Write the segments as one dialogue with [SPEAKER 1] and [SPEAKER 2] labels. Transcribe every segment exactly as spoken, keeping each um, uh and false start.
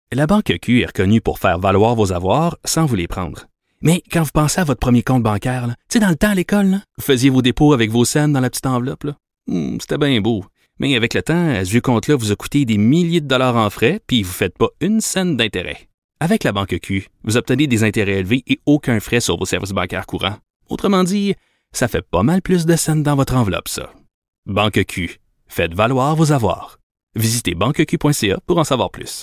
[SPEAKER 1] La Banque Q est reconnue pour faire valoir vos avoirs sans vous les prendre. Mais quand vous pensez à votre premier compte bancaire, tu sais, dans le temps à l'école, là, vous faisiez vos dépôts avec vos scènes dans la petite enveloppe. Là. Hum, c'était bien beau. Mais avec le temps, ce vieux compte-là vous a coûté des milliers de dollars en frais, puis vous ne faites pas une scène d'intérêt. Avec la Banque Q, vous obtenez des intérêts élevés et aucun frais sur vos services bancaires courants. Autrement dit, ça fait pas mal plus de scènes dans votre enveloppe, ça. Banque Q. Faites valoir vos avoirs. Visitez banque q point c a pour en savoir plus.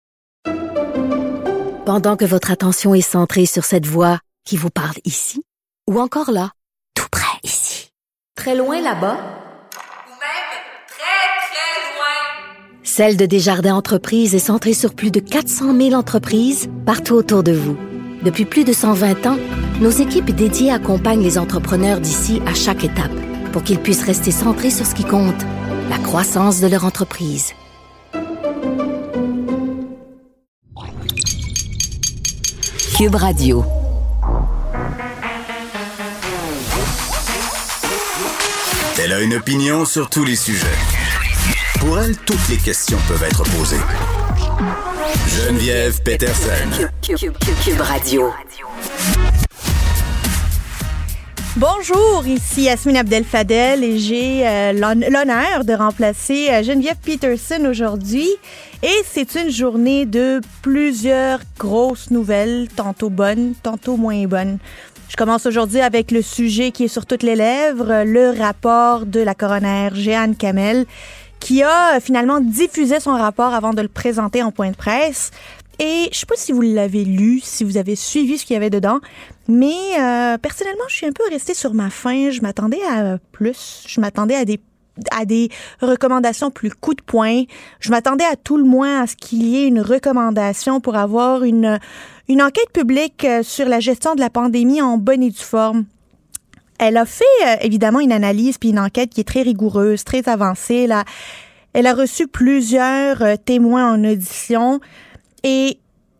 [SPEAKER 2] Pendant que votre attention est centrée sur cette voix qui vous parle ici, ou encore là, tout près ici, très loin là-bas,
[SPEAKER 3] ou même très, très loin,
[SPEAKER 2] Celle de Desjardins Entreprises est centrée sur plus de quatre cent mille entreprises partout autour de vous. Depuis plus de cent vingt ans, nos équipes dédiées accompagnent les entrepreneurs d'ici à chaque étape pour qu'ils puissent rester centrés sur ce qui compte, la croissance de leur entreprise. Cube Radio.
[SPEAKER 4] Elle a une opinion sur tous les sujets. Pour elle, toutes les questions peuvent être posées. Geneviève Peterson.
[SPEAKER 2] Cube, Cube, Cube, Cube Radio.
[SPEAKER 5] Bonjour, ici Yasmine Abdel-Fadel et j'ai euh, l'honneur de remplacer euh, Geneviève Peterson aujourd'hui. Et c'est une journée de plusieurs grosses nouvelles, tantôt bonnes, tantôt moins bonnes. Je commence aujourd'hui avec le sujet qui est sur toutes les lèvres, le rapport de la coroner Jeanne Kamel, qui a finalement diffusé son rapport avant de le présenter en point de presse. Et je sais pas si vous l'avez lu, si vous avez suivi ce qu'il y avait dedans, mais euh, personnellement, je suis un peu restée sur ma faim. Je m'attendais à plus. Je m'attendais à des à des recommandations plus coup de poing. Je m'attendais à tout le moins à ce qu'il y ait une recommandation pour avoir une une enquête publique sur la gestion de la pandémie en bonne et due forme. Elle a fait euh, évidemment une analyse puis une enquête qui est très rigoureuse, très avancée. Là, elle a reçu plusieurs euh, témoins en audition. Et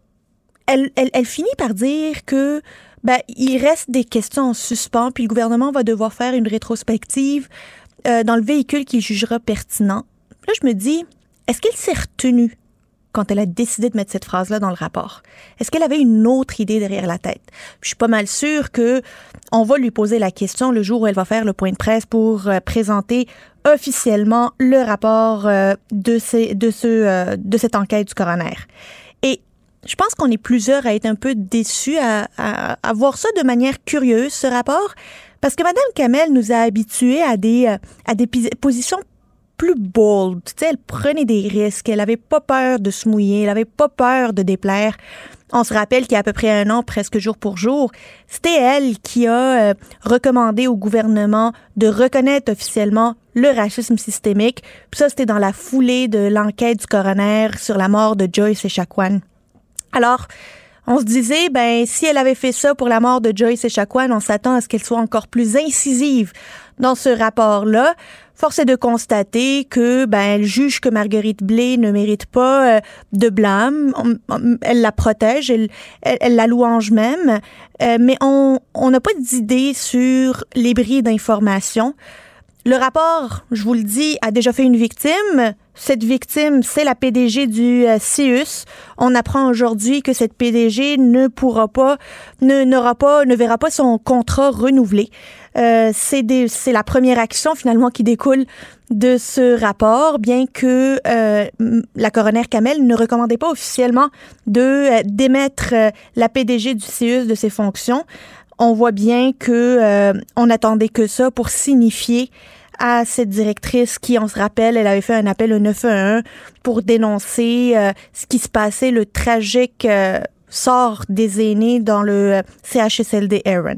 [SPEAKER 5] elle, elle, elle finit par dire que ben, il reste des questions en suspens, puis le gouvernement va devoir faire une rétrospective euh, dans le véhicule qu'il jugera pertinent. Là, je me dis, est-ce qu'elle s'est retenue quand elle a décidé de mettre cette phrase-là dans le rapport? Est-ce qu'elle avait une autre idée derrière la tête? Je suis pas mal sûre que on va lui poser la question le jour où elle va faire le point de presse pour euh, présenter officiellement le rapport euh, de, ces, de, ce, euh, de cette enquête du coroner. Et je pense qu'on est plusieurs à être un peu déçus, à, à, à voir ça de manière curieuse, ce rapport, parce que Mme Kamel nous a habitués à des, à des positions plus bold. Tu sais, elle prenait des risques, elle avait pas peur de se mouiller, elle avait pas peur de déplaire. On se rappelle qu'il y a à peu près un an, presque jour pour jour, c'était elle qui a euh, recommandé au gouvernement de reconnaître officiellement le racisme systémique. Puis ça, c'était dans la foulée de l'enquête du coroner sur la mort de Joyce Echaquan. Alors, on se disait, ben, si elle avait fait ça pour la mort de Joyce Echaquan, on s'attend à ce qu'elle soit encore plus incisive dans ce rapport-là. Force est de constater que, ben, elle juge que Marguerite Blais ne mérite pas euh, de blâme. On, on, elle la protège, elle, elle, elle la louange même, euh, mais on on n'a pas d'idée sur les bris d'informations. Le rapport, je vous le dis, a déjà fait une victime. Cette victime, c'est la P D G du euh, C I U S. On apprend aujourd'hui que cette P D G ne pourra pas, ne n'aura pas, ne verra pas son contrat renouvelé. Euh, c'est des, c'est la première action finalement qui découle de ce rapport, bien que euh, la coroner Kamel ne recommandait pas officiellement de euh, démettre euh, la P D G du C I U S de ses fonctions. On voit bien que euh, on attendait que ça pour signifier à cette directrice qui, on se rappelle, elle avait fait un appel au neuf un un pour dénoncer euh, ce qui se passait, le tragique euh, sort des aînés dans le euh, C H S L D Aaron.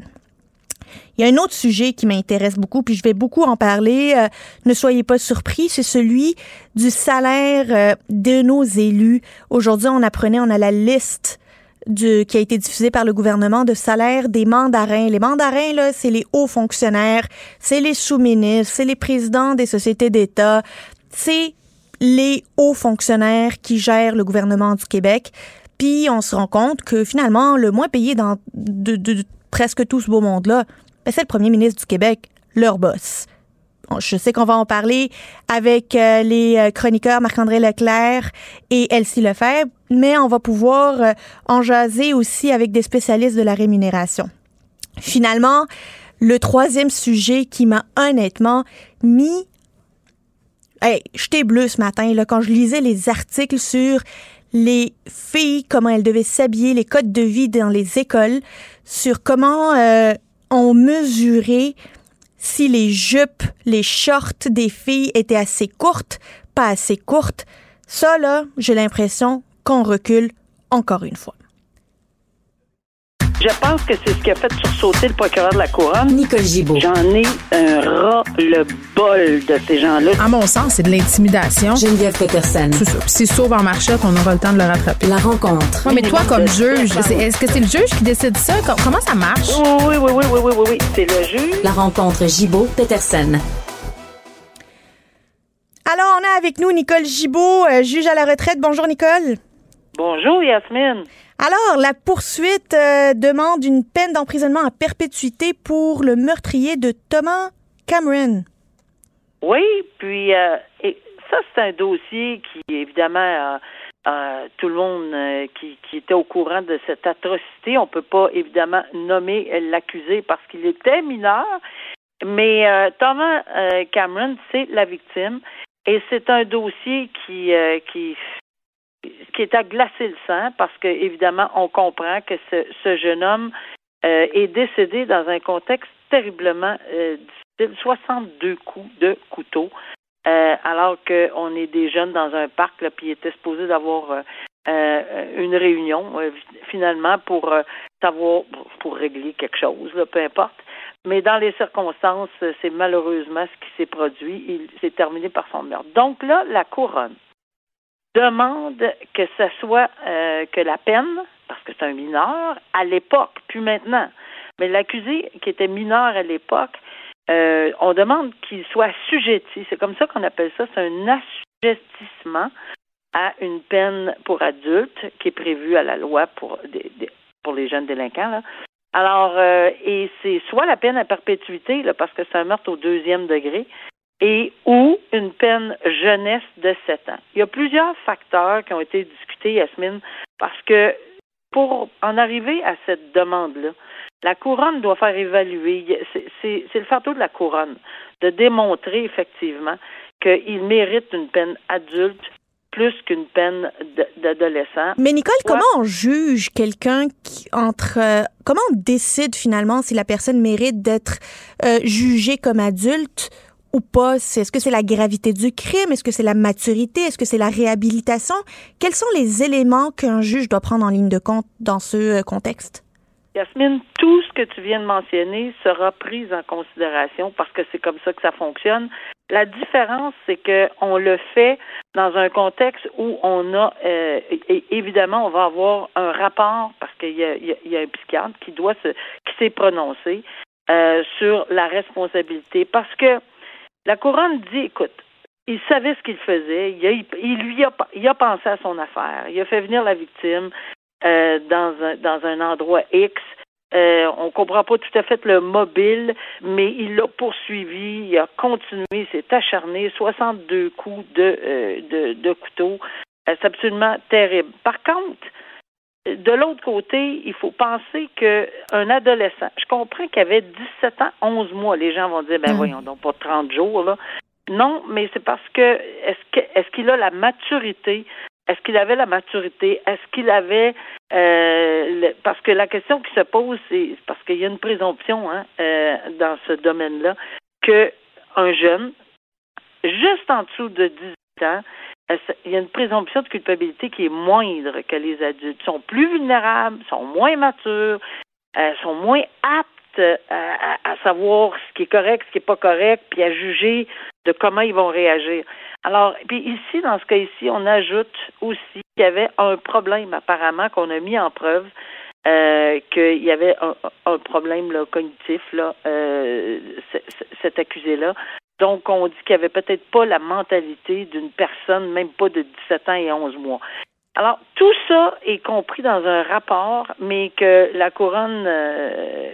[SPEAKER 5] Il y a un autre sujet qui m'intéresse beaucoup, puis je vais beaucoup en parler, euh, ne soyez pas surpris, c'est celui du salaire euh, de nos élus. Aujourd'hui, on apprenait, on a la liste De, qui a été diffusé par le gouvernement de salaire des mandarins. Les mandarins, là, c'est les hauts fonctionnaires, c'est les sous-ministres, c'est les présidents des sociétés d'État, c'est les hauts fonctionnaires qui gèrent le gouvernement du Québec. Puis on se rend compte que finalement, le moins payé dans de, de, de presque tout ce beau monde-là, ben, c'est le premier ministre du Québec, leur boss. je sais qu'on va en parler avec euh, les chroniqueurs Marc-André Leclerc et Elsie Lefebvre, mais on va pouvoir euh, en jaser aussi avec des spécialistes de la rémunération. Finalement, le troisième sujet qui m'a honnêtement mis... Hey, j'étais bleue ce matin là, quand je lisais les articles sur les filles, comment elles devaient s'habiller, les codes de vie dans les écoles, sur comment euh, on mesurait si les jupes, les shorts des filles étaient assez courtes, pas assez courtes. Ça, là, j'ai l'impression qu'on recule encore une fois.
[SPEAKER 6] Je pense que c'est ce qui a fait sursauter le procureur de la Couronne.
[SPEAKER 7] Nicole Gibault.
[SPEAKER 6] J'en ai un ras-le-bol de ces gens-là.
[SPEAKER 8] À mon sens, c'est de l'intimidation.
[SPEAKER 7] Geneviève Peterson.
[SPEAKER 8] C'est ça. Puis s'il sauve en marchette, on aura le temps de le rattraper.
[SPEAKER 7] La rencontre.
[SPEAKER 8] Oui, mais toi, comme juge, c'est, est-ce que c'est le juge qui décide ça? Comment ça marche?
[SPEAKER 6] Oui, oui, oui, oui, oui, oui, oui. C'est le juge.
[SPEAKER 7] La rencontre Gibault-Peterson.
[SPEAKER 5] Alors, on a avec nous Nicole Gibault, euh, juge à la retraite. Bonjour, Nicole.
[SPEAKER 6] Bonjour, Yasmine.
[SPEAKER 5] Alors, la poursuite euh, demande une peine d'emprisonnement à perpétuité pour le meurtrier de Thomas Cameron.
[SPEAKER 6] Oui, puis euh, et ça, c'est un dossier qui, évidemment, euh, euh, tout le monde euh, qui, qui était au courant de cette atrocité, on peut pas, évidemment, nommer l'accusé parce qu'il était mineur, mais euh, Thomas euh, Cameron, c'est la victime, et c'est un dossier qui... Euh, qui qui est à glacer le sang parce que, évidemment, on comprend que ce, ce jeune homme euh, est décédé dans un contexte terriblement euh, difficile, soixante-deux coups de couteau, euh, alors qu'on est des jeunes dans un parc, là, puis il était supposé d'avoir euh, euh, une réunion, euh, finalement, pour euh, savoir, pour régler quelque chose, là, peu importe. Mais dans les circonstances, c'est malheureusement ce qui s'est produit. Il s'est terminé par son meurtre. Donc là, la Couronne demande que ce soit euh, que la peine, parce que c'est un mineur, à l'époque, puis maintenant, mais l'accusé qui était mineur à l'époque, euh, on demande qu'il soit assujetti, c'est comme ça qu'on appelle ça, c'est un assujettissement à une peine pour adultes qui est prévue à la loi pour, des, des, pour les jeunes délinquants, là. Alors, euh, et c'est soit la peine à perpétuité, là, parce que c'est un meurtre au deuxième degré, et ou une peine jeunesse de sept ans. Il y a plusieurs facteurs qui ont été discutés, Yasmine, parce que pour en arriver à cette demande-là, la Couronne doit faire évaluer, c'est, c'est, c'est le fardeau de la Couronne, de démontrer effectivement qu'il mérite une peine adulte plus qu'une peine d'adolescent.
[SPEAKER 5] Mais Nicole, ouais. Comment on juge quelqu'un qui entre... Euh, comment on décide finalement si la personne mérite d'être euh, jugée comme adulte ou pas? Est-ce que c'est la gravité du crime? Est-ce que c'est la maturité? Est-ce que c'est la réhabilitation? Quels sont les éléments qu'un juge doit prendre en ligne de compte dans ce contexte?
[SPEAKER 6] Yasmine, tout ce que tu viens de mentionner sera pris en considération parce que c'est comme ça que ça fonctionne. La différence, c'est qu'on le fait dans un contexte où on a, euh, et évidemment, on va avoir un rapport parce qu'il y a, il y a, il y a un psychiatre qui doit se, qui s'est prononcé euh, sur la responsabilité parce que la Couronne dit, écoute, il savait ce qu'il faisait, il, a, il lui a, il a pensé à son affaire, il a fait venir la victime euh, dans un dans un endroit X. Euh, on ne comprend pas tout à fait le mobile, mais il l'a poursuivi, il a continué, il s'est acharné, soixante-deux coups de euh, de, de couteau. Euh, c'est absolument terrible. Par contre, de l'autre côté, il faut penser qu'un adolescent, je comprends qu'il avait dix-sept ans, onze mois. Les gens vont dire, ben mmh. voyons donc, pas trente jours, là. Non, mais c'est parce que, est-ce que, est-ce qu'il a la maturité? Est-ce qu'il avait la maturité? Est-ce qu'il avait, euh, le, parce que la question qui se pose, c'est, parce qu'il y a une présomption, hein, euh, dans ce domaine-là, qu'un jeune, juste en dessous de dix-huit ans, il y a une présomption de culpabilité qui est moindre que les adultes. Ils sont plus vulnérables, sont moins matures, euh, sont moins aptes à, à, à savoir ce qui est correct, ce qui n'est pas correct, puis à juger de comment ils vont réagir. Alors, puis ici, dans ce cas-ci, on ajoute aussi qu'il y avait un problème apparemment qu'on a mis en preuve, euh, qu'il y avait un, un problème là, cognitif, là, euh, c- c- cet accusé-là. Donc, on dit qu'il n'y avait peut-être pas la mentalité d'une personne, même pas de dix-sept ans et onze mois. Alors, tout ça est compris dans un rapport, mais que la Couronne, euh,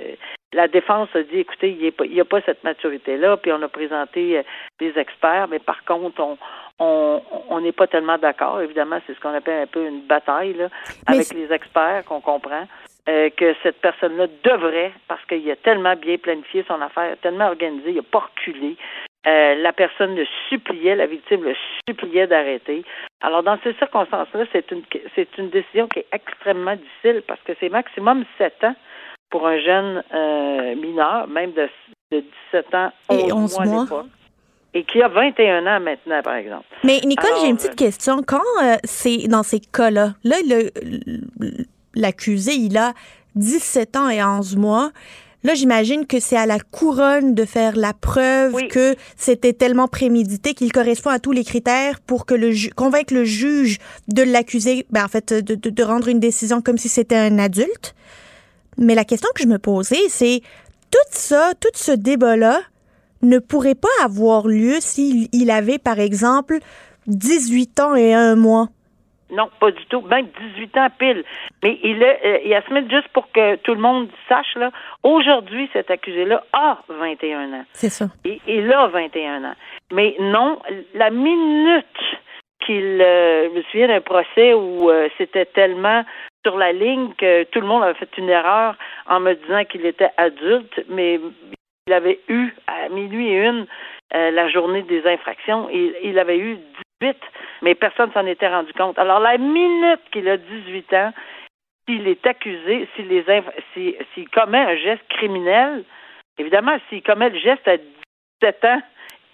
[SPEAKER 6] la défense a dit, écoutez, il n'y a pas cette maturité-là, puis on a présenté euh, des experts, mais par contre, on on on n'est pas tellement d'accord. Évidemment, c'est ce qu'on appelle un peu une bataille là, avec mais... les experts qu'on comprend. Euh, que cette personne-là devrait, parce qu'il a tellement bien planifié son affaire, tellement organisé, il n'a pas reculé. Euh, la personne le suppliait, la victime le suppliait d'arrêter. Alors, dans ces circonstances-là, c'est une c'est une décision qui est extrêmement difficile parce que c'est maximum sept ans pour un jeune euh, mineur, même de, de dix-sept ans, onze mois à l'époque. Et qui a vingt et un ans maintenant, par exemple.
[SPEAKER 5] Mais Nicole, Alors, j'ai une petite
[SPEAKER 6] euh,
[SPEAKER 5] question. Quand euh, c'est dans ces cas-là, là, le, le, l'accusé, il a dix-sept ans et onze mois. Là, j'imagine que c'est à la couronne de faire la preuve oui. que c'était tellement prémédité qu'il correspond à tous les critères pour que le ju- convaincre le juge de l'accuser, ben, en fait, de, de, de rendre une décision comme si c'était un adulte. Mais la question que je me posais, c'est tout ça, tout ce débat-là ne pourrait pas avoir lieu s'il il avait, par exemple, dix-huit ans et un mois.
[SPEAKER 6] Non, pas du tout. Même dix-huit ans pile. Mais il est, euh, Yasmine, juste pour que tout le monde sache, là, aujourd'hui, cet accusé-là a vingt et un ans.
[SPEAKER 5] C'est ça.
[SPEAKER 6] Et il a vingt et un ans. Mais non, la minute qu'il... Euh, je me souviens d'un procès où euh, c'était tellement sur la ligne que tout le monde avait fait une erreur en me disant qu'il était adulte, mais il avait eu, à minuit et une, euh, la journée des infractions, et il avait eu dix-huit, mais personne ne s'en était rendu compte. Alors, la minute qu'il a dix-huit ans, s'il est accusé, s'il, les inf- s'il, s'il commet un geste criminel, évidemment, s'il commet le geste à dix-sept ans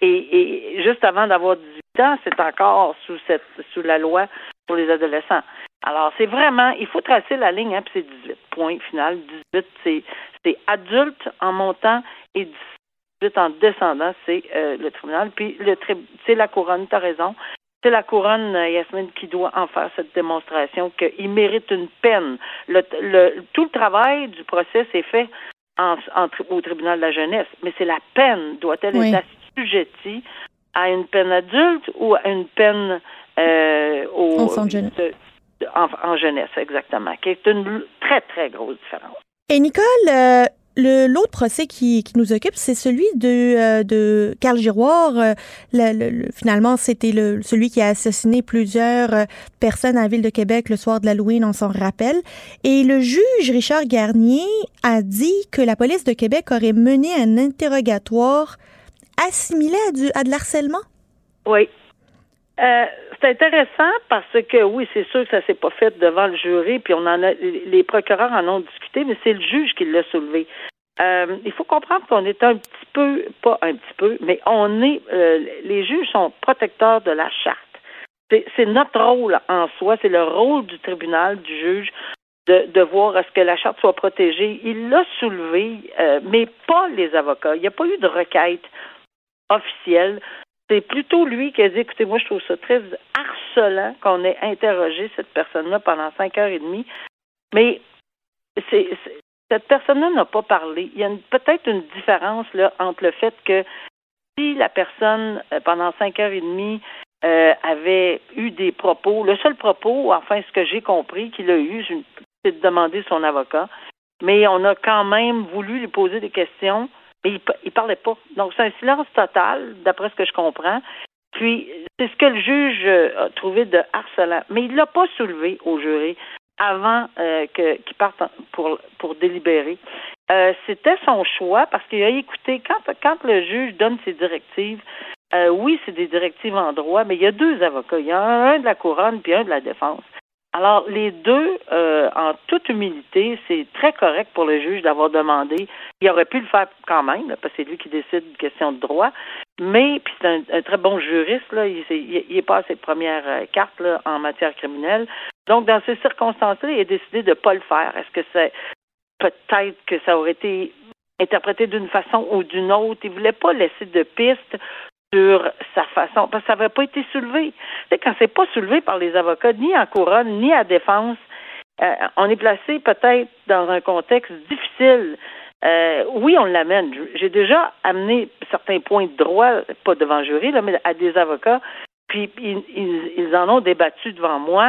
[SPEAKER 6] et, et juste avant d'avoir dix-huit ans, c'est encore sous cette sous la loi pour les adolescents. Alors, c'est vraiment, il faut tracer la ligne, hein, puis c'est dix-huit, point final. dix-huit, c'est, c'est adulte en montant et dix-huit en descendant, c'est euh, le tribunal. Puis, le tri- c'est la couronne, tu as raison. C'est la couronne, Yasmine, qui doit en faire cette démonstration qu'il mérite une peine. Le, le, tout le travail du procès s'est fait en, en, au tribunal de la jeunesse, mais c'est la peine. Doit-elle oui. être assujettie à une peine adulte ou à une peine euh, au,
[SPEAKER 5] en, jeunesse.
[SPEAKER 6] De, de, en, en jeunesse, exactement, qui est une très, très grosse différence.
[SPEAKER 5] Et Nicole, euh, le, l'autre procès qui, qui nous occupe, c'est celui de, euh, de Carl Giroir. Euh, le, le, le, finalement, c'était le, celui qui a assassiné plusieurs euh, personnes à la Ville de Québec le soir de l'Halloween, on s'en rappelle. Et le juge Richard Garnier a dit que la police de Québec aurait mené un interrogatoire assimilé à, du, à de l'harcèlement.
[SPEAKER 6] Oui. Euh, c'est intéressant parce que, oui, c'est sûr que ça s'est pas fait devant le jury, puis on en a, les procureurs en ont discuté, mais c'est le juge qui l'a soulevé. Euh, il faut comprendre qu'on est un petit peu, pas un petit peu, mais on est, euh, les juges sont protecteurs de la charte. C'est, c'est notre rôle en soi, c'est le rôle du tribunal, du juge, de, de voir à ce que la charte soit protégée. Il l'a soulevé, euh, mais pas les avocats. Il n'y a pas eu de requête officielle. C'est plutôt lui qui a dit, écoutez, moi, je trouve ça très harcelant qu'on ait interrogé cette personne-là pendant cinq heures et demie. Mais c'est, c'est, cette personne-là n'a pas parlé. Il y a une, peut-être une différence là, entre le fait que si la personne, euh, pendant cinq heures et demie, euh, avait eu des propos, le seul propos, enfin, ce que j'ai compris qu'il a eu, c'est de demander son avocat, mais on a quand même voulu lui poser des questions. Mais il ne parlait pas. Donc, c'est un silence total, d'après ce que je comprends. Puis, c'est ce que le juge a trouvé de harcelant. Mais il ne l'a pas soulevé au jury avant euh, que, qu'il parte pour, pour délibérer. Euh, c'était son choix parce qu'il a écouté, quand, quand le juge donne ses directives, euh, oui, c'est des directives en droit, mais il y a deux avocats. Il y en a un de la couronne puis un de la défense. Alors, les deux, euh, en toute humilité, c'est très correct pour le juge d'avoir demandé. Il aurait pu le faire quand même, là, parce que c'est lui qui décide d'une question de droit. Mais, puis c'est un, un très bon juriste, là, il, il, il est pas à ses premières euh, cartes là, en matière criminelle. Donc, dans ces circonstances-là, il a décidé de ne pas le faire. Est-ce que c'est peut-être que ça aurait été interprété d'une façon ou d'une autre? Il ne voulait pas laisser de piste sur sa façon, parce que ça n'avait pas été soulevé. Tu sais, quand c'est pas soulevé par les avocats, ni en couronne, ni à défense, euh, on est placé peut-être dans un contexte difficile. Euh, oui, on l'amène. J'ai déjà amené certains points de droit, pas devant le jury, là, mais à des avocats, puis ils, ils, ils en ont débattu devant moi,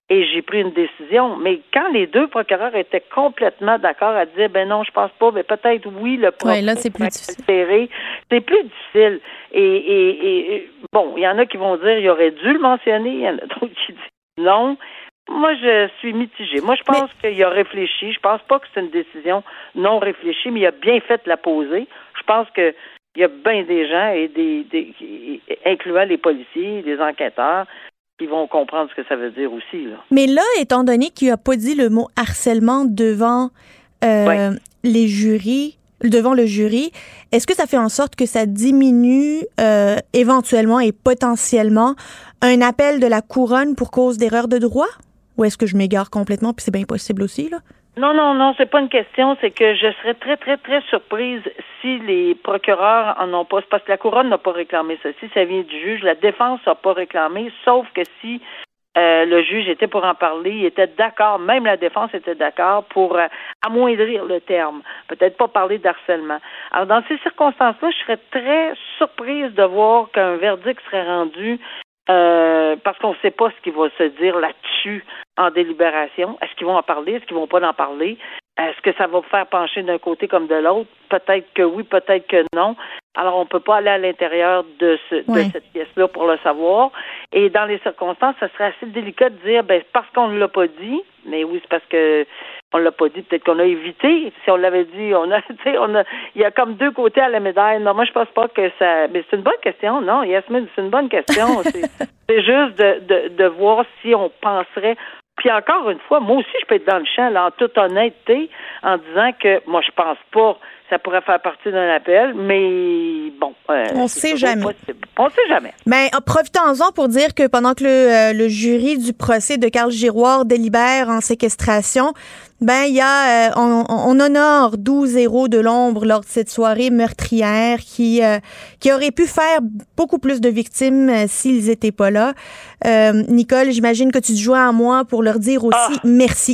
[SPEAKER 6] et j'ai pris une décision. Mais quand les deux procureurs étaient complètement d'accord à dire, ben non, je pense pas, mais peut-être oui, le procès
[SPEAKER 5] ouais, là, c'est plus difficile.
[SPEAKER 6] Altéré, c'est plus difficile. Et, et, et bon, il y en a qui vont dire, il aurait dû le mentionner, il y en a d'autres qui disent non. Moi, je suis mitigée. Moi, je pense mais... qu'il a réfléchi. Je pense pas que c'est une décision non réfléchie, mais il a bien fait de la poser. Je pense que il y a bien des gens, et des, des incluant les policiers, les enquêteurs, qui vont comprendre ce que ça veut dire aussi, là.
[SPEAKER 5] Mais là, étant donné qu'il n'a pas dit le mot harcèlement devant euh, ouais. les jurys, devant le jury, est-ce que ça fait en sorte que ça diminue euh, éventuellement et potentiellement un appel de la couronne pour cause d'erreur de droit? Ou est-ce que je m'égare complètement, puis c'est bien possible aussi, là?
[SPEAKER 6] Non, non, non, c'est pas une question, c'est que je serais très, très, très surprise si les procureurs en ont pas, parce que la couronne n'a pas réclamé ceci, ça vient du juge, la défense n'a pas réclamé, sauf que si euh, le juge était pour en parler, il était d'accord, même la défense était d'accord pour euh, amoindrir le terme, peut-être pas parler d'harcèlement. Alors, dans ces circonstances-là, je serais très surprise de voir qu'un verdict serait rendu Euh, parce qu'on ne sait pas ce qui va se dire là-dessus en délibération. Est-ce qu'ils vont en parler? Est-ce qu'ils vont pas en parler? Est-ce que ça va faire pencher d'un côté comme de l'autre? Peut-être que oui, peut-être que non. Alors, on ne peut pas aller à l'intérieur de, ce, ouais. de cette pièce-là pour le savoir. Et dans les circonstances, ça serait assez délicat de dire, ben parce qu'on ne l'a pas dit, mais oui, c'est parce que on l'a pas dit, peut-être qu'on a évité. Si on l'avait dit, on a, tu sais, on a, il y a comme deux côtés à la médaille. Non, moi, je pense pas que ça, mais c'est une bonne question. Non, Yasmine, c'est une bonne question. c'est, c'est juste de, de, de voir si on penserait. Puis encore une fois, moi aussi, je peux être dans le champ, là, en toute honnêteté, en disant que moi, je pense pas ça pourrait faire partie d'un appel, mais bon. Euh,
[SPEAKER 5] on sait jamais.
[SPEAKER 6] Possible. On sait jamais.
[SPEAKER 5] Mais ben, profitons-en pour dire que pendant que le, euh, le jury du procès de Carl Giroir délibère en séquestration, ben il y a, euh, on, on honore douze héros de l'ombre lors de cette soirée meurtrière qui euh, qui aurait pu faire beaucoup plus de victimes euh, s'ils étaient pas là. Euh, Nicole, j'imagine que tu te joins à moi pour leur dire aussi ah. merci.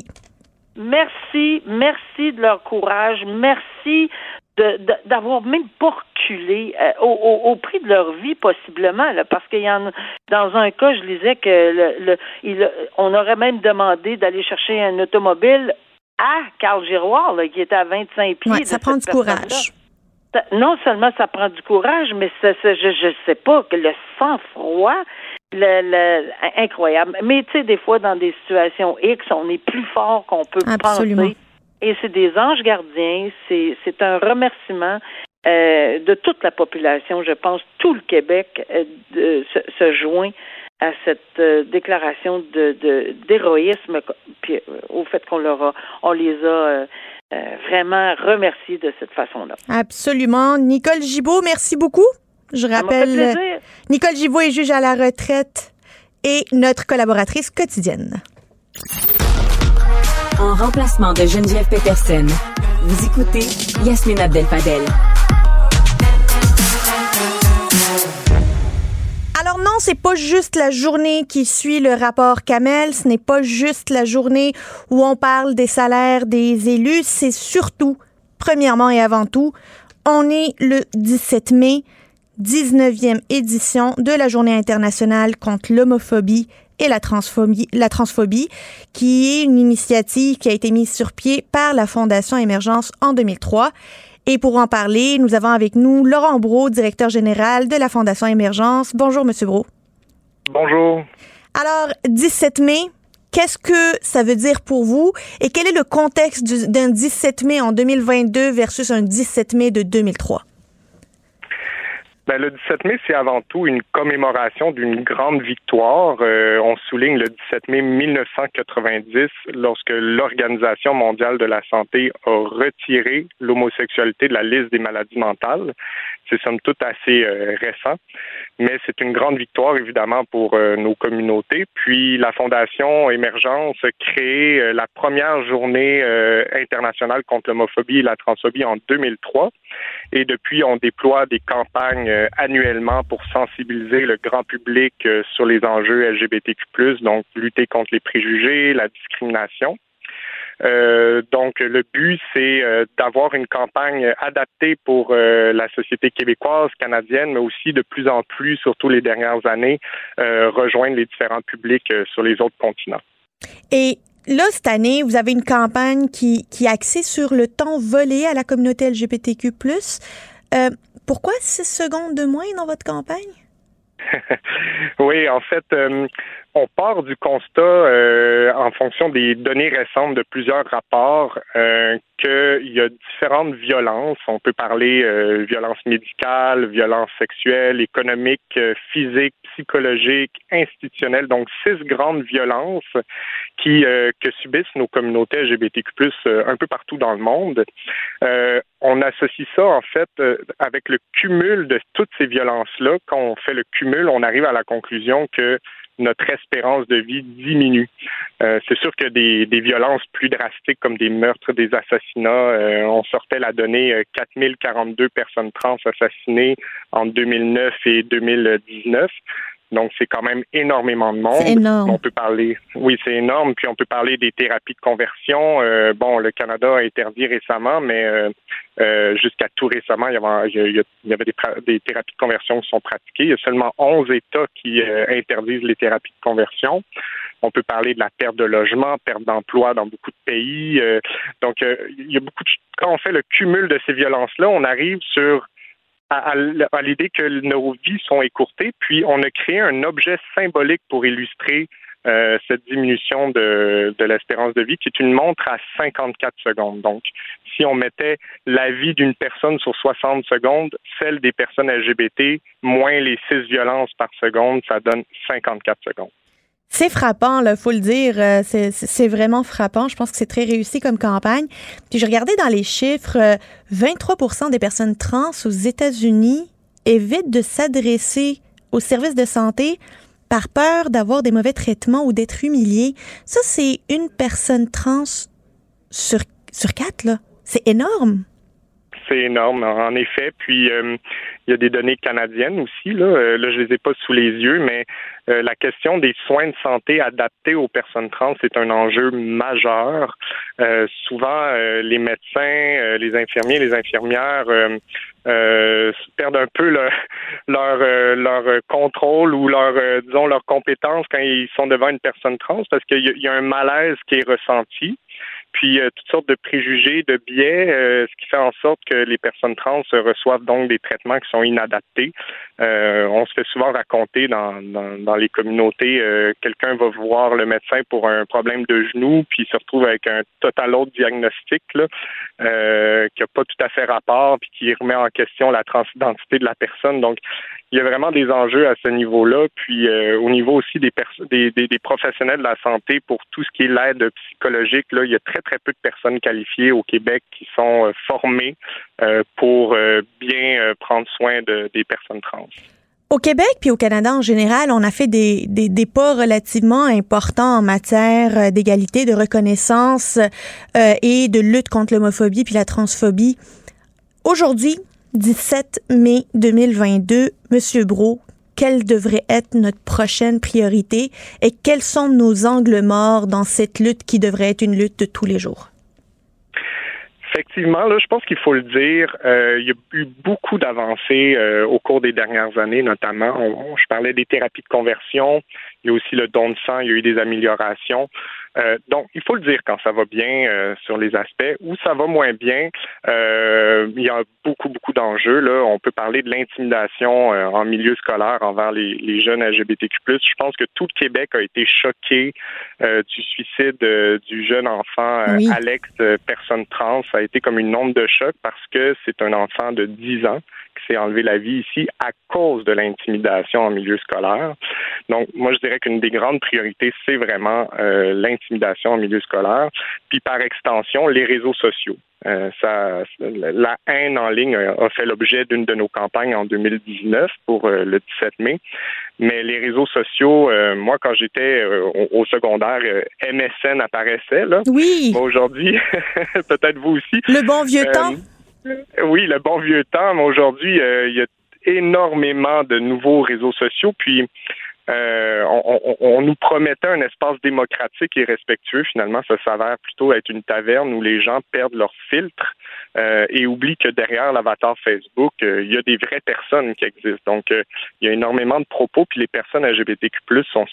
[SPEAKER 6] Merci, merci de leur courage, merci de, de d'avoir même pas reculé euh, au, au, au prix de leur vie possiblement, là, parce qu'il y en a, dans un cas, je lisais que le, le il, on aurait même demandé d'aller chercher un automobile à Carl Giroir, là, qui était à vingt-cinq pieds.
[SPEAKER 5] Ouais, ça prend du courage.
[SPEAKER 6] Ça, non seulement ça prend du courage, mais ça, ça, je je sais pas que le sang-froid. Le, le, incroyable. Mais tu sais, des fois, dans des situations X, on est plus fort qu'on peut
[SPEAKER 5] Absolument.
[SPEAKER 6] penser. Et c'est des anges gardiens. C'est, c'est un remerciement euh, de toute la population. Je pense tout le Québec euh, de, se, se joint à cette euh, déclaration de, de d'héroïsme, puis euh, au fait qu'on leur a, on les a euh, euh, vraiment remerciés de cette façon-là.
[SPEAKER 5] Absolument. Nicole Gibault, merci beaucoup. Je rappelle, Nicole Gibault est juge à la retraite et notre collaboratrice quotidienne.
[SPEAKER 7] En remplacement de Geneviève Peterson, vous écoutez Yasmine Abdel-Fadel.
[SPEAKER 5] Alors non, c'est pas juste la journée qui suit le rapport Kamel, ce n'est pas juste la journée où on parle des salaires des élus, c'est surtout, premièrement et avant tout, on est le dix-sept mai, dix-neuvième édition de la Journée internationale contre l'homophobie et la transphobie, la transphobie, qui est une initiative qui a été mise sur pied par la Fondation Émergence en deux mille trois. Et pour en parler, nous avons avec nous Laurent Brault, directeur général de la Fondation Émergence. Bonjour, Monsieur Brault.
[SPEAKER 9] Bonjour.
[SPEAKER 5] Alors, dix-sept mai, qu'est-ce que ça veut dire pour vous? Et quel est le contexte du, d'un dix-sept mai en deux mille vingt-deux versus un dix-sept mai de deux mille trois?
[SPEAKER 9] Ben, le dix-sept mai, c'est avant tout une commémoration d'une grande victoire. Euh, on souligne le dix-sept mai mille neuf cent quatre-vingt-dix, lorsque l'Organisation mondiale de la santé a retiré l'homosexualité de la liste des maladies mentales. C'est somme toute assez euh, récent, mais c'est une grande victoire, évidemment, pour euh, nos communautés. Puis, la Fondation Émergence a créé euh, la première journée euh, internationale contre l'homophobie et la transphobie en deux mille trois. Et depuis, on déploie des campagnes euh, annuellement pour sensibiliser le grand public euh, sur les enjeux L G B T Q plus, donc lutter contre les préjugés, la discrimination. Euh, donc, le but, c'est euh, d'avoir une campagne adaptée pour euh, la société québécoise, canadienne, mais aussi de plus en plus, surtout les dernières années, euh, rejoindre les différents publics euh, sur les autres continents.
[SPEAKER 5] Et là, cette année, vous avez une campagne qui, qui est axée sur le temps volé à la communauté L G B T Q plus. Euh, pourquoi six secondes de moins dans votre campagne?
[SPEAKER 9] Oui, en fait, euh, on part du constat, euh, en fonction des données récentes de plusieurs rapports, euh, qu'il y a différentes violences. On peut parler euh, violence médicale, violence sexuelle, économique, euh, physique, psychologique, institutionnelle. Donc, six grandes violences qui euh, que subissent nos communautés L G B T Q plus, euh, un peu partout dans le monde. Euh, on associe ça, en fait, euh, avec le cumul de toutes ces violences-là. Quand on fait le cumul, on arrive à la conclusion que notre espérance de vie diminue. Euh, c'est sûr que des, des violences plus drastiques comme des meurtres, des assassinats, euh, on sortait la donnée euh, quatre mille quarante-deux personnes trans assassinées entre deux mille neuf et deux mille dix-neuf. Donc, c'est quand même énormément de monde.
[SPEAKER 5] C'est énorme.
[SPEAKER 9] On peut parler, oui, c'est énorme. Puis, on peut parler des thérapies de conversion. Euh, bon, le Canada a interdit récemment, mais euh, euh, jusqu'à tout récemment, il y avait, il y avait des, des thérapies de conversion qui sont pratiquées. Il y a seulement onze États qui euh, interdisent les thérapies de conversion. On peut parler de la perte de logement, perte d'emploi dans beaucoup de pays. Euh, donc, euh, il y a beaucoup de... Quand on fait le cumul de ces violences-là, on arrive sur À, à, à l'idée que nos vies sont écourtées, puis on a créé un objet symbolique pour illustrer euh, cette diminution de, de l'espérance de vie, qui est une montre à cinquante-quatre secondes. Donc, si on mettait la vie d'une personne sur soixante secondes, celle des personnes L G B T, moins les six violences par seconde, ça donne cinquante-quatre secondes.
[SPEAKER 5] C'est frappant, il faut le dire. C'est, c'est vraiment frappant. Je pense que c'est très réussi comme campagne. Puis je regardais dans les chiffres, vingt-trois pour cent des personnes trans aux États-Unis évitent de s'adresser aux services de santé par peur d'avoir des mauvais traitements ou d'être humiliées. Ça, c'est une personne trans sur, sur quatre, là. C'est énorme.
[SPEAKER 9] C'est énorme, en effet. Puis, euh, il y a des données canadiennes aussi. Là, euh, là je les ai pas sous les yeux, mais euh, la question des soins de santé adaptés aux personnes trans, c'est un enjeu majeur. Euh, souvent, euh, les médecins, euh, les infirmiers, les infirmières euh, euh, perdent un peu leur leur, euh, leur contrôle ou leur, euh, disons, leur compétence quand ils sont devant une personne trans, parce qu'il y a, il y a un malaise qui est ressenti. Puis euh, toutes sortes de préjugés, de biais, euh, ce qui fait en sorte que les personnes trans reçoivent donc des traitements qui sont inadaptés. Euh, on se fait souvent raconter dans, dans, dans les communautés, euh, quelqu'un va voir le médecin pour un problème de genou, puis il se retrouve avec un total autre diagnostic là, euh, qui n'a pas tout à fait rapport, puis qui remet en question la transidentité de la personne. Donc, il y a vraiment des enjeux à ce niveau-là. Puis euh, au niveau aussi des, pers- des, des, des professionnels de la santé pour tout ce qui est l'aide psychologique, là, il y a très, très peu de personnes qualifiées au Québec qui sont euh, formées euh, pour euh, bien euh, prendre soin de, des personnes trans.
[SPEAKER 5] Au Québec puis au Canada en général, on a fait des, des, des pas relativement importants en matière d'égalité, de reconnaissance euh, et de lutte contre l'homophobie puis la transphobie. Aujourd'hui, dix-sept mai deux mille vingt-deux, Monsieur Brault, quelle devrait être notre prochaine priorité et quels sont nos angles morts dans cette lutte qui devrait être une lutte de tous les jours?
[SPEAKER 9] Effectivement, là, je pense qu'il faut le dire, euh, il y a eu beaucoup d'avancées euh, au cours des dernières années, notamment. On, on, je parlais des thérapies de conversion, il y a aussi le don de sang, il y a eu des améliorations. Euh, donc, il faut le dire quand ça va bien euh, sur les aspects. Où ça va moins bien, euh, il y a beaucoup, beaucoup d'enjeux. Là, on peut parler de l'intimidation euh, en milieu scolaire envers les, les jeunes L G B T Q plus. Je pense que tout le Québec a été choqué euh, du suicide euh, du jeune enfant euh, oui. Alex, euh, personne trans. Ça a été comme une onde de choc parce que c'est un enfant de dix ans qui s'est enlevé la vie ici à cause de l'intimidation en milieu scolaire. Donc, moi, je dirais qu'une des grandes priorités, c'est vraiment euh, l'intimidation en milieu scolaire. Puis, par extension, les réseaux sociaux. Euh, ça, la haine en ligne a, a fait l'objet d'une de nos campagnes en deux mille dix-neuf pour euh, le dix-sept mai. Mais les réseaux sociaux, euh, moi, quand j'étais euh, au, au secondaire, euh, M S N apparaissait. Là.
[SPEAKER 5] Oui.
[SPEAKER 9] Bon, aujourd'hui, peut-être vous aussi.
[SPEAKER 5] Le bon vieux euh, temps.
[SPEAKER 9] Oui, le bon vieux temps. Mais aujourd'hui, euh, il y a énormément de nouveaux réseaux sociaux. Puis, Euh, on, on, on nous promettait un espace démocratique et respectueux. Finalement, ça s'avère plutôt être une taverne où les gens perdent leur filtre euh, et oublient que derrière l'avatar Facebook, euh, il y a des vraies personnes qui existent. Donc, euh, il y a énormément de propos, puis les personnes L G B T Q plus sont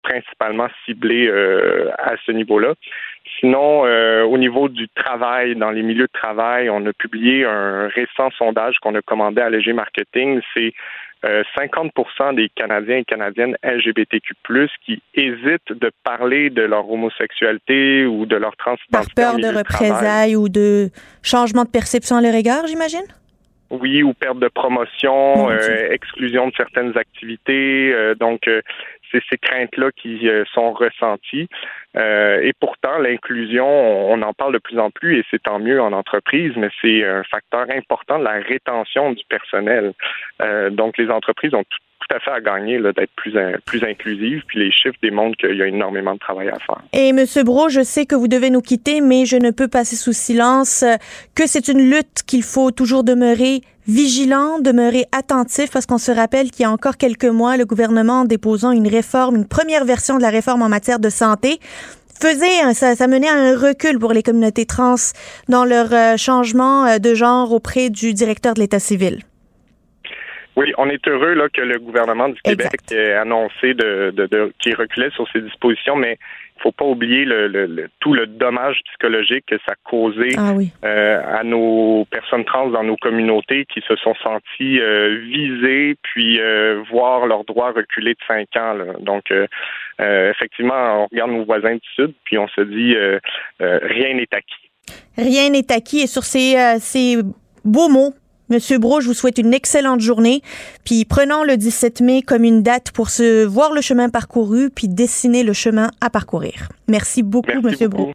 [SPEAKER 9] principalement ciblé euh, à ce niveau-là. Sinon, euh, au niveau du travail, dans les milieux de travail, on a publié un récent sondage qu'on a commandé à Léger Marketing. C'est euh, cinquante pour cent des Canadiens et Canadiennes L G B T Q plus, qui hésitent de parler de leur homosexualité ou de leur transidentité.
[SPEAKER 5] Par peur de représailles ou de changement de perception à leur égard, j'imagine?
[SPEAKER 9] Oui, ou perte de promotion, euh, exclusion de certaines activités. Euh, donc, euh, c'est ces craintes-là qui euh, sont ressenties. Euh, et pourtant, l'inclusion, on, on en parle de plus en plus et c'est tant mieux en entreprise, mais c'est un facteur important de la rétention du personnel. Euh, donc, les entreprises ont tout, tout à fait à gagner là, d'être plus, in, plus inclusives, puis les chiffres démontrent qu'il y a énormément de travail à faire.
[SPEAKER 5] Et M. Brault, je sais que vous devez nous quitter, mais je ne peux passer sous silence que c'est une lutte qu'il faut toujours demeurer vigilant, demeurer attentif, parce qu'on se rappelle qu'il y a encore quelques mois, le gouvernement, en déposant une réforme, une première version de la réforme en matière de santé, faisait, ça, ça menait à un recul pour les communautés trans dans leur euh, changement de genre auprès du directeur de l'État civil.
[SPEAKER 9] Oui, on est heureux là, que le gouvernement du Québec exact. ait annoncé de, de, de, qu'il reculait sur ces dispositions, mais il ne faut pas oublier le, le, le, tout le dommage psychologique que ça a causé ah oui. euh, à nos personnes trans dans nos communautés qui se sont senties euh, visées, puis euh, voir leurs droits reculer de cinq ans. Là. Donc, euh, euh, effectivement, on regarde nos voisins du Sud, puis on se dit euh, euh, rien n'est acquis.
[SPEAKER 5] Rien n'est acquis. Et sur ces, euh, ces beaux mots, Monsieur Brault, je vous souhaite une excellente journée. Puis prenons le dix-sept mai comme une date pour se voir le chemin parcouru puis dessiner le chemin à parcourir. Merci beaucoup, Merci Monsieur beaucoup. Brault.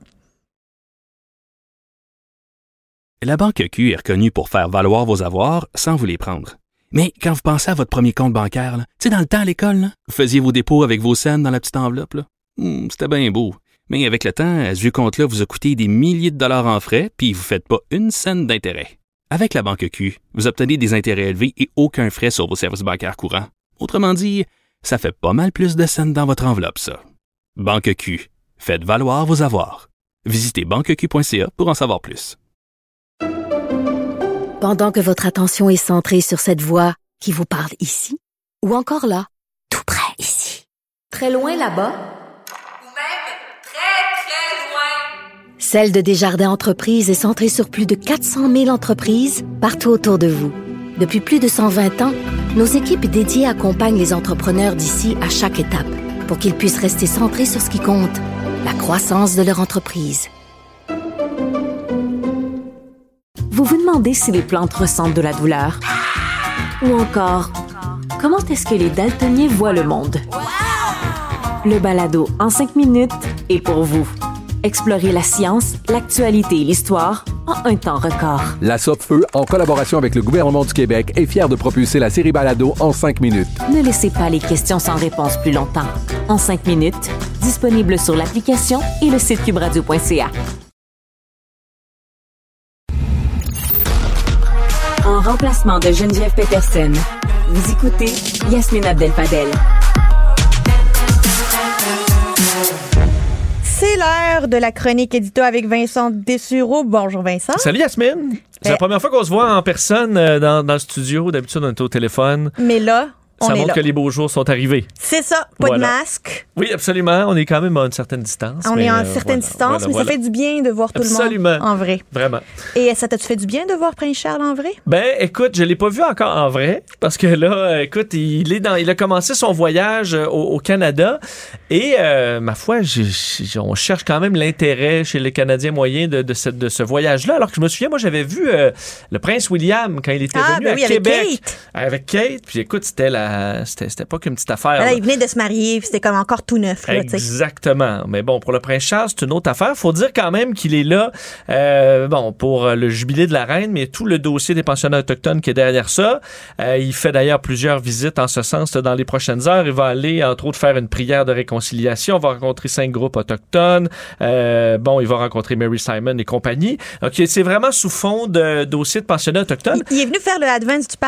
[SPEAKER 1] La Banque Q est reconnue pour faire valoir vos avoirs sans vous les prendre. Mais quand vous pensez à votre premier compte bancaire, tu sais, dans le temps à l'école, là, vous faisiez vos dépôts avec vos scènes dans la petite enveloppe. Là. Hum, c'était bien beau. Mais avec le temps, ce vieux compte-là vous a coûté des milliers de dollars en frais puis vous ne faites pas une scène d'intérêt. Avec la Banque Q, vous obtenez des intérêts élevés et aucun frais sur vos services bancaires courants. Autrement dit, ça fait pas mal plus de scènes dans votre enveloppe, ça. Banque Q, faites valoir vos avoirs. Visitez banque q point c a pour en savoir plus.
[SPEAKER 2] Pendant que votre attention est centrée sur cette voix qui vous parle ici, ou encore là, tout près ici, très loin là-bas, Celle de Desjardins Entreprises est centrée sur plus de quatre cent mille entreprises partout autour de vous. Depuis plus de cent vingt ans, nos équipes dédiées accompagnent les entrepreneurs d'ici à chaque étape pour qu'ils puissent rester centrés sur ce qui compte, la croissance de leur entreprise.
[SPEAKER 7] Vous vous demandez si les plantes ressentent de la douleur? Ou encore, comment est-ce que les daltoniens voient le monde? Le balado en cinq minutes est pour vous. Explorez la science, l'actualité et l'histoire en un temps record.
[SPEAKER 10] La Sopfeu, en collaboration avec le gouvernement du Québec, est fière de propulser la série Balado en cinq minutes.
[SPEAKER 7] Ne laissez pas les questions sans réponse plus longtemps. En cinq minutes, disponible sur l'application et le site cube radio point c a. En remplacement de Geneviève Peterson, vous écoutez Yasmine Abdel-Fadel.
[SPEAKER 5] C'est l'heure de la chronique édito avec Vincent Dessureau. Bonjour Vincent.
[SPEAKER 11] Salut Yasmine. C'est eh. la première fois qu'on se voit en personne dans, dans le studio. D'habitude, on est au téléphone.
[SPEAKER 5] Mais là, on
[SPEAKER 11] Ça
[SPEAKER 5] est
[SPEAKER 11] montre
[SPEAKER 5] là.
[SPEAKER 11] que les beaux jours sont arrivés.
[SPEAKER 5] C'est ça, pas voilà. de masque.
[SPEAKER 11] Oui, absolument. On est quand même à une certaine distance.
[SPEAKER 5] On
[SPEAKER 11] mais
[SPEAKER 5] est à une
[SPEAKER 11] euh,
[SPEAKER 5] certaine
[SPEAKER 11] voilà,
[SPEAKER 5] distance,
[SPEAKER 11] voilà,
[SPEAKER 5] mais
[SPEAKER 11] voilà.
[SPEAKER 5] ça fait du bien de voir tout
[SPEAKER 11] absolument.
[SPEAKER 5] le monde en vrai.
[SPEAKER 11] Vraiment.
[SPEAKER 5] Et ça t'a-tu fait du bien de voir Prince Charles en vrai?
[SPEAKER 11] Ben, écoute, je l'ai pas vu encore en vrai, parce que là, écoute, il est dans, il a commencé son voyage au, au Canada, et euh, ma foi, j'ai, j'ai, on cherche quand même l'intérêt chez les Canadiens moyens de, de, ce, de ce voyage-là, alors que je me souviens, moi, j'avais vu euh, le Prince William quand il était
[SPEAKER 5] ah,
[SPEAKER 11] venu
[SPEAKER 5] ben
[SPEAKER 11] à
[SPEAKER 5] oui,
[SPEAKER 11] Québec.
[SPEAKER 5] Avec Kate.
[SPEAKER 11] Avec Kate, puis écoute, c'était la, c'était, c'était pas qu'une petite affaire.
[SPEAKER 5] Là,
[SPEAKER 11] là.
[SPEAKER 5] il venait de se marier, puis c'était comme encore tout neuf. Là,
[SPEAKER 11] exactement. T'sais. Mais bon, pour le Prince Charles, c'est une autre affaire. Faut dire quand même qu'il est là, euh, bon, pour le jubilé de la reine, mais tout le dossier des pensionnats autochtones qui est derrière ça. Euh, il fait d'ailleurs plusieurs visites en ce sens dans les prochaines heures. Il va aller, entre autres, faire une prière de réconciliation. Il va rencontrer cinq groupes autochtones. Euh, bon, il va rencontrer Mary Simon et compagnie. Donc, c'est vraiment sous fond de dossier de pensionnats autochtones.
[SPEAKER 5] Il, il est venu faire le advance du pape.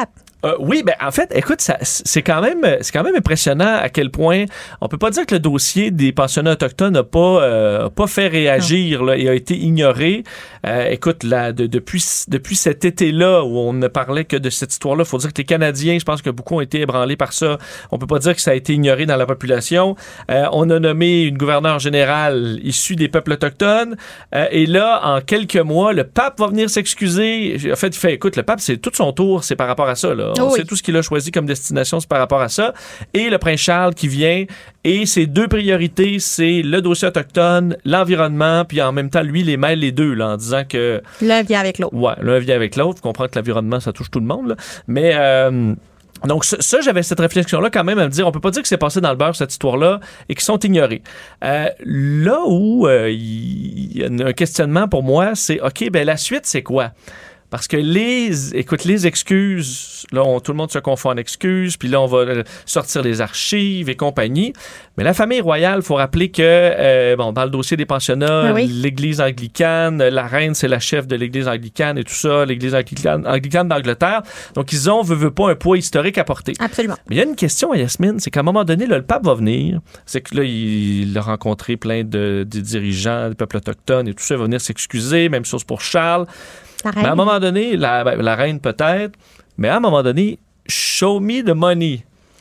[SPEAKER 11] Euh, oui, ben en fait, écoute, ça, c'est quand même, c'est quand même impressionnant à quel point on peut pas dire que le dossier des pensionnats autochtones n'a pas, euh, pas fait réagir là, et a été ignoré. Euh, écoute, là, de, depuis, depuis cet été-là où on ne parlait que de cette histoire-là, il faut dire que les Canadiens, je pense que beaucoup ont été ébranlés par ça. On peut pas dire que ça a été ignoré dans la population. Euh, on a nommé une gouverneure générale issue des peuples autochtones. Euh, et là, en quelques mois, le pape va venir s'excuser. En fait, il fait, écoute, le pape, c'est tout son tour, c'est par rapport à ça. Là. On
[SPEAKER 5] oui.
[SPEAKER 11] sait tout ce qu'il a choisi comme destination, c'est par rapport à ça. Et le prince Charles qui vient, et ses deux priorités, c'est le dossier autochtone, l'environnement, puis en même temps, lui, les mêle les deux, là, en disant que...
[SPEAKER 5] L'un vient avec l'autre.
[SPEAKER 11] Ouais, l'un vient avec l'autre. Vous comprenez que l'environnement, ça touche tout le monde, là. Mais... Euh, Donc ça, ça, j'avais cette réflexion-là quand même à me dire, on peut pas dire que c'est passé dans le beurre, cette histoire-là, et qu'ils sont ignorés. Euh, là où euh, il y a un questionnement pour moi, c'est, OK, ben la suite, c'est quoi? Parce que les, écoute, les excuses, là, on, tout le monde se confond en excuses, puis là, on va sortir les archives et compagnie. Mais la famille royale, il faut rappeler que, euh, bon, dans le dossier des pensionnats, oui. l'Église anglicane, la reine, c'est la chef de l'Église anglicane et tout ça, l'Église anglicane, anglicane d'Angleterre. Donc, ils ont, veut, veut pas, un poids historique à porter.
[SPEAKER 5] Absolument.
[SPEAKER 11] Mais il y a une question à Yasmine, c'est qu'à un moment donné, là, le pape va venir. C'est que là, il, il a rencontré plein de, de dirigeants des peuples autochtones et tout ça. Il va venir s'excuser. Même chose pour Charles. Mais à un moment donné, la, la reine peut-être, mais à un moment donné, show me the money.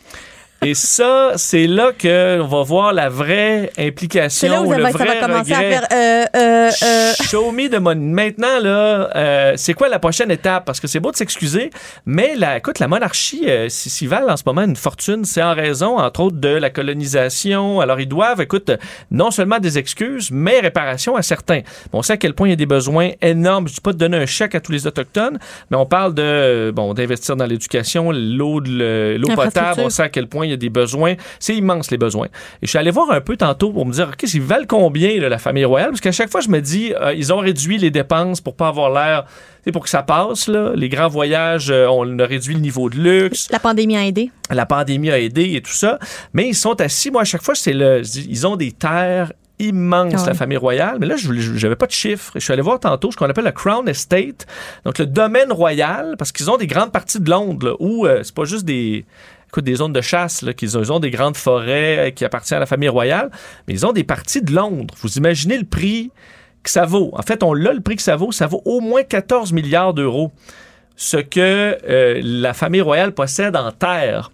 [SPEAKER 11] Et ça, c'est là qu'on va voir la vraie implication,
[SPEAKER 5] c'est là où
[SPEAKER 11] le
[SPEAKER 5] ça
[SPEAKER 11] vrai
[SPEAKER 5] va commencer
[SPEAKER 11] regret.
[SPEAKER 5] À faire... Euh, euh, euh...
[SPEAKER 11] Show me the money. Maintenant, là, euh, c'est quoi la prochaine étape? Parce que c'est beau de s'excuser, mais la, écoute, la monarchie, euh, s'ils valent en ce moment une fortune, c'est en raison, entre autres, de la colonisation. Alors, ils doivent, écoute, non seulement des excuses, mais réparation à certains. Bon, on sait à quel point il y a des besoins énormes. Je ne dis pas de donner un chèque à tous les Autochtones, mais on parle de, bon, d'investir dans l'éducation, l'eau, de, l'eau potable. On sait à quel point il y a des besoins. C'est immense, les besoins. Et je suis allé voir un peu tantôt pour me dire, OK, ils valent combien, là, la famille royale? Parce qu'à chaque fois, je me dis, euh, ils ont réduit les dépenses pour pas avoir l'air... C'est pour que ça passe, là. Les grands voyages, euh, on a réduit le niveau de luxe.
[SPEAKER 5] La pandémie a aidé.
[SPEAKER 11] La pandémie a aidé et tout ça. Mais ils sont assis. Moi, à chaque fois, c'est le... Ils ont des terres immense, ah ouais. la famille royale. Mais là, je n'avais pas de chiffres. Je suis allé voir tantôt ce qu'on appelle la Crown Estate, donc le domaine royal, parce qu'ils ont des grandes parties de Londres, là, où euh, c'est pas juste des... Écoute, des zones de chasse, là, qu'ils ont, ils ont des grandes forêts qui appartiennent à la famille royale, mais ils ont des parties de Londres. Vous imaginez le prix que ça vaut. En fait, on l'a, le prix que ça vaut. Ça vaut au moins quatorze milliards d'euros. Ce que euh, la famille royale possède en terre.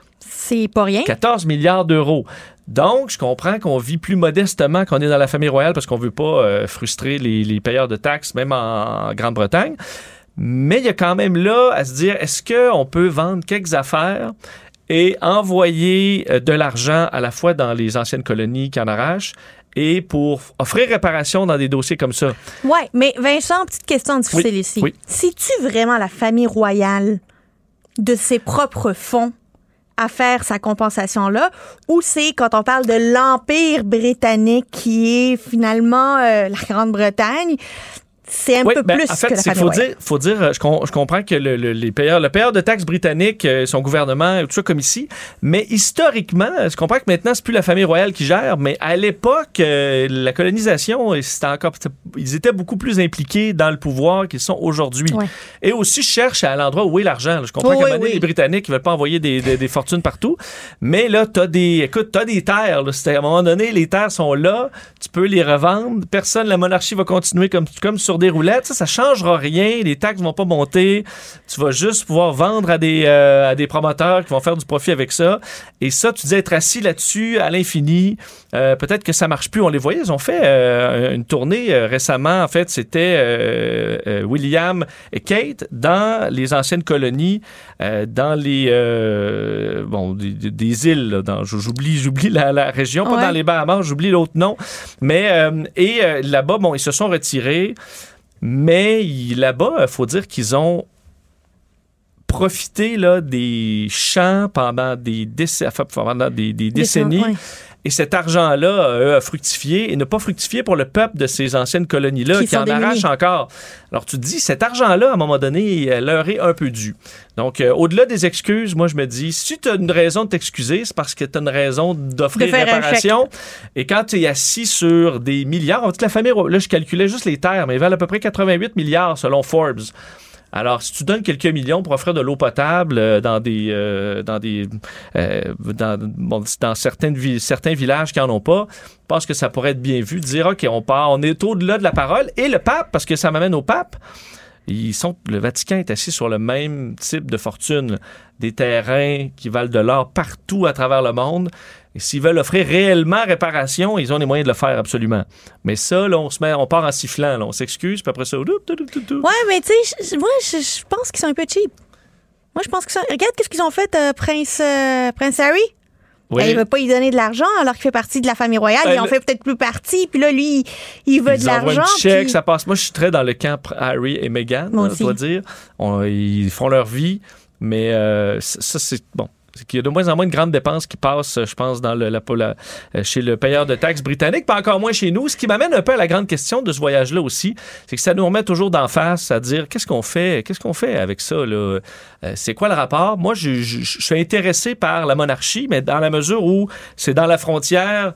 [SPEAKER 5] C'est pas rien.
[SPEAKER 11] quatorze milliards d'euros. Donc, je comprends qu'on vit plus modestement qu'on est dans la famille royale parce qu'on veut pas euh, frustrer les, les payeurs de taxes, même en, en Grande-Bretagne. Mais il y a quand même là à se dire, est-ce qu'on peut vendre quelques affaires et envoyer de l'argent à la fois dans les anciennes colonies qui en arrachent et pour offrir réparation dans des dossiers comme ça?
[SPEAKER 5] Oui, mais Vincent, petite question difficile
[SPEAKER 11] oui,
[SPEAKER 5] ici.
[SPEAKER 11] Oui.
[SPEAKER 5] Si-tu vraiment la famille royale de ses propres fonds à faire sa compensation-là, ou c'est quand on parle de l'Empire britannique qui est finalement euh, la Grande-Bretagne? C'est un
[SPEAKER 11] oui,
[SPEAKER 5] peu
[SPEAKER 11] ben,
[SPEAKER 5] plus
[SPEAKER 11] en fait,
[SPEAKER 5] que la
[SPEAKER 11] c'est
[SPEAKER 5] famille
[SPEAKER 11] faut
[SPEAKER 5] royale.
[SPEAKER 11] dire, faut dire, je, com- je comprends que le, le, les payeurs, le payeur de taxes britannique, euh, son gouvernement, tout ça comme ici, mais historiquement, je comprends que maintenant c'est plus la famille royale qui gère, mais à l'époque, euh, la colonisation, c'était encore, ils étaient beaucoup plus impliqués dans le pouvoir qu'ils sont aujourd'hui. Ouais. Et aussi cherchent à l'endroit où est l'argent. Je comprends oh, qu'à un moment donné, oui. les Britanniques, ils veulent pas envoyer des, des, des fortunes partout, mais là, t'as des, écoute, t'as des terres. Là, à un moment donné, les terres sont là, tu peux les revendre. Personne, la monarchie va continuer comme comme sur des roulettes. Ça, ça changera rien, les taxes vont pas monter, tu vas juste pouvoir vendre à des, euh, à des promoteurs qui vont faire du profit avec ça. Et ça, tu dis être assis là-dessus à l'infini, euh, peut-être que ça marche plus. On les voyait, ils ont fait euh, une tournée euh, récemment, en fait, c'était euh, euh, William et Kate dans les anciennes colonies, euh, dans les euh, bon des, des îles, là, dans, j'oublie, j'oublie la, la région, pas ouais. dans les Bahamas, j'oublie l'autre nom, mais euh, et euh, là-bas, bon, ils se sont retirés. Mais là-bas, il faut dire qu'ils ont profité là, des champs pendant des, déc- pendant des, des décennies. Ouais. Et cet argent-là euh, a fructifié et n'a pas fructifié pour le peuple de ces anciennes colonies-là qui, qui en arrachent encore. Alors, tu te dis, cet argent-là, à un moment donné, leur est un peu dû. Donc, euh, au-delà des excuses, moi, je me dis, si tu as une raison de t'excuser, c'est parce que tu as une raison d'offrir de réparation. Et quand tu es assis sur des milliards, on dit que la famille, là, je calculais juste les terres, mais ils valent à peu près quatre-vingt-huit milliards selon Forbes. Alors, si tu donnes quelques millions pour offrir de l'eau potable euh, dans des euh, dans des euh, dans, bon, dans certaines vi- certains villages qui en ont pas, je pense que ça pourrait être bien vu de dire OK, on part, on est au-delà de la parole. Et le pape, parce que ça m'amène au pape, ils sont, le Vatican est assis sur le même type de fortune, des terrains qui valent de l'or partout à travers le monde. Et s'ils veulent offrir réellement réparation, ils ont les moyens de le faire absolument. Mais ça, là, on se met, on part en sifflant, là, on s'excuse, puis après ça, doup, doup, doup, doup.
[SPEAKER 5] Ouais, mais tu sais, moi, je je pense qu'ils sont un peu cheap. Moi, je pense que ça. Regarde qu'est-ce qu'ils ont fait, euh, Prince, euh, Prince Harry.
[SPEAKER 11] Oui.
[SPEAKER 5] Il ne veut pas y donner de l'argent alors qu'il fait partie de la famille royale.
[SPEAKER 11] Euh,
[SPEAKER 5] il en
[SPEAKER 11] le...
[SPEAKER 5] fait peut-être plus partie. Puis là, lui, il veut
[SPEAKER 11] ils
[SPEAKER 5] de l'argent.
[SPEAKER 11] Un chèque,
[SPEAKER 5] puis...
[SPEAKER 11] ça passe. Moi, je suis très dans le camp Harry et Meghan, là, je dois dire. On, ils font leur vie, mais euh, ça, c'est bon. C'est qu'il y a de moins en moins de grandes dépenses qui passent, je pense, dans le, la, la, chez le payeur de taxes britannique, pas encore moins chez nous. Ce qui m'amène un peu à la grande question de ce voyage-là aussi, c'est que ça nous remet toujours d'en face à dire qu'est-ce qu'on fait, qu'est-ce qu'on fait avec ça, là? Euh, c'est quoi le rapport? Moi, je, je, je suis intéressé par la monarchie, mais dans la mesure où c'est dans la frontière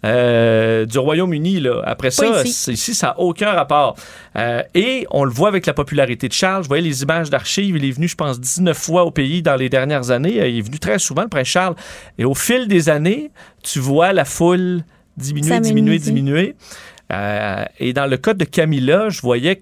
[SPEAKER 11] Euh, du Royaume-Uni. Là. Après ça, ici. ici, ça n'a aucun rapport. Euh, et on le voit avec la popularité de Charles. Je voyais les images d'archives. Il est venu, je pense, dix-neuf fois au pays dans les dernières années. Il est venu très souvent, le prince Charles. Et au fil des années, tu vois la foule diminuer, diminuer, diminuer. Euh, et dans le cas de Camilla, je voyais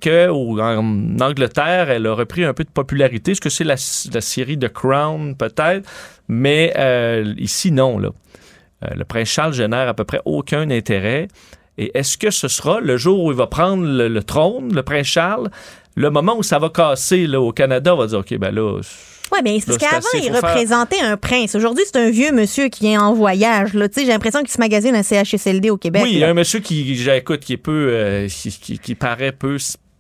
[SPEAKER 11] qu'en Angleterre, elle a repris un peu de popularité. Est-ce que c'est la, la série The Crown, peut-être? Mais euh, ici, non, là. Euh, le prince Charles génère à peu près aucun intérêt. Et est-ce que ce sera le jour où il va prendre le, le trône, le prince Charles, le moment où ça va casser là, au Canada, on va dire, OK, ben là...
[SPEAKER 5] Oui, bien, c'est parce
[SPEAKER 11] là,
[SPEAKER 5] qu'avant,
[SPEAKER 11] c'est assez,
[SPEAKER 5] il
[SPEAKER 11] faut
[SPEAKER 5] représentait faire... un prince. Aujourd'hui, c'est un vieux monsieur qui est en voyage. Là. J'ai l'impression qu'il se magasine un C H S L D au Québec.
[SPEAKER 11] Oui, il y
[SPEAKER 5] là.
[SPEAKER 11] a un monsieur qui, j'écoute, qui est peu... Euh, qui, qui, qui paraît peu...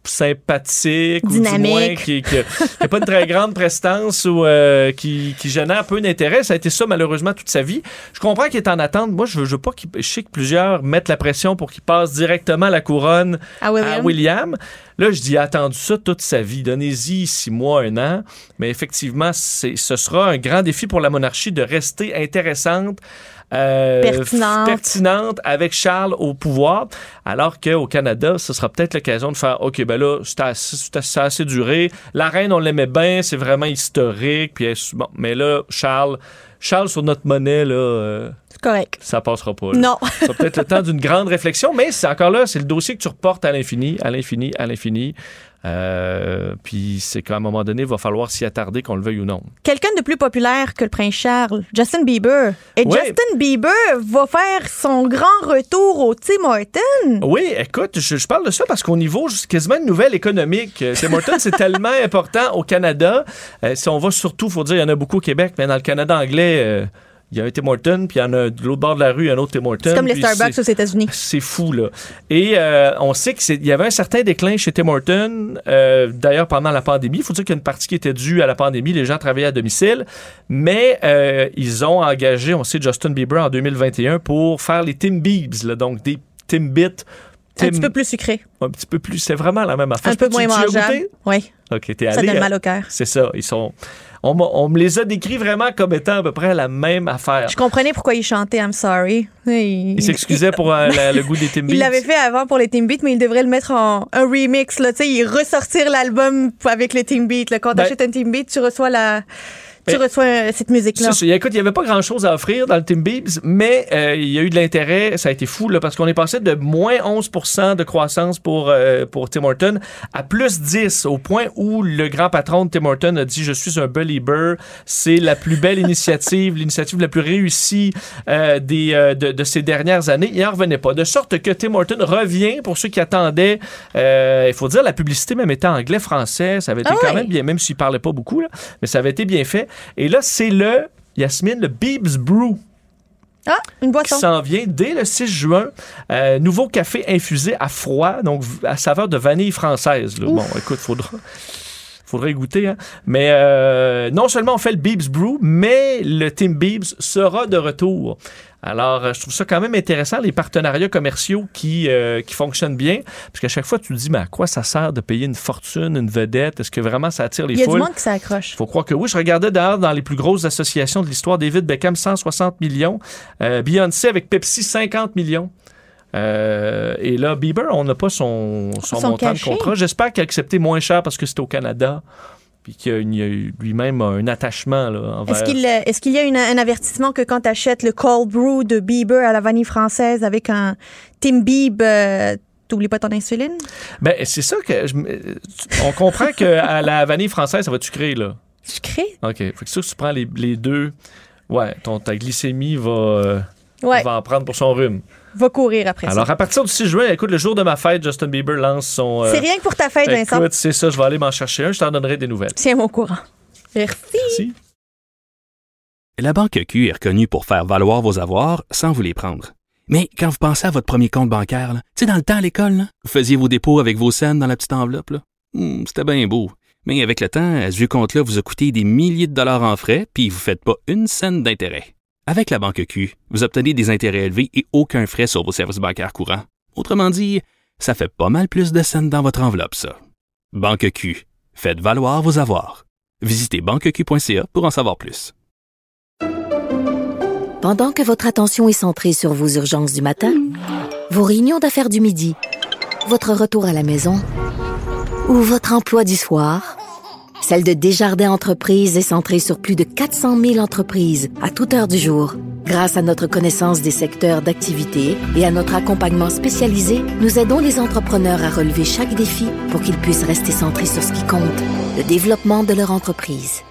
[SPEAKER 11] sympathique
[SPEAKER 5] dynamique,
[SPEAKER 11] ou du moins qui n'a pas une très grande prestance ou euh, qui, qui génère peu d'intérêt. Ça a été ça malheureusement toute sa vie. Je comprends qu'il est en attente. Moi, je veux, je veux pas qu'il... Je sais que plusieurs mettent la pression pour qu'il passe directement la couronne
[SPEAKER 5] à William.
[SPEAKER 11] à William. Là, je dis, il a attendu ça toute sa vie. Donnez-y six mois, un an. Mais effectivement, c'est, ce sera un grand défi pour la monarchie de rester intéressante, Euh,
[SPEAKER 5] pertinente.
[SPEAKER 11] pertinente avec Charles au pouvoir, alors qu'au Canada, ce sera peut-être l'occasion de faire OK, ben là, c'est assez, c'est assez, c'est assez duré. La reine, on l'aimait bien, c'est vraiment historique. Puis, bon, mais là, Charles, Charles sur notre monnaie, là, euh,
[SPEAKER 5] c'est correct.
[SPEAKER 11] Ça passera pas. Là.
[SPEAKER 5] Non.
[SPEAKER 11] Ça sera peut-être le temps d'une grande réflexion, mais c'est encore là, c'est le dossier que tu reportes à l'infini, à l'infini, à l'infini. Euh, puis c'est qu'à un moment donné, il va falloir s'y attarder, qu'on le veuille ou non.
[SPEAKER 5] Quelqu'un de plus populaire que le prince Charles, Justin Bieber. Et
[SPEAKER 11] oui.
[SPEAKER 5] Justin Bieber va faire son grand retour au Tim Hortons.
[SPEAKER 11] Oui, écoute, je, je parle de ça parce qu'au niveau, c'est quasiment une nouvelle économique. Tim Hortons, c'est tellement important au Canada. Euh, si on va surtout, il faut dire, il y en a beaucoup au Québec, mais dans le Canada anglais... Euh, il y a un Tim Hortons, puis il y en a de l'autre bord de la rue, un autre Tim Hortons.
[SPEAKER 5] C'est comme les Starbucks aux États-Unis.
[SPEAKER 11] C'est fou, là. Et euh, on sait qu'il y avait un certain déclin chez Tim Hortons, euh, d'ailleurs pendant la pandémie. Il faut dire qu'il y a une partie qui était due à la pandémie. Les gens travaillaient à domicile. Mais euh, ils ont engagé, on sait, Justin Bieber en deux mille vingt et un pour faire les Tim Biebs, là, donc des Timbits.
[SPEAKER 5] Tim... Un petit peu plus sucré.
[SPEAKER 11] Un petit peu plus. C'est vraiment la même affaire.
[SPEAKER 5] Un peu moins mangeable. Oui.
[SPEAKER 11] OK, t'es allé.
[SPEAKER 5] Ça donne mal au cœur.
[SPEAKER 11] C'est ça. Ils sont... On, on me les a décrits vraiment comme étant à peu près la même affaire.
[SPEAKER 5] Je comprenais pourquoi il chantait I'm sorry.
[SPEAKER 11] Il, il s'excusait pour euh, la, le goût des Timbits.
[SPEAKER 5] Il l'avait fait avant pour les Timbits, mais il devrait le mettre en un remix. Là, il ressortir l'album avec les Timbits. Quand ben, tu achètes un Timbit, tu reçois la... Tu mais, reçois cette musique-là.
[SPEAKER 11] C'est ça. Écoute, il n'y avait pas grand-chose à offrir dans le Tim Biebs, mais euh, il y a eu de l'intérêt. Ça a été fou, là, parce qu'on est passé de moins onze pour cent de croissance pour, euh, pour Tim Hortons à plus dix, au point où le grand patron de Tim Hortons a dit « Je suis un belieber. C'est la plus belle initiative, l'initiative la plus réussie euh, des, euh, de, de ces dernières années. » Il n'en revenait pas. De sorte que Tim Hortons revient, pour ceux qui attendaient, euh, il faut dire, la publicité même était anglais-français. Ça avait été ah quand oui. même bien, même s'il ne parlait pas beaucoup, là, mais ça avait été bien fait. Et là, c'est le, Yasmine, le Biebs Brew.
[SPEAKER 5] Ah, une boisson.
[SPEAKER 11] Qui s'en vient dès le six juin. Euh, nouveau café infusé à froid, donc à saveur de vanille française. Là. Bon, écoute, faudra... faudrait goûter. Hein? Mais euh, non seulement on fait le Biebs Brew, mais le Tim Biebs sera de retour. Alors, je trouve ça quand même intéressant, les partenariats commerciaux qui, euh, qui fonctionnent bien. Parce qu'à chaque fois, tu te dis, mais à quoi ça sert de payer une fortune, une vedette? Est-ce que vraiment ça attire les foules?
[SPEAKER 5] Il y a foules? Du monde qui s'accroche.
[SPEAKER 11] Il faut croire que oui. Je regardais d'ailleurs dans les plus grosses associations de l'histoire, David Beckham, cent soixante millions. Euh, Beyoncé avec Pepsi, cinquante millions. Euh, et là, Bieber, on n'a pas son, son,
[SPEAKER 5] son
[SPEAKER 11] montant
[SPEAKER 5] cachet.
[SPEAKER 11] de contrat. J'espère qu'il a accepté moins cher parce que c'est au Canada. Puis qu'il y a, une, il y a eu lui-même un attachement là, envers...
[SPEAKER 5] Est-ce qu'il, est-ce qu'il y a une, un avertissement que quand tu achètes le cold brew de Bieber à la vanille française avec un Tim Bieb, euh, t'oublies pas ton insuline?
[SPEAKER 11] Ben, c'est ça que... Je, on comprend qu'à la vanille française, ça va sucrer, là.
[SPEAKER 5] Sucré?
[SPEAKER 11] OK. Fait que c'est sûr que tu prends les, les deux... Ouais, ton, ta glycémie va, euh,
[SPEAKER 5] ouais.
[SPEAKER 11] va en prendre pour son rhume.
[SPEAKER 5] Va courir après
[SPEAKER 11] Alors,
[SPEAKER 5] ça.
[SPEAKER 11] à partir du six juin, écoute, le jour de ma fête, Justin Bieber lance son... Euh,
[SPEAKER 5] c'est rien que pour ta fête,
[SPEAKER 11] écoute,
[SPEAKER 5] Vincent.
[SPEAKER 11] c'est ça, je vais aller m'en chercher un, je t'en donnerai des nouvelles.
[SPEAKER 5] Tiens-moi au courant. Merci.
[SPEAKER 11] Merci.
[SPEAKER 1] La Banque Q est reconnue pour faire valoir vos avoirs sans vous les prendre. Mais quand vous pensez à votre premier compte bancaire, tu sais, dans le temps à l'école, là, vous faisiez vos dépôts avec vos scènes dans la petite enveloppe. Là. Hum, c'était bien beau. Mais avec le temps, à ce vieux compte-là vous a coûté des milliers de dollars en frais, puis vous ne faites pas une scène d'intérêt. Avec la Banque Q, vous obtenez des intérêts élevés et aucun frais sur vos services bancaires courants. Autrement dit, ça fait pas mal plus de scènes dans votre enveloppe, ça. Banque Q. Faites valoir vos avoirs. Visitez banque q point c a pour en savoir plus.
[SPEAKER 2] Pendant que votre attention est centrée sur vos urgences du matin, vos réunions d'affaires du midi, votre retour à la maison ou votre emploi du soir, celle de Desjardins Entreprises est centrée sur plus de quatre cent mille entreprises à toute heure du jour. Grâce à notre connaissance des secteurs d'activité et à notre accompagnement spécialisé, nous aidons les entrepreneurs à relever chaque défi pour qu'ils puissent rester centrés sur ce qui compte, le développement de leur entreprise.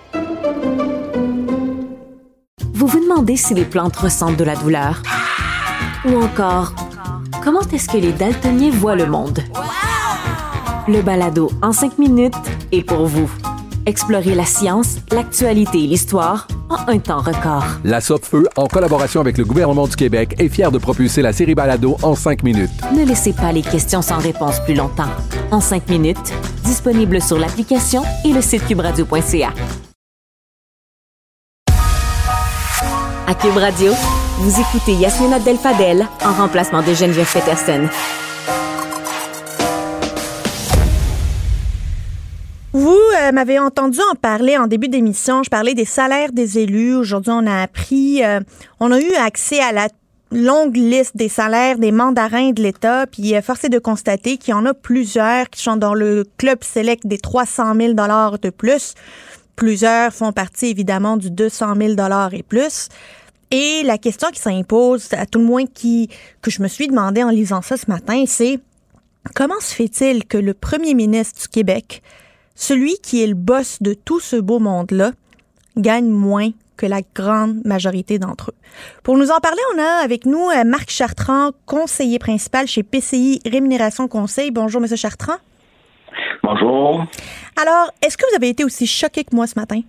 [SPEAKER 7] Vous vous demandez si les plantes ressentent de la douleur? Ou encore, comment est-ce que les daltoniens voient le monde? Le balado en cinq minutes est pour vous. Explorez la science, l'actualité et l'histoire en un temps record.
[SPEAKER 10] La Sopfeu, en collaboration avec le gouvernement du Québec, est fière de propulser la série Balado en cinq minutes.
[SPEAKER 7] Ne laissez pas les questions sans réponse plus longtemps. En cinq minutes, disponible sur l'application et le site cube radio point c a. À Cube Radio, vous écoutez Yasmine Abdel-Fadel en remplacement de Geneviève Peterson.
[SPEAKER 5] Vous euh, m'avez entendu en parler en début d'émission. Je parlais des salaires des élus. Aujourd'hui, on a appris, euh, on a eu accès à la longue liste des salaires des mandarins de l'État. Puis, euh, force est de constater qu'il y en a plusieurs qui sont dans le club select des trois cent mille dollars de plus. Plusieurs font partie, évidemment, du deux cent mille dollars et plus. Et la question qui s'impose, à tout le moins qui, que je me suis demandé en lisant ça ce matin, c'est comment se fait-il que le premier ministre du Québec, celui qui est le boss de tout ce beau monde-là, gagne moins que la grande majorité d'entre eux. Pour nous en parler, on a avec nous Marc Chartrand, conseiller principal chez P C I Rémunération Conseil. Bonjour, M. Chartrand.
[SPEAKER 12] Bonjour.
[SPEAKER 5] Alors, est-ce que vous avez été aussi choqué que moi ce matin?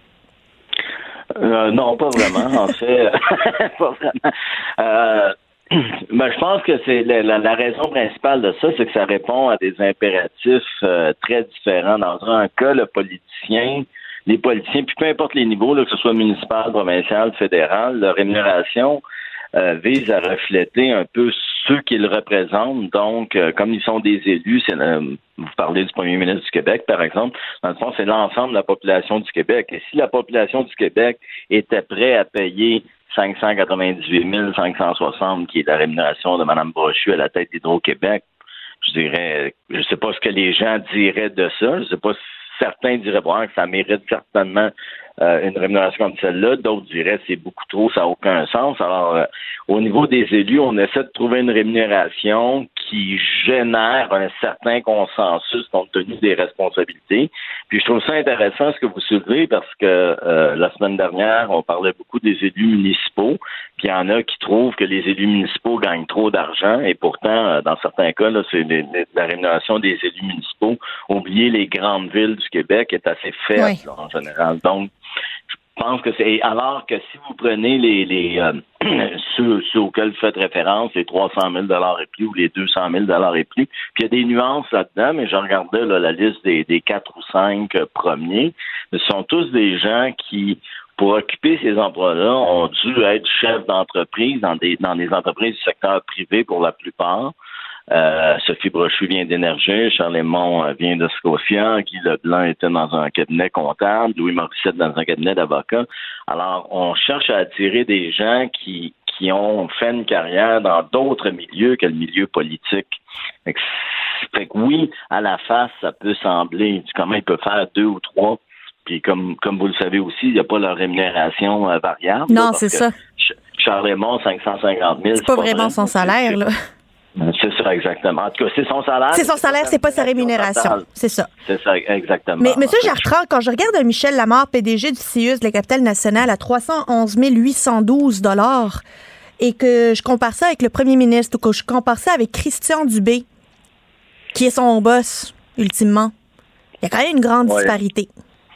[SPEAKER 12] Euh, non, pas vraiment, en fait. pas vraiment. Euh, ben, je pense que c'est la, la, la raison principale de ça, c'est que ça répond à des impératifs euh, très différents. Dans un cas, le politicien, les politiciens, puis peu importe les niveaux, là, que ce soit municipal, provincial, fédéral, leur rémunération euh, vise à refléter un peu ceux qu'ils représentent. Donc, euh, comme ils sont des élus, c'est euh, vous parlez du premier ministre du Québec, par exemple, dans le fond, c'est l'ensemble de la population du Québec. Et si la population du Québec était prête à payer cinq cent quatre-vingt-dix-huit mille cinq cent soixante, qui est la rémunération de Mme Brochu à la tête d'Hydro-Québec, je dirais, je ne sais pas ce que les gens diraient de ça. Je ne sais pas si certains diraient bon, que ça mérite certainement euh, une rémunération comme celle-là. D'autres diraient c'est beaucoup trop, ça n'a aucun sens. Alors, euh, au niveau des élus, on essaie de trouver une rémunération qui génère un certain consensus compte tenu des responsabilités. Puis je trouve ça intéressant ce que vous soulevez parce que euh, la semaine dernière, on parlait beaucoup des élus municipaux. Puis il y en a qui trouvent que les élus municipaux gagnent trop d'argent et pourtant, euh, dans certains cas, là, c'est les, les, la rémunération des élus municipaux. Oubliez les grandes villes du Québec est assez faible oui. là, en général. Donc, je pense que c'est alors que si vous prenez les, les euh, ceux, ceux auxquels vous faites référence, les trois cent mille dollars et plus ou les deux cent mille dollars et plus, puis il y a des nuances là-dedans, mais je regardais là, la liste des, des quatre ou cinq euh, premiers. Ce sont tous des gens qui, pour occuper ces emplois-là, ont dû être chefs d'entreprise dans des dans des entreprises du secteur privé pour la plupart. Euh, Sophie Brochu vient d'Énergie, Charles Lemont vient de Scotia, Guy Leblanc était dans un cabinet comptable, Louis Morissette dans un cabinet d'avocats. Alors, on cherche à attirer des gens qui qui ont fait une carrière dans d'autres milieux que le milieu politique. Fait que, fait que oui, à la face, ça peut sembler, comment il peut faire deux ou trois, puis comme comme vous le savez aussi, il n'y a pas leur rémunération euh, variable.
[SPEAKER 5] Non,
[SPEAKER 12] là,
[SPEAKER 5] c'est ça.
[SPEAKER 12] Charles Raymond, cinq cent cinquante mille.
[SPEAKER 5] C'est pas, c'est pas vraiment vrai. Son salaire, là.
[SPEAKER 12] C'est ça, exactement. En tout cas, c'est son salaire.
[SPEAKER 5] C'est son salaire, c'est pas sa rémunération. C'est ça.
[SPEAKER 12] C'est ça, exactement.
[SPEAKER 5] Mais, M. Jartrand, quand je regarde Michel Lamarre, P D G du C I U S de la capitale nationale, à trois cent onze mille huit cent douze dollars, et que je compare ça avec le premier ministre, ou que je compare ça avec Christian Dubé, qui est son boss, ultimement, il y a quand même une grande ouais. disparité.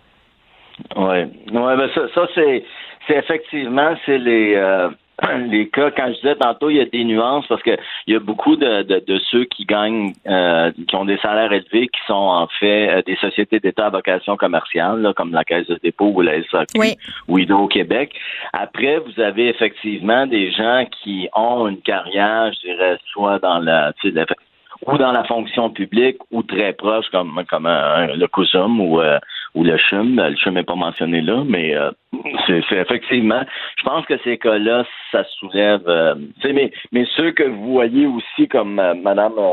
[SPEAKER 12] Oui. Ouais, ben ça, ça c'est, c'est effectivement, c'est les... Euh, les cas, quand je disais tantôt, il y a des nuances parce que il y a beaucoup de, de, de ceux qui gagnent, euh, qui ont des salaires élevés, qui sont en fait euh, des sociétés d'État à vocation commerciale, là, comme la Caisse de dépôt ou la S A Q oui. ou Hydro-Québec. Après, vous avez effectivement des gens qui ont une carrière, je dirais, soit dans la, tu sais, la ou dans la fonction publique ou très proche, comme comme un, le C U S U M ou euh, ou le C H U M. Le C H U M n'est pas mentionné là, mais euh, c'est, c'est effectivement, je pense que ces cas-là, ça soulève. Euh, mais, mais ceux que vous voyez aussi comme euh, Madame euh,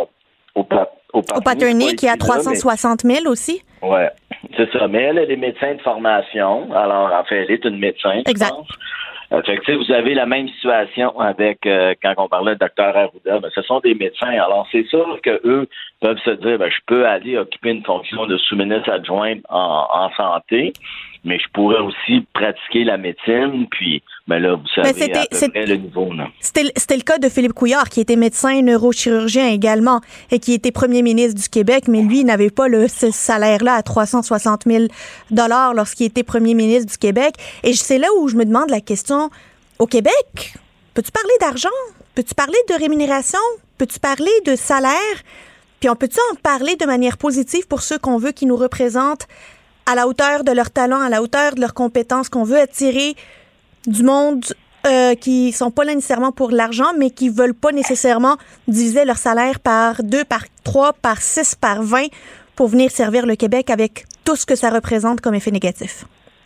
[SPEAKER 5] O'Patterney, qui a trois cent soixante mille aussi.
[SPEAKER 12] Oui, c'est ça. Mais elle, elle est médecin de formation. Alors, en fait, elle est une médecin,
[SPEAKER 5] exact.
[SPEAKER 12] Je pense. Euh, fait que, vous avez la même situation avec euh, quand on parlait de docteur Arruda, ben, ce sont des médecins. Alors, c'est sûr qu'eux peuvent se dire ben, je peux aller occuper une fonction de sous-ministre adjoint en, en santé, mais je pourrais aussi pratiquer la médecine, puis ben là, vous savez à peu près le niveau. Là.
[SPEAKER 5] C'était, c'était le cas de Philippe Couillard, qui était médecin neurochirurgien également, et qui était premier ministre du Québec, mais lui, il n'avait pas le, ce salaire-là à trois cent soixante mille dollars lorsqu'il était premier ministre du Québec. Et c'est là où je me demande la question, au Québec, peux-tu parler d'argent? Peux-tu parler de rémunération? Peux-tu parler de salaire? Puis on peut-tu en parler de manière positive pour ceux qu'on veut qui nous représentent à la hauteur de leur talent, à la hauteur de leurs compétences, qu'on veut attirer du monde euh, qui sont pas là nécessairement pour l'argent, mais qui veulent pas nécessairement diviser leur salaire par deux, par trois, par six, par vingt pour venir servir le Québec avec tout ce que ça représente comme effet négatif?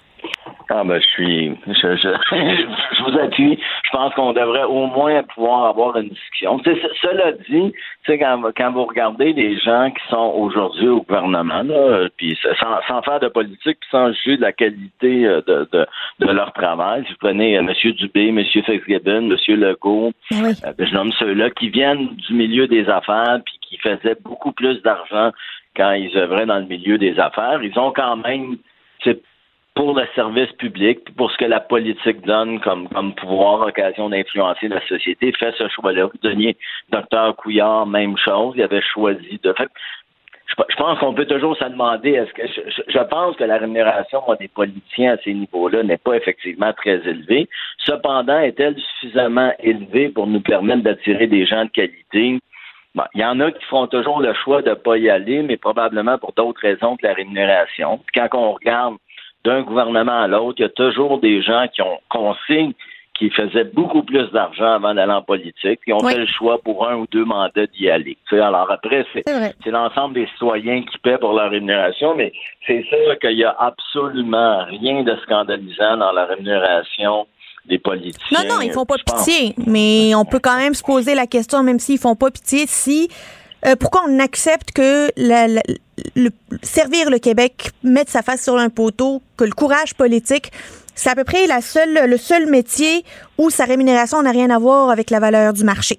[SPEAKER 12] Ah ben je suis je, je, je vous appuie. Je pense qu'on devrait au moins pouvoir avoir une discussion. Tu sais, cela dit, tu sais, quand, quand vous regardez les gens qui sont aujourd'hui au gouvernement, là, puis sans, sans faire de politique, puis sans juger de la qualité de, de, de leur travail, si vous prenez euh, M. Dubé, M. Fitzgibbon, M. Legault, oui. euh, je nomme ceux-là qui viennent du milieu des affaires puis qui faisaient beaucoup plus d'argent quand ils œuvraient dans le milieu des affaires. Ils ont quand même, c'est pour le service public, puis pour ce que la politique donne comme, comme pouvoir, occasion d'influencer la société, fait ce choix-là. Vous donniez docteur Couillard, même chose, il avait choisi de... Fait, je, je pense qu'on peut toujours se demander, est-ce que je, je pense que la rémunération des politiciens à ces niveaux-là n'est pas effectivement très élevée. Cependant, est-elle suffisamment élevée pour nous permettre d'attirer des gens de qualité? Bon, il y en a qui feront toujours le choix de ne pas y aller, mais probablement pour d'autres raisons que la rémunération. Puis quand on regarde d'un gouvernement à l'autre, il y a toujours des gens qui ont qu'on sait qui faisaient beaucoup plus d'argent avant d'aller en politique, qui ont oui. fait le choix pour un ou deux mandats d'y aller. Tu sais, alors après, c'est, c'est, c'est l'ensemble des citoyens qui paient pour leur rémunération, mais c'est sûr qu'il n'y a absolument rien de scandalisant dans la rémunération des politiciens.
[SPEAKER 5] Non, non, ils font pas pitié, mais on peut quand même se poser la question, même s'ils font pas pitié, si Euh, pourquoi on accepte que la, la, le, servir le Québec, mettre sa face sur un poteau, que le courage politique, c'est à peu près la seule, le seul métier où sa rémunération n'a rien à voir avec la valeur du marché.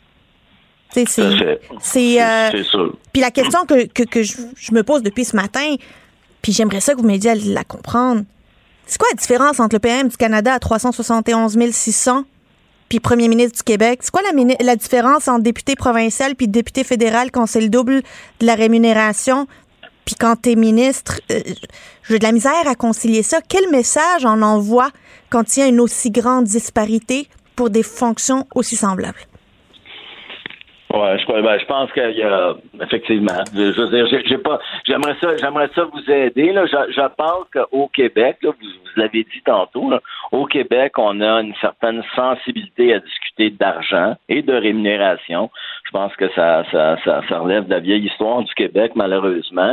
[SPEAKER 5] C'est, c'est, c'est, c'est, euh, c'est ça. Puis la question que, que, que je, je me pose depuis ce matin, puis j'aimerais ça que vous m'aidiez à la comprendre, c'est quoi la différence entre le P M du Canada à trois cent soixante et onze mille six cents puis premier ministre du Québec? C'est quoi la, la différence entre député provincial puis député fédéral quand c'est le double de la rémunération? Puis quand t'es ministre, euh, j'ai de la misère à concilier ça. Quel message on envoie quand il y a une aussi grande disparité pour des fonctions aussi semblables?
[SPEAKER 12] Ouais, je, ben, je pense qu'il y a effectivement. Je, je veux dire, j'ai, j'ai pas. J'aimerais ça, j'aimerais ça vous aider. Là. Je, je pense qu'au Québec, là, vous, vous l'avez dit tantôt, là, au Québec, on a une certaine sensibilité à discuter d'argent et de rémunération. Je pense que ça, ça, ça, ça relève de la vieille histoire du Québec, malheureusement.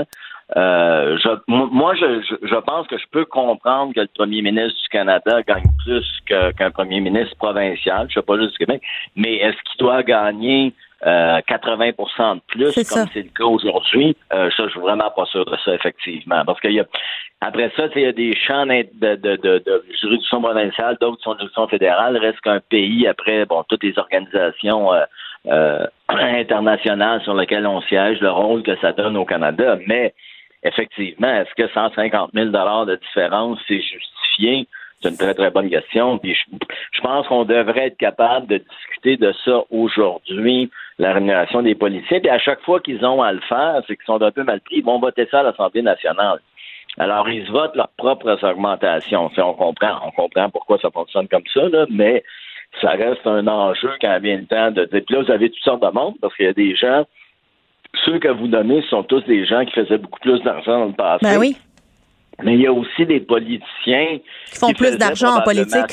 [SPEAKER 12] Euh, je, moi, je, je, je pense que je peux comprendre que le premier ministre du Canada gagne plus que, qu'un premier ministre provincial. Je sais pas juste du Québec, mais est-ce qu'il doit gagner Euh, quatre-vingts pour cent de plus, c'est comme ça. C'est le cas aujourd'hui? Euh, ça, je suis vraiment pas sûr de ça, effectivement. Parce qu'il y a, après ça, il y a des champs de, de, de, de juridiction provinciale, d'autres sont de juridiction fédérale. Reste qu'un pays, après, bon, toutes les organisations euh, euh, internationales sur lesquelles on siège, le rôle que ça donne au Canada. Mais, effectivement, est-ce que cent cinquante mille dollars de différence, c'est justifié? C'est une très, très bonne question. Puis je, je pense qu'on devrait être capable de discuter de ça aujourd'hui, la rémunération des policiers. Puis à chaque fois qu'ils ont à le faire, c'est qu'ils sont un peu mal pris, ils vont voter ça à l'Assemblée nationale. Alors, ils votent leurs propres augmentations. On comprend, on comprend pourquoi ça fonctionne comme ça, là, mais ça reste un enjeu quand vient le temps de dire. Puis là, vous avez toutes sortes de monde, parce qu'il y a des gens, ceux que vous nommez sont tous des gens qui faisaient beaucoup plus d'argent dans le passé.
[SPEAKER 5] Ben oui.
[SPEAKER 12] Mais il y a aussi des politiciens
[SPEAKER 5] qui font qui plus d'argent en politique.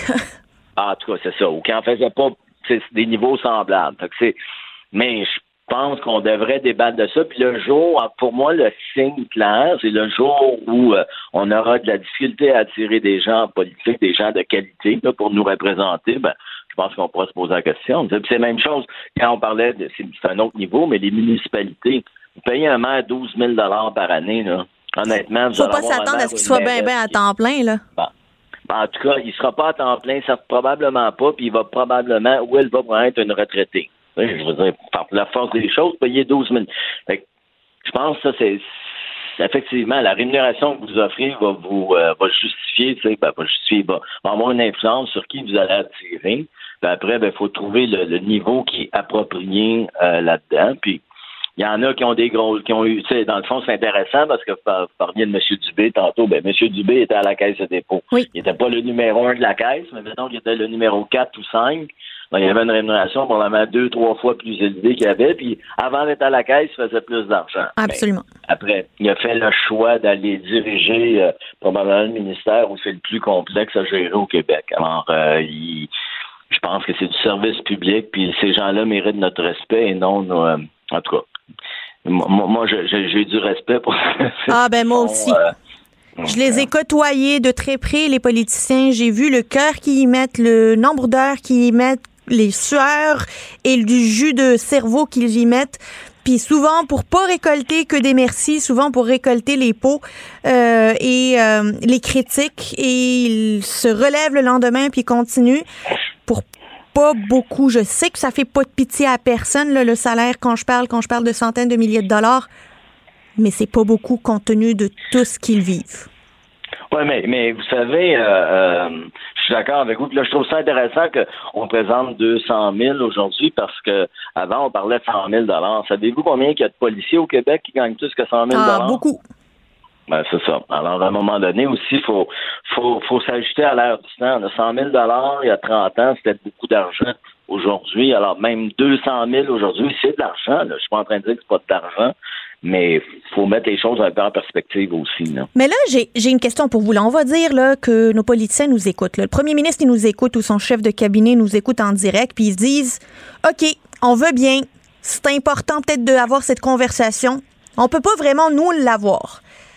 [SPEAKER 12] En tout cas, c'est ça. Ou qui en faisaient pas des niveaux semblables. Fait que c'est... Mais je pense qu'on devrait débattre de ça. Puis le jour, pour moi, le signe clair, c'est le jour où euh, on aura de la difficulté à attirer des gens en politique, des gens de qualité là, pour nous représenter. Ben, je pense qu'on pourra se poser la question. C'est la même chose quand on parlait de... C'est, c'est un autre niveau, mais les municipalités. Vous payez un maire douze mille dollars par année, là. Honnêtement, vous
[SPEAKER 5] faut pas s'attendre à ce qu'il soit bien bien à temps plein, là.
[SPEAKER 12] Bon. En tout cas, il ne sera pas à temps plein, ça probablement pas, puis il va probablement, ou elle va probablement être une retraitée. Je veux dire, par la force des choses, payer douze mille. Fait que, je pense que ça, c'est, c'est effectivement, la rémunération que vous offrez va vous euh, va justifier, tu sais, ben, va justifier, va, va avoir une influence sur qui vous allez attirer. Puis après, ben, il faut trouver le, le niveau qui est approprié euh, là-dedans, puis il y en a qui ont des gros, qui ont eu, tu sais, dans le fond, c'est intéressant parce que vous parliez de M. Dubé tantôt. Ben, M. Dubé était à la caisse de dépôt.
[SPEAKER 5] Oui.
[SPEAKER 12] Il n'était pas le numéro un de la caisse, mais mettons qu'il était le numéro quatre ou cinq. Donc, il y avait une rémunération probablement deux, trois fois plus élevée qu'il y avait. Puis, avant d'être à la caisse, il faisait plus d'argent.
[SPEAKER 5] Absolument.
[SPEAKER 12] Ben, après, il a fait le choix d'aller diriger euh, probablement le ministère où c'est le plus complexe à gérer au Québec. Alors, euh, il, je pense que c'est du service public, puis ces gens-là méritent notre respect et non, euh, en tout cas. Moi, moi j'ai, j'ai du respect pour
[SPEAKER 5] Ah, ben moi aussi. Euh, je les ai côtoyés de très près, les politiciens. J'ai vu le cœur qu'ils y mettent, le nombre d'heures qu'ils y mettent, les sueurs et du jus de cerveau qu'ils y mettent. Puis souvent, pour pas récolter que des merci, souvent pour récolter les pots euh, et euh, les critiques. Et ils se relèvent le lendemain puis continuent pour pas beaucoup. Je sais que ça fait pas de pitié à personne, là, le salaire, quand je parle, quand je parle de centaines de milliers de dollars, mais c'est pas beaucoup compte tenu de tout ce qu'ils vivent.
[SPEAKER 12] Oui, mais, mais vous savez, euh, euh, je suis d'accord avec vous. Puis là, je trouve ça intéressant qu'on présente deux cent mille aujourd'hui parce que avant on parlait de cent mille dollars. Savez-vous combien il y a de policiers au Québec qui gagnent plus que cent mille dollars?
[SPEAKER 5] Ah, beaucoup.
[SPEAKER 12] Ben, c'est ça. Alors, à un moment donné aussi, il faut, faut, faut s'ajuster à l'heure du temps. Là, cent mille dollars il y a trente ans, c'était beaucoup d'argent aujourd'hui. Alors, même deux cent mille aujourd'hui, c'est de l'argent. Là. Je suis pas en train de dire que c'est pas de l'argent, mais il faut mettre les choses un peu en perspective aussi. Là.
[SPEAKER 5] Mais là, j'ai, j'ai une question pour vous. Là. On va dire là, que nos politiciens nous écoutent. Là. Le premier ministre, il nous écoute ou son chef de cabinet nous écoute en direct, puis ils se disent « OK, on veut bien. C'est important peut-être d'avoir cette conversation. On peut pas vraiment, nous, l'avoir. »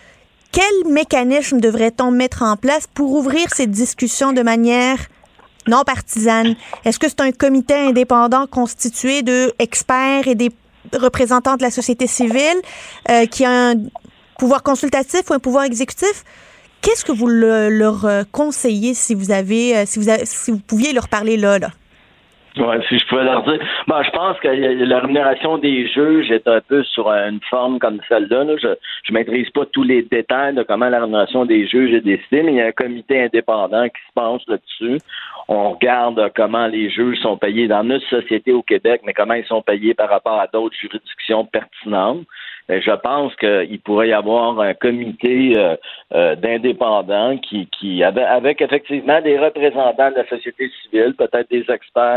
[SPEAKER 5] Quel mécanisme devrait-on mettre en place pour ouvrir cette discussion de manière non partisane? Est-ce que c'est un comité indépendant constitué d'experts et des représentants de la société civile euh, qui a un pouvoir consultatif ou un pouvoir exécutif? Qu'est-ce que vous le, leur conseillez si vous avez, si vous avez, si vous pouviez leur parler là, là?
[SPEAKER 12] Oui, si je pouvais leur dire. Ben, je pense que la rémunération des juges est un peu sur une forme comme celle-là. Là. Je ne maîtrise pas tous les détails de comment la rémunération des juges est décidée, mais il y a un comité indépendant qui se penche là-dessus. On regarde comment les juges sont payés dans notre société au Québec, mais comment ils sont payés par rapport à d'autres juridictions pertinentes. Et je pense qu'il pourrait y avoir un comité euh, euh, d'indépendants qui, qui avec, avec effectivement des représentants de la société civile, peut-être des experts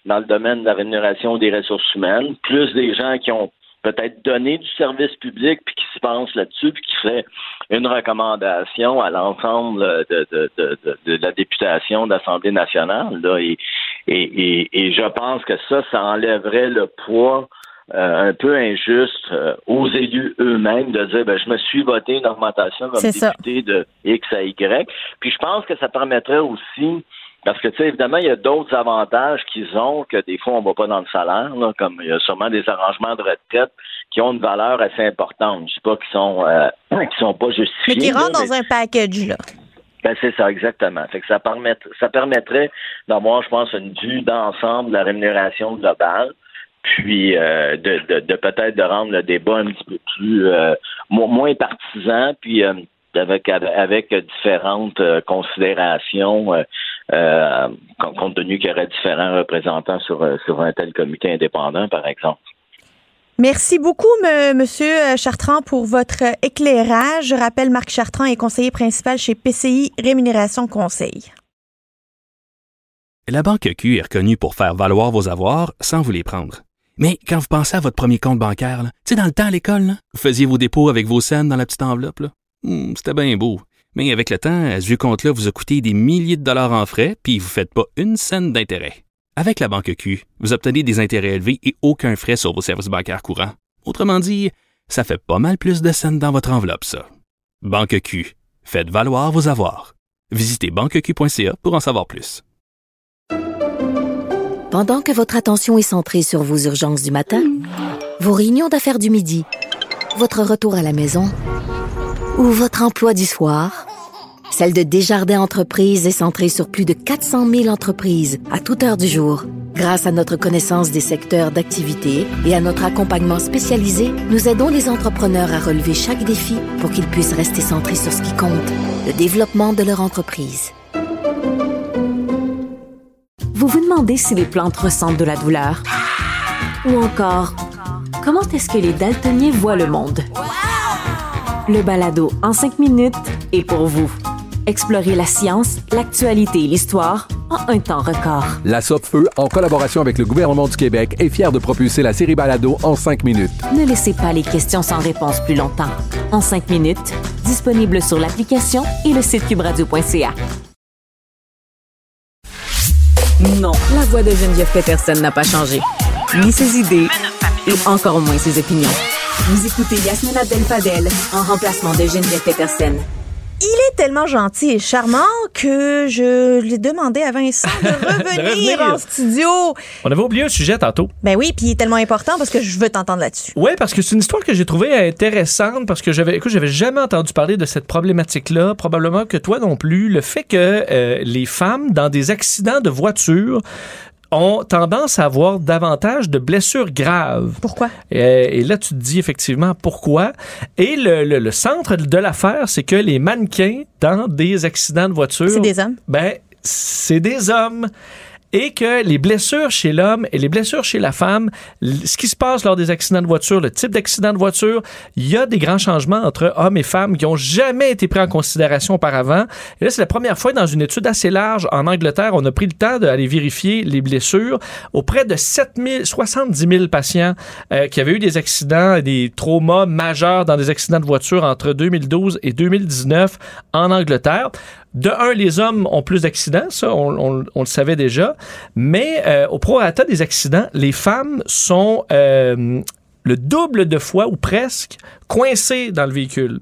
[SPEAKER 12] dans le domaine de la rémunération des ressources humaines, plus des gens qui ont peut-être donné du service public puis qui se pensent là-dessus puis qui feraient une recommandation à l'ensemble de, de, de, de, de la députation de l'Assemblée nationale. Là, et, et, et, et je pense que ça, ça enlèverait le poids Euh, un peu injuste euh, aux élus eux-mêmes de dire ben je me suis voté une augmentation comme
[SPEAKER 5] C'est
[SPEAKER 12] député ça. de X à Y. Puis je pense que ça permettrait aussi, parce que tu sais, évidemment, il y a d'autres avantages qu'ils ont que des fois on ne va pas dans le salaire, là, comme il y a sûrement des arrangements de retraite qui ont une valeur assez importante. Je sais pas qu'ils sont euh, qui sont pas justifiés.
[SPEAKER 5] Mais qui rentrent
[SPEAKER 12] là,
[SPEAKER 5] dans
[SPEAKER 12] mais...
[SPEAKER 5] un package, là.
[SPEAKER 12] Ben c'est ça, exactement. Fait que ça permet, ça permettrait d'avoir, je pense, une vue d'ensemble de la rémunération globale. Puis euh, de, de, de peut-être de rendre le débat un petit peu plus euh, moins partisan, puis euh, avec avec différentes euh, considérations, euh, euh, compte tenu qu'il y aurait différents représentants sur sur un tel comité indépendant, par exemple.
[SPEAKER 5] Merci beaucoup, M. Monsieur Chartrand, pour votre éclairage. Je rappelle, Marc Chartrand est conseiller principal chez P C I Rémunération Conseil.
[SPEAKER 1] La Banque Q est reconnue pour faire valoir vos avoirs sans vous les prendre. Mais quand vous pensez à votre premier compte bancaire, tu sais, dans le temps à l'école, là, vous faisiez vos dépôts avec vos scènes dans la petite enveloppe. Là. Hum, c'était bien beau. Mais avec le temps, ce vieux compte-là vous a coûté des milliers de dollars en frais, puis vous ne faites pas une scène d'intérêt. Avec la Banque Q, vous obtenez des intérêts élevés et aucun frais sur vos services bancaires courants. Autrement dit, ça fait pas mal plus de scènes dans votre enveloppe, ça. Banque Q. Faites valoir vos avoirs. Visitez banque q point c a pour en savoir plus.
[SPEAKER 2] Pendant que votre attention est centrée sur vos urgences du matin, vos réunions d'affaires du midi, votre retour à la maison ou votre emploi du soir, celle de Desjardins Entreprises est centrée sur plus de quatre cent mille entreprises à toute heure du jour. Grâce à notre connaissance des secteurs d'activité et à notre accompagnement spécialisé, nous aidons les entrepreneurs à relever chaque défi pour qu'ils puissent rester centrés sur ce qui compte, le développement de leur entreprise.
[SPEAKER 7] Vous vous demandez si les plantes ressentent de la douleur? Ou encore, comment est-ce que les daltoniens voient le monde? Le balado en cinq minutes est pour vous. Explorez la science, l'actualité et l'histoire en un temps record.
[SPEAKER 10] La Sopfeu, en collaboration avec le gouvernement du Québec, est fière de propulser la série Balado en cinq minutes.
[SPEAKER 7] Ne laissez pas les questions sans réponse plus longtemps. En cinq minutes, disponible sur l'application et le site cube radio point c a. Non, la voix de Geneviève Peterson n'a pas changé. Ni ses idées, et encore moins ses opinions. Vous écoutez Yasmine Abdel-Fadel en remplacement de Geneviève Peterson.
[SPEAKER 5] Il est tellement gentil et charmant que je lui ai demandé à Vincent de revenir, de revenir en studio.
[SPEAKER 11] On avait oublié un sujet tantôt.
[SPEAKER 5] Ben oui, puis il est tellement important parce que je veux t'entendre là-dessus.
[SPEAKER 11] Oui, parce que c'est une histoire que j'ai trouvée intéressante parce que j'avais, écoute, j'avais jamais entendu parler de cette problématique-là, probablement que toi non plus. Le fait que euh, les femmes, dans des accidents de voiture, ont tendance à avoir davantage de blessures graves.
[SPEAKER 5] Pourquoi?
[SPEAKER 11] Et, et là, tu te dis effectivement pourquoi. Et le, le, le centre de l'affaire, c'est que les mannequins dans des accidents de voiture...
[SPEAKER 5] C'est des hommes?
[SPEAKER 11] Ben, c'est des hommes. Et que les blessures chez l'homme et les blessures chez la femme, ce qui se passe lors des accidents de voiture, le type d'accident de voiture, il y a des grands changements entre hommes et femmes qui n'ont jamais été pris en considération auparavant. Et là, c'est la première fois dans une étude assez large en Angleterre, on a pris le temps d'aller vérifier les blessures auprès de sept mille, soixante-dix mille patients euh, qui avaient eu des accidents, des traumas majeurs dans des accidents de voiture entre deux mille douze et deux mille dix-neuf en Angleterre. De un, les hommes ont plus d'accidents, ça, on, on, on le savait déjà, mais euh, au prorata des accidents, les femmes sont euh, le double de fois ou presque coincées dans le véhicule.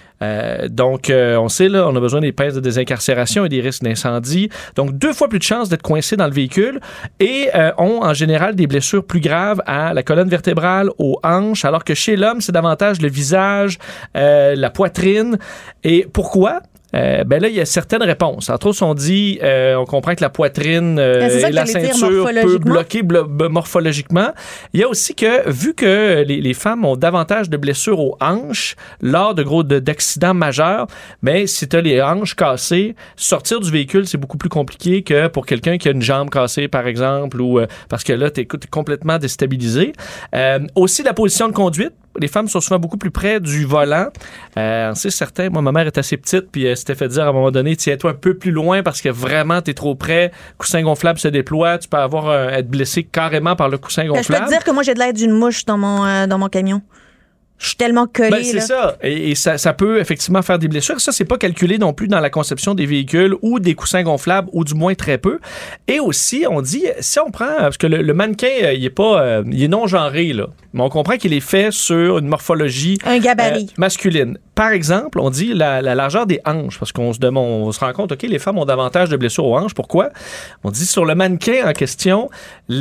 [SPEAKER 11] Euh, donc, euh, on sait, là, on a besoin des pinces de désincarcération et des risques d'incendie. Donc, deux fois plus de chances d'être coincés dans le véhicule et euh, ont en général des blessures plus graves à la colonne vertébrale, aux hanches, alors que chez l'homme, c'est davantage le visage, euh, la poitrine. Et pourquoi? Euh, ben là, il y a certaines réponses. Entre autres, on dit, euh, on comprend que la poitrine euh, et la ceinture peut bloquer blo- morphologiquement. Il y a aussi que, vu que les, les femmes ont davantage de blessures aux hanches lors de gros de, d'accidents majeurs, ben si tu as les hanches cassées, sortir du véhicule, c'est beaucoup plus compliqué que pour quelqu'un qui a une jambe cassée, par exemple, ou euh, parce que là, tu es complètement déstabilisé. Euh, aussi, la position de conduite. les femmes sont souvent beaucoup plus près du volant. Euh, c'est certain, moi, ma mère est assez petite, puis elle s'était fait dire à un moment donné, tiens-toi un peu plus loin parce que vraiment, t'es trop près. Coussin gonflable se déploie, tu peux avoir euh, être blessé carrément par le coussin gonflable.
[SPEAKER 5] Ben, je peux te dire que moi, j'ai de l'air d'une mouche dans mon, euh, dans mon camion. Je suis tellement collée.
[SPEAKER 11] Ben, c'est
[SPEAKER 5] là.
[SPEAKER 11] ça. Et, et ça, ça peut effectivement faire des blessures. Ça, c'est pas calculé non plus dans la conception des véhicules ou des coussins gonflables, ou du moins très peu. Et aussi, on dit, si on prend, parce que le, le mannequin, il est pas, euh, il est non genré, là. Mais on comprend qu'il est fait sur une morphologie
[SPEAKER 5] un gabarit.
[SPEAKER 11] Euh, masculine. Par exemple, on dit la, la largeur des hanches, parce qu'on se demande, on se rend compte, OK, les femmes ont davantage de blessures aux hanches. Pourquoi? On dit sur le mannequin en question,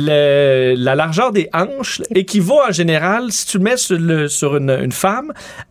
[SPEAKER 11] le, la largeur des hanches équivaut en général, si tu le mets sur, le, sur une, une femme,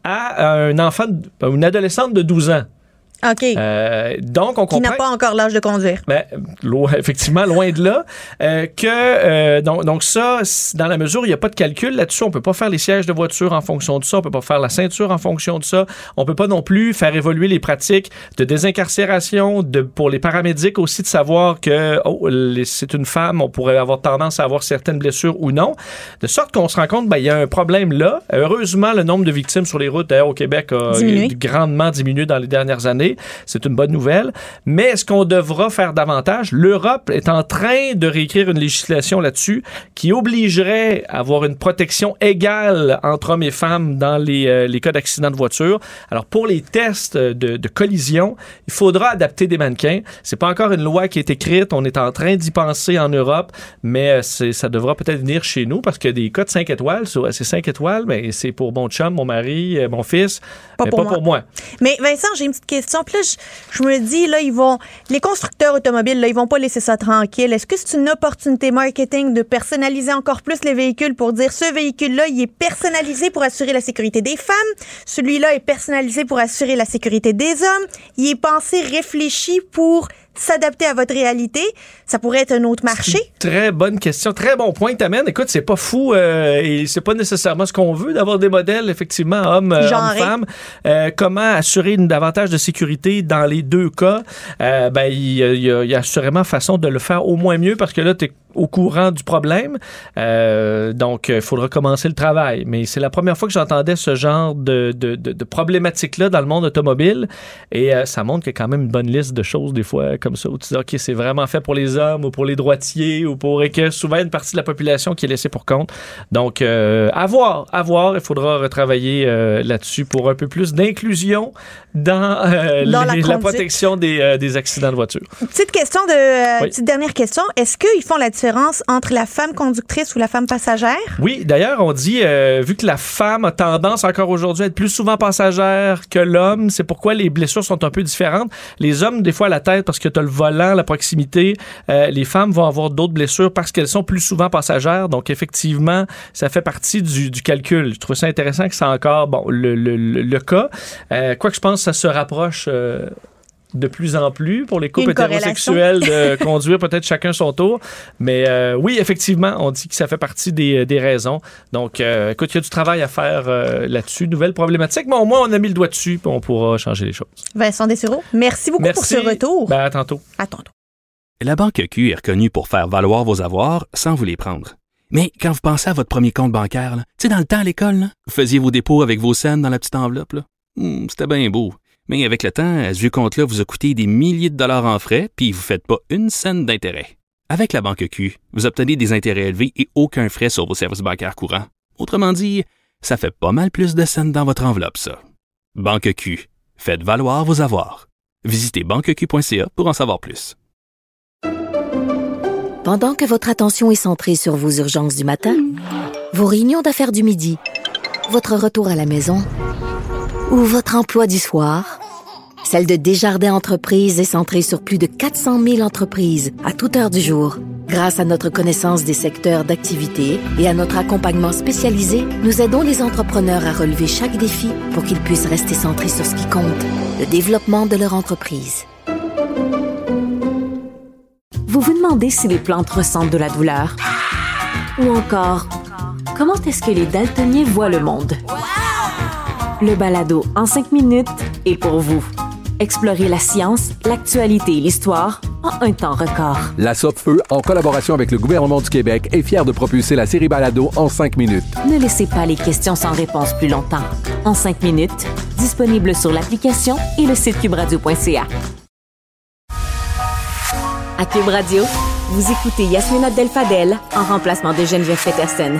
[SPEAKER 11] à un enfant, une adolescente de douze ans.
[SPEAKER 5] OK.
[SPEAKER 11] Euh, donc, on comprend...
[SPEAKER 5] Qui n'a pas encore l'âge de conduire.
[SPEAKER 11] Ben, lo- effectivement, loin de là. Euh, que, euh, donc, donc ça, dans la mesure où il n'y a pas de calcul là-dessus, on peut pas faire les sièges de voiture en fonction de ça, on peut pas faire la ceinture en fonction de ça, on peut pas non plus faire évoluer les pratiques de désincarcération, de, pour les paramédics aussi, de savoir que oh, les, c'est une femme, on pourrait avoir tendance à avoir certaines blessures ou non. De sorte qu'on se rend compte, ben, il y a un problème là. Heureusement, le nombre de victimes sur les routes, d'ailleurs, au Québec, a
[SPEAKER 5] diminué.
[SPEAKER 11] grandement diminué dans les dernières années. C'est une bonne nouvelle. Mais est-ce qu'on devra faire davantage? L'Europe est en train de réécrire une législation là-dessus qui obligerait à avoir une protection égale entre hommes et femmes dans les, euh, les cas d'accident de voiture. Alors, pour les tests de, de collision, il faudra adapter des mannequins. C'est pas encore une loi qui est écrite. On est en train d'y penser en Europe, mais c'est, ça devra peut-être venir chez nous parce que des cas de cinq étoiles, c'est cinq étoiles, mais c'est pour mon chum, mon mari, mon fils,
[SPEAKER 5] pas,
[SPEAKER 11] mais
[SPEAKER 5] pour,
[SPEAKER 11] pas
[SPEAKER 5] moi.
[SPEAKER 11] pour moi.
[SPEAKER 5] Mais Vincent, j'ai une petite question. Puis là, je, je me dis, là, ils vont, les constructeurs automobiles, là, ils vont pas laisser ça tranquille. Est-ce que c'est une opportunité marketing de personnaliser encore plus les véhicules pour dire ce véhicule-là, il est personnalisé pour assurer la sécurité des femmes, celui-là est personnalisé pour assurer la sécurité des hommes, il est pensé, réfléchi pour s'adapter à votre réalité? Ça pourrait être un autre marché?
[SPEAKER 11] Très bonne question. Très bon point que t'amènes. Écoute, c'est pas fou euh, et c'est pas nécessairement ce qu'on veut d'avoir des modèles, effectivement, hommes, euh, hommes-femmes. Euh, comment assurer une davantage de sécurité dans les deux cas? Euh, ben, il y, y, y a assurément façon de le faire au moins mieux parce que là, t'es au courant du problème. Euh, donc, il faudra commencer le travail. Mais c'est la première fois que j'entendais ce genre de, de, de, de problématique-là dans le monde automobile. Et euh, ça montre qu'il y a quand même une bonne liste de choses, des fois, comme ça, où tu dis, OK, c'est vraiment fait pour les hommes ou pour les droitiers ou pour... Et que souvent, une partie de la population qui est laissée pour compte. Donc, euh, à voir, à voir. Il faudra retravailler euh, là-dessus pour un peu plus d'inclusion dans, euh,
[SPEAKER 5] dans
[SPEAKER 11] les,
[SPEAKER 5] la,
[SPEAKER 11] la protection des, euh, des accidents de voiture.
[SPEAKER 5] Petite question de... Euh,
[SPEAKER 11] oui.
[SPEAKER 5] Petite dernière question. Est-ce qu'ils font la différence entre la femme conductrice ou la femme passagère?
[SPEAKER 11] Oui, d'ailleurs, on dit, euh, vu que la femme a tendance encore aujourd'hui à être plus souvent passagère que l'homme, c'est pourquoi les blessures sont un peu différentes. Les hommes, des fois, à la tête, parce que tu as le volant, la proximité, euh, les femmes vont avoir d'autres blessures parce qu'elles sont plus souvent passagères. Donc, effectivement, ça fait partie du, du calcul. Je trouve ça intéressant que c'est encore bon, le, le, le, le cas. Euh, quoi que je pense que ça se rapproche... Euh, de plus en plus pour les couples hétérosexuels de conduire peut-être chacun son tour. Mais euh, oui, effectivement, on dit que ça fait partie des, des raisons. Donc, euh, écoute, il y a du travail à faire euh, là-dessus. Nouvelle problématique, mais au moins, on a mis le doigt dessus puis on pourra changer les choses.
[SPEAKER 5] Vincent Dessureau, merci beaucoup
[SPEAKER 11] merci.
[SPEAKER 5] pour ce retour.
[SPEAKER 11] Ben, à tantôt.
[SPEAKER 5] À tantôt.
[SPEAKER 1] La Banque Q est reconnue pour faire valoir vos avoirs sans vous les prendre. Mais quand vous pensez à votre premier compte bancaire, tu sais, dans le temps à l'école, là, vous faisiez vos dépôts avec vos scènes dans la petite enveloppe. Là. Hum, c'était bien beau. Mais avec le temps, ce vieux compte-là vous a coûté des milliers de dollars en frais, puis vous ne faites pas une scène d'intérêt. Avec la Banque Q, vous obtenez des intérêts élevés et aucun frais sur vos services bancaires courants. Autrement dit, ça fait pas mal plus de scènes dans votre enveloppe, ça. Banque Q, faites valoir vos avoirs. Visitez banque q point c a pour en savoir plus.
[SPEAKER 2] Pendant que votre attention est centrée sur vos urgences du matin, vos réunions d'affaires du midi, votre retour à la maison ou votre emploi du soir, celle de Desjardins Entreprises est centrée sur plus de quatre cent mille entreprises à toute heure du jour. Grâce à notre connaissance des secteurs d'activité et à notre accompagnement spécialisé, nous aidons les entrepreneurs à relever chaque défi pour qu'ils puissent rester centrés sur ce qui compte, le développement de leur entreprise.
[SPEAKER 7] Vous vous demandez si les plantes ressentent de la douleur? Ou encore, comment est-ce que les daltoniens voient le monde? Le balado en cinq minutes est pour vous. Explorez la science, l'actualité et l'histoire en un temps record.
[SPEAKER 10] La Sopfeu, en collaboration avec le gouvernement du Québec, est fière de propulser la série Balado en cinq minutes.
[SPEAKER 7] Ne laissez pas les questions sans réponse plus longtemps. En cinq minutes, disponible sur l'application et le site cube radio point c a. À Cube Radio, vous écoutez Yasmine Abdel-Fadel en remplacement de Geneviève Peterson.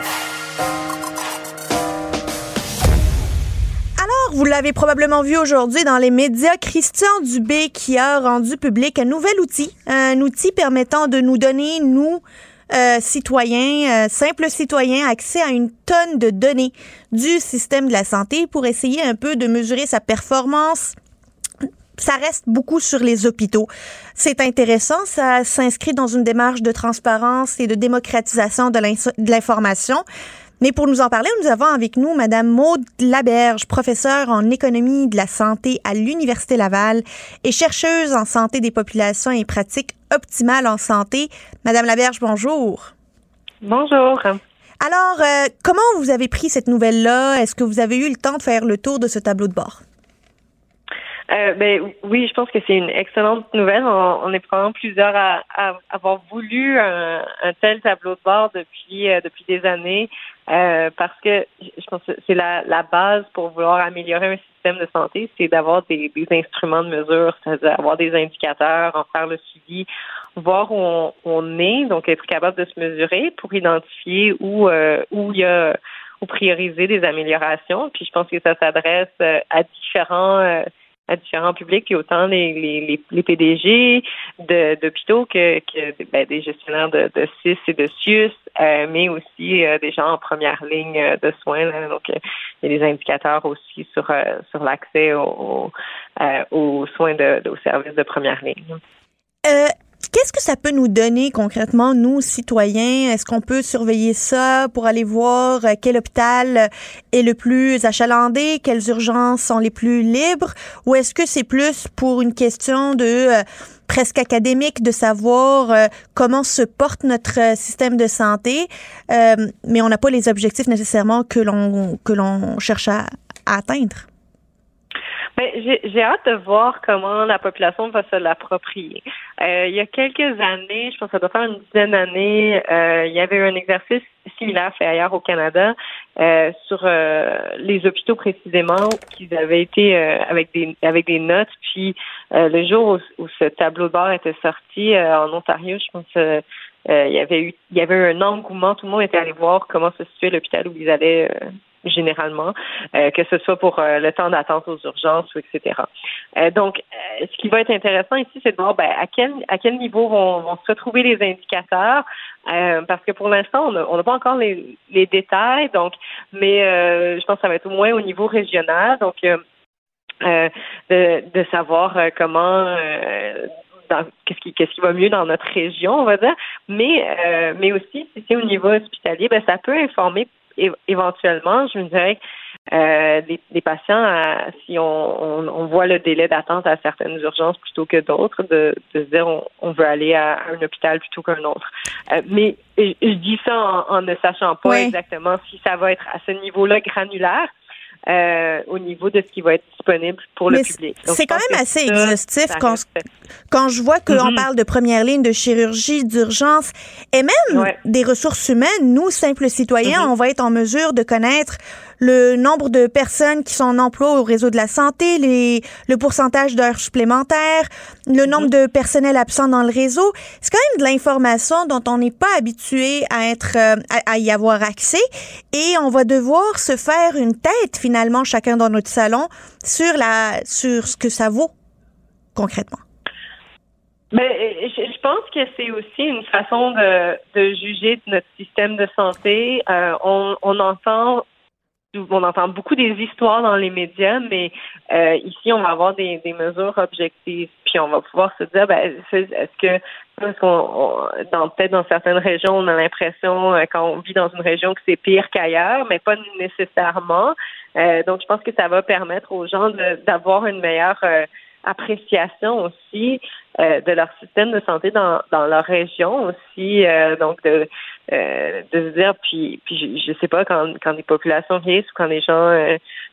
[SPEAKER 5] Vous l'avez probablement vu aujourd'hui dans les médias, Christian Dubé qui a rendu public un nouvel outil, un outil permettant de nous donner, nous, euh, citoyens, euh, simples citoyens, accès à une tonne de données du système de la santé pour essayer un peu de mesurer sa performance. Ça reste beaucoup sur les hôpitaux. C'est intéressant, ça s'inscrit dans une démarche de transparence et de démocratisation de l'information. Mais pour nous en parler, nous avons avec nous Mme Maude Laberge, professeure en économie de la santé à l'Université Laval et chercheuse en santé des populations et pratiques optimales en santé. Mme Laberge, bonjour.
[SPEAKER 13] Bonjour.
[SPEAKER 5] Alors, euh, comment vous avez pris cette nouvelle-là? Est-ce que vous avez eu le temps de faire le tour de ce tableau de bord?
[SPEAKER 13] Euh, ben oui, je pense que c'est une excellente nouvelle. On, on est probablement plusieurs à, à avoir voulu un, un tel tableau de bord depuis euh, depuis des années, euh, parce que je pense que c'est la, la base pour vouloir améliorer un système de santé, c'est d'avoir des, des instruments de mesure, c'est-à-dire avoir des indicateurs, en faire le suivi, voir où on, on est, donc être capable de se mesurer pour identifier où euh, où il y a ou prioriser des améliorations. Puis je pense que ça s'adresse à différents euh, à différents publics, puis autant les, les, les P D G de, d'hôpitaux que, que ben, des gestionnaires de, de C I S et de C I U S, euh, mais aussi euh, des gens en première ligne de soins. Là. Donc, euh, il y a des indicateurs aussi sur, euh, sur l'accès aux, euh, aux soins, de, de, aux services de première ligne.
[SPEAKER 5] Euh, Qu'est-ce que ça peut nous donner concrètement, nous, citoyens? Est-ce qu'on peut surveiller ça pour aller voir quel hôpital est le plus achalandé, quelles urgences sont les plus libres? Ou est-ce que c'est plus pour une question de euh, presque académique de savoir euh, comment se porte notre système de santé, euh, mais on n'a pas les objectifs nécessairement que l'on que l'on cherche à, à atteindre?
[SPEAKER 13] Ben, j'ai, j'ai hâte de voir comment la population va se l'approprier. Euh, il y a quelques années, je pense que ça doit faire une dizaine d'années, euh, il y avait eu un exercice similaire fait ailleurs au Canada euh, sur euh, les hôpitaux précisément, qui avaient été euh, avec des avec des notes. Puis euh, le jour où, où ce tableau de bord était sorti euh, en Ontario, je pense euh, euh, il y avait eu il y avait eu un engouement. Tout le monde était allé voir comment se situait l'hôpital où ils allaient. Euh, généralement, euh, que ce soit pour euh, le temps d'attente aux urgences ou et cetera. Euh, donc, euh, ce qui va être intéressant ici, c'est de voir ben, à quel à quel niveau vont, vont se retrouver les indicateurs, euh, parce que pour l'instant, on n'a pas encore les, les détails, donc, mais euh, je pense que ça va être au moins au niveau régional, donc euh, euh, de, de savoir euh, comment euh, Dans, qu'est-ce qui qu'est-ce qui va mieux dans notre région, on va dire, mais euh, mais aussi si c'est au niveau hospitalier, ben ça peut informer é- éventuellement, je me dirais, euh, les, les patients, à, si on, on, on voit le délai d'attente à certaines urgences plutôt que d'autres, de, de se dire on, on veut aller à un hôpital plutôt qu'un autre. Euh, mais je, je dis ça en, en ne sachant pas oui. exactement si ça va être à ce niveau-là granulaire. Euh, au niveau de ce qui va être disponible pour
[SPEAKER 5] Mais
[SPEAKER 13] le public. Donc,
[SPEAKER 5] c'est quand même assez
[SPEAKER 13] ça,
[SPEAKER 5] exhaustif
[SPEAKER 13] ça
[SPEAKER 5] quand, quand je vois qu'on mm-hmm. parle de première ligne de chirurgie, d'urgence et même ouais. des ressources humaines. Nous, simples citoyens, mm-hmm. on va être en mesure de connaître le nombre de personnes qui sont en emploi au réseau de la santé, les, le pourcentage d'heures supplémentaires, le nombre mm-hmm. de personnels absents dans le réseau. C'est quand même de l'information dont on n'est pas habitué à être euh, à, à y avoir accès et on va devoir se faire une tête finalement chacun dans notre salon sur la sur ce que ça vaut concrètement.
[SPEAKER 13] Ben, je, je pense que c'est aussi une façon de, de juger notre système de santé. Euh, on, on entend On entend beaucoup des histoires dans les médias, mais euh, ici, on va avoir des, des mesures objectives. Puis on va pouvoir se dire, ben, est-ce que, parce qu'on, on, dans, peut-être dans certaines régions, on a l'impression, euh, quand on vit dans une région, que c'est pire qu'ailleurs, mais pas nécessairement. Euh, donc, je pense que ça va permettre aux gens de, d'avoir une meilleure euh, appréciation aussi euh, de leur système de santé dans, dans leur région aussi. Euh, donc, de Euh, de se dire, puis, puis je, je sais pas, quand, quand les populations vieillissent ou quand les gens euh,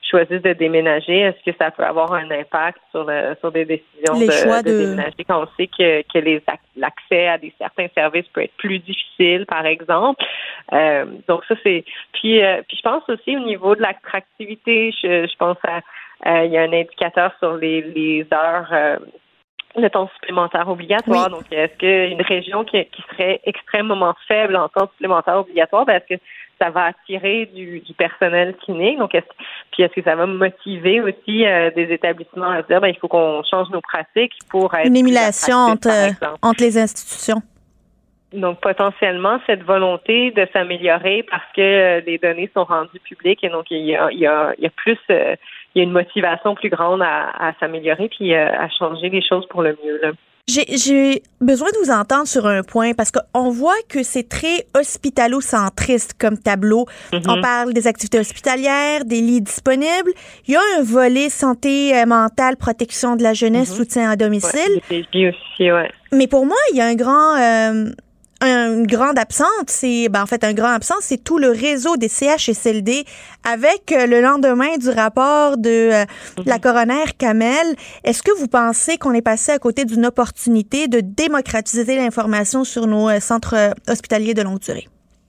[SPEAKER 13] choisissent de déménager, est-ce que ça peut avoir un impact sur le, sur des décisions
[SPEAKER 5] les
[SPEAKER 13] de,
[SPEAKER 5] choix
[SPEAKER 13] de,
[SPEAKER 5] de
[SPEAKER 13] déménager quand on sait que, que les, l'accès à des certains services peut être plus difficile, par exemple. Euh, donc ça, c'est... Puis, euh, puis je pense aussi au niveau de l'attractivité, je, je pense à... Euh, il y a un indicateur sur les, les heures... Euh, le temps supplémentaire obligatoire. Oui. Donc, est-ce qu'une région qui, qui serait extrêmement faible en temps supplémentaire obligatoire, ben est-ce que ça va attirer du, du personnel clinique? Donc, est-ce, puis est-ce que ça va motiver aussi euh, des établissements à se dire, ben il faut qu'on change nos pratiques pour être
[SPEAKER 5] une émulation entre, entre les institutions?
[SPEAKER 13] Donc, potentiellement, cette volonté de s'améliorer parce que euh, les données sont rendues publiques et donc il y a, il y a, il y a plus... Euh, il y a une motivation plus grande à, à s'améliorer puis euh, à changer les choses pour le mieux, là.
[SPEAKER 5] J'ai, j'ai besoin de vous entendre sur un point parce qu'on voit que c'est très hospitalo-centriste comme tableau. Mm-hmm. On parle des activités hospitalières, des lits disponibles. Il y a un volet santé mentale, protection de la jeunesse, mm-hmm. soutien à domicile.
[SPEAKER 13] Ouais, aussi, ouais.
[SPEAKER 5] Mais pour moi, il y a un grand... Euh, une grande absente, c'est ben en fait un grand absent, c'est tout le réseau des C H S L D avec euh, le lendemain du rapport de euh, mm-hmm. la coroner Kamel. Est-ce que vous pensez qu'on est passé à côté d'une opportunité de démocratiser l'information sur nos euh, centres euh, hospitaliers de longue durée?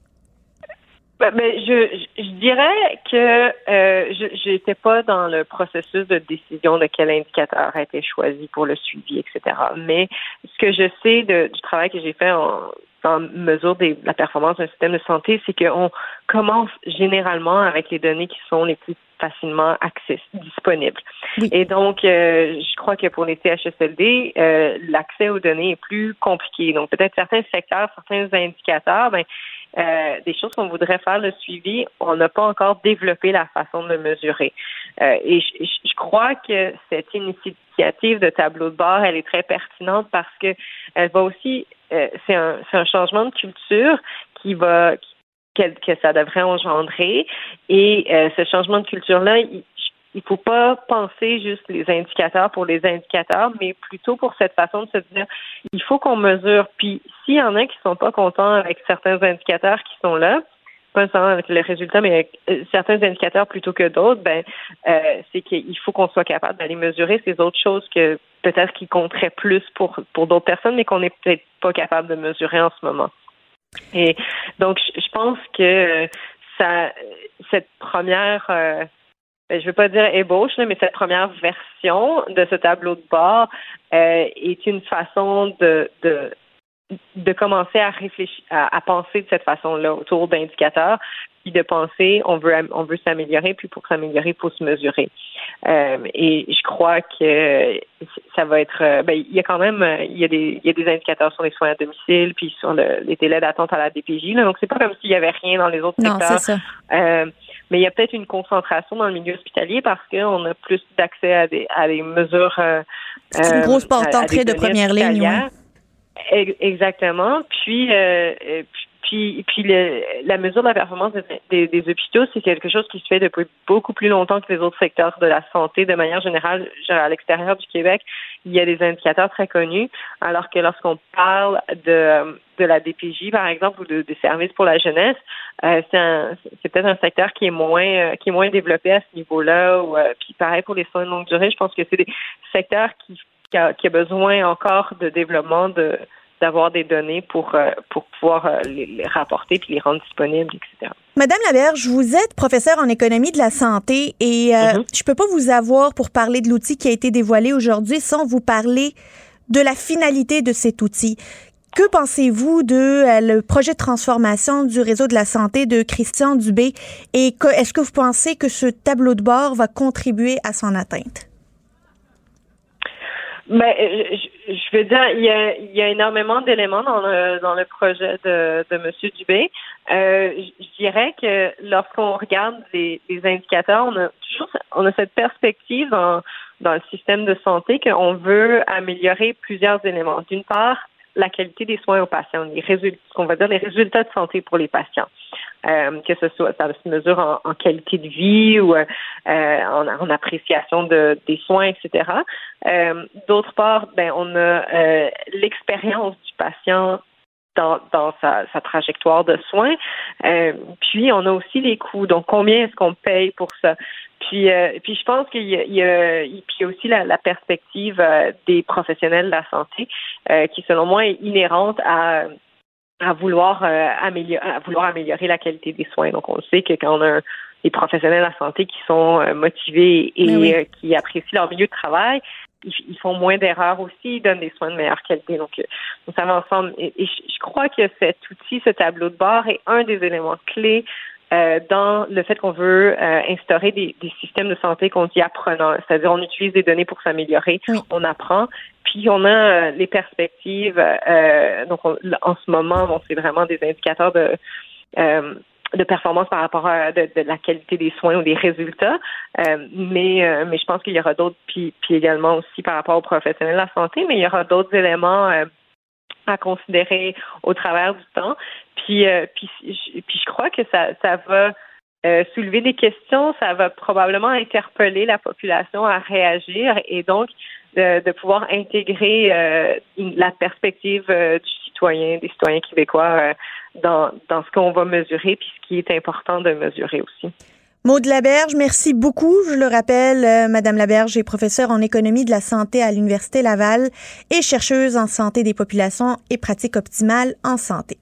[SPEAKER 13] Ben, ben, je, je, je dirais que euh, je n'étais pas dans le processus de décision de quel indicateur a été choisi pour le suivi, et cetera. Mais ce que je sais de, du travail que j'ai fait en en mesure de la performance d'un système de santé, c'est qu'on commence généralement avec les données qui sont les plus facilement accessibles, disponibles. Oui. Et donc, euh, je crois que pour les C H S L D, euh, l'accès aux données est plus compliqué. Donc, peut-être certains secteurs, certains indicateurs, ben, euh, des choses qu'on voudrait faire le suivi, on n'a pas encore développé la façon de le mesurer. Euh, et je, je crois que cette initiative de tableau de bord, elle est très pertinente parce que elle va aussi Euh, c'est un c'est un changement de culture qui va que, que ça devrait engendrer et euh, ce changement de culture là il, il faut pas penser juste les indicateurs pour les indicateurs mais plutôt pour cette façon de se dire il faut qu'on mesure puis s'il y en a qui sont pas contents avec certains indicateurs qui sont là pas nécessairement avec les résultats, mais avec certains indicateurs plutôt que d'autres, ben euh, c'est qu'il faut qu'on soit capable d'aller mesurer ces autres choses que peut-être qui compteraient plus pour pour d'autres personnes, mais qu'on n'est peut-être pas capable de mesurer en ce moment. Et donc, je, je pense que ça, cette première, euh, je ne veux pas dire ébauche, là, mais cette première version de ce tableau de bord euh, est une façon de, de de commencer à réfléchir, à, à penser de cette façon-là autour d'indicateurs, puis de penser on veut on veut s'améliorer, puis pour s'améliorer, il faut se mesurer. Euh, et je crois que ça va être ben il y a quand même il y a des il y a des indicateurs sur les soins à domicile, puis sur le, les délais d'attente à la D P J. Là, donc c'est pas comme s'il y avait rien dans les autres
[SPEAKER 5] non,
[SPEAKER 13] secteurs.
[SPEAKER 5] C'est ça.
[SPEAKER 13] Euh, mais il y a peut-être une concentration dans le milieu hospitalier parce qu'on a plus d'accès à des à des mesures. Euh,
[SPEAKER 5] c'est une grosse porte d'entrée de première ligne. Oui.
[SPEAKER 13] Exactement. Puis, euh, puis, puis le, la mesure de la performance des, des, des hôpitaux, c'est quelque chose qui se fait depuis beaucoup plus longtemps que les autres secteurs de la santé. De manière générale, à l'extérieur du Québec, il y a des indicateurs très connus, alors que lorsqu'on parle de, de la D P J, par exemple, ou de, des services pour la jeunesse, euh, c'est, un, c'est peut-être un secteur qui est moins euh, qui est moins développé à ce niveau-là. Ou, euh, puis pareil pour les soins de longue durée, je pense que c'est des secteurs qui Qui a, qui a besoin encore de développement de d'avoir des données pour euh, pour pouvoir euh, les, les rapporter puis les rendre disponibles, et cetera.
[SPEAKER 5] Madame Laberge, vous êtes professeure en économie de la santé et euh, mm-hmm. je peux pas vous avoir pour parler de l'outil qui a été dévoilé aujourd'hui sans vous parler de la finalité de cet outil. Que pensez-vous de euh, le projet de transformation du réseau de la santé de Christian Dubé et que, est-ce que vous pensez que ce tableau de bord va contribuer à son atteinte?
[SPEAKER 13] Ben, je, je veux dire, il y a, il y a énormément d'éléments dans le dans le projet de, de Monsieur Dubé. Euh, je dirais que lorsqu'on regarde les, les indicateurs, on a toujours on a cette perspective dans dans le système de santé qu'on veut améliorer plusieurs éléments. D'une part, la qualité des soins aux patients, les résultats, ce qu'on va dire les résultats de santé pour les patients, euh, que ce soit ça se mesure en, en qualité de vie ou euh, en, en appréciation de des soins, et cetera. Euh, d'autre part, ben on a euh, l'expérience du patient dans, dans sa, sa trajectoire de soins. Euh, puis, on a aussi les coûts. Donc, combien est-ce qu'on paye pour ça? Puis, euh, puis je pense qu'il y a, il y a, puis il y a aussi la, la perspective euh, des professionnels de la santé euh, qui, selon moi, est inhérente à, à, vouloir, euh, améliorer, à vouloir améliorer la qualité des soins. Donc, on sait que quand on a un, des professionnels de la santé qui sont euh, motivés et oui. euh, qui apprécient leur milieu de travail, ils, ils font moins d'erreurs aussi, ils donnent des soins de meilleure qualité. Donc, euh, ça va ensemble. Et, et je, je crois que cet outil, ce tableau de bord est un des éléments clés Euh, dans le fait qu'on veut euh, instaurer des, des systèmes de santé qu'on dit apprenants, c'est-à-dire on utilise des données pour s'améliorer, oui. on apprend, puis on a euh, les perspectives. Euh, donc on, en ce moment, bon, c'est vraiment des indicateurs de euh, de performance par rapport à de, de la qualité des soins ou des résultats, euh, mais euh, mais je pense qu'il y aura d'autres, puis puis également aussi par rapport aux professionnels de la santé, mais il y aura d'autres éléments euh, à considérer au travers du temps. Puis, euh, puis, puis je crois que ça, ça va euh, soulever des questions, ça va probablement interpeller la population à réagir et donc de, de pouvoir intégrer euh, la perspective euh, du citoyen, des citoyens québécois euh, dans, dans ce qu'on va mesurer puis ce qui est important de mesurer aussi.
[SPEAKER 5] Maude Laberge, merci beaucoup. Je le rappelle, euh, Madame Laberge est professeure en économie de la santé à l'Université Laval et chercheuse en santé des populations et pratiques optimales en santé.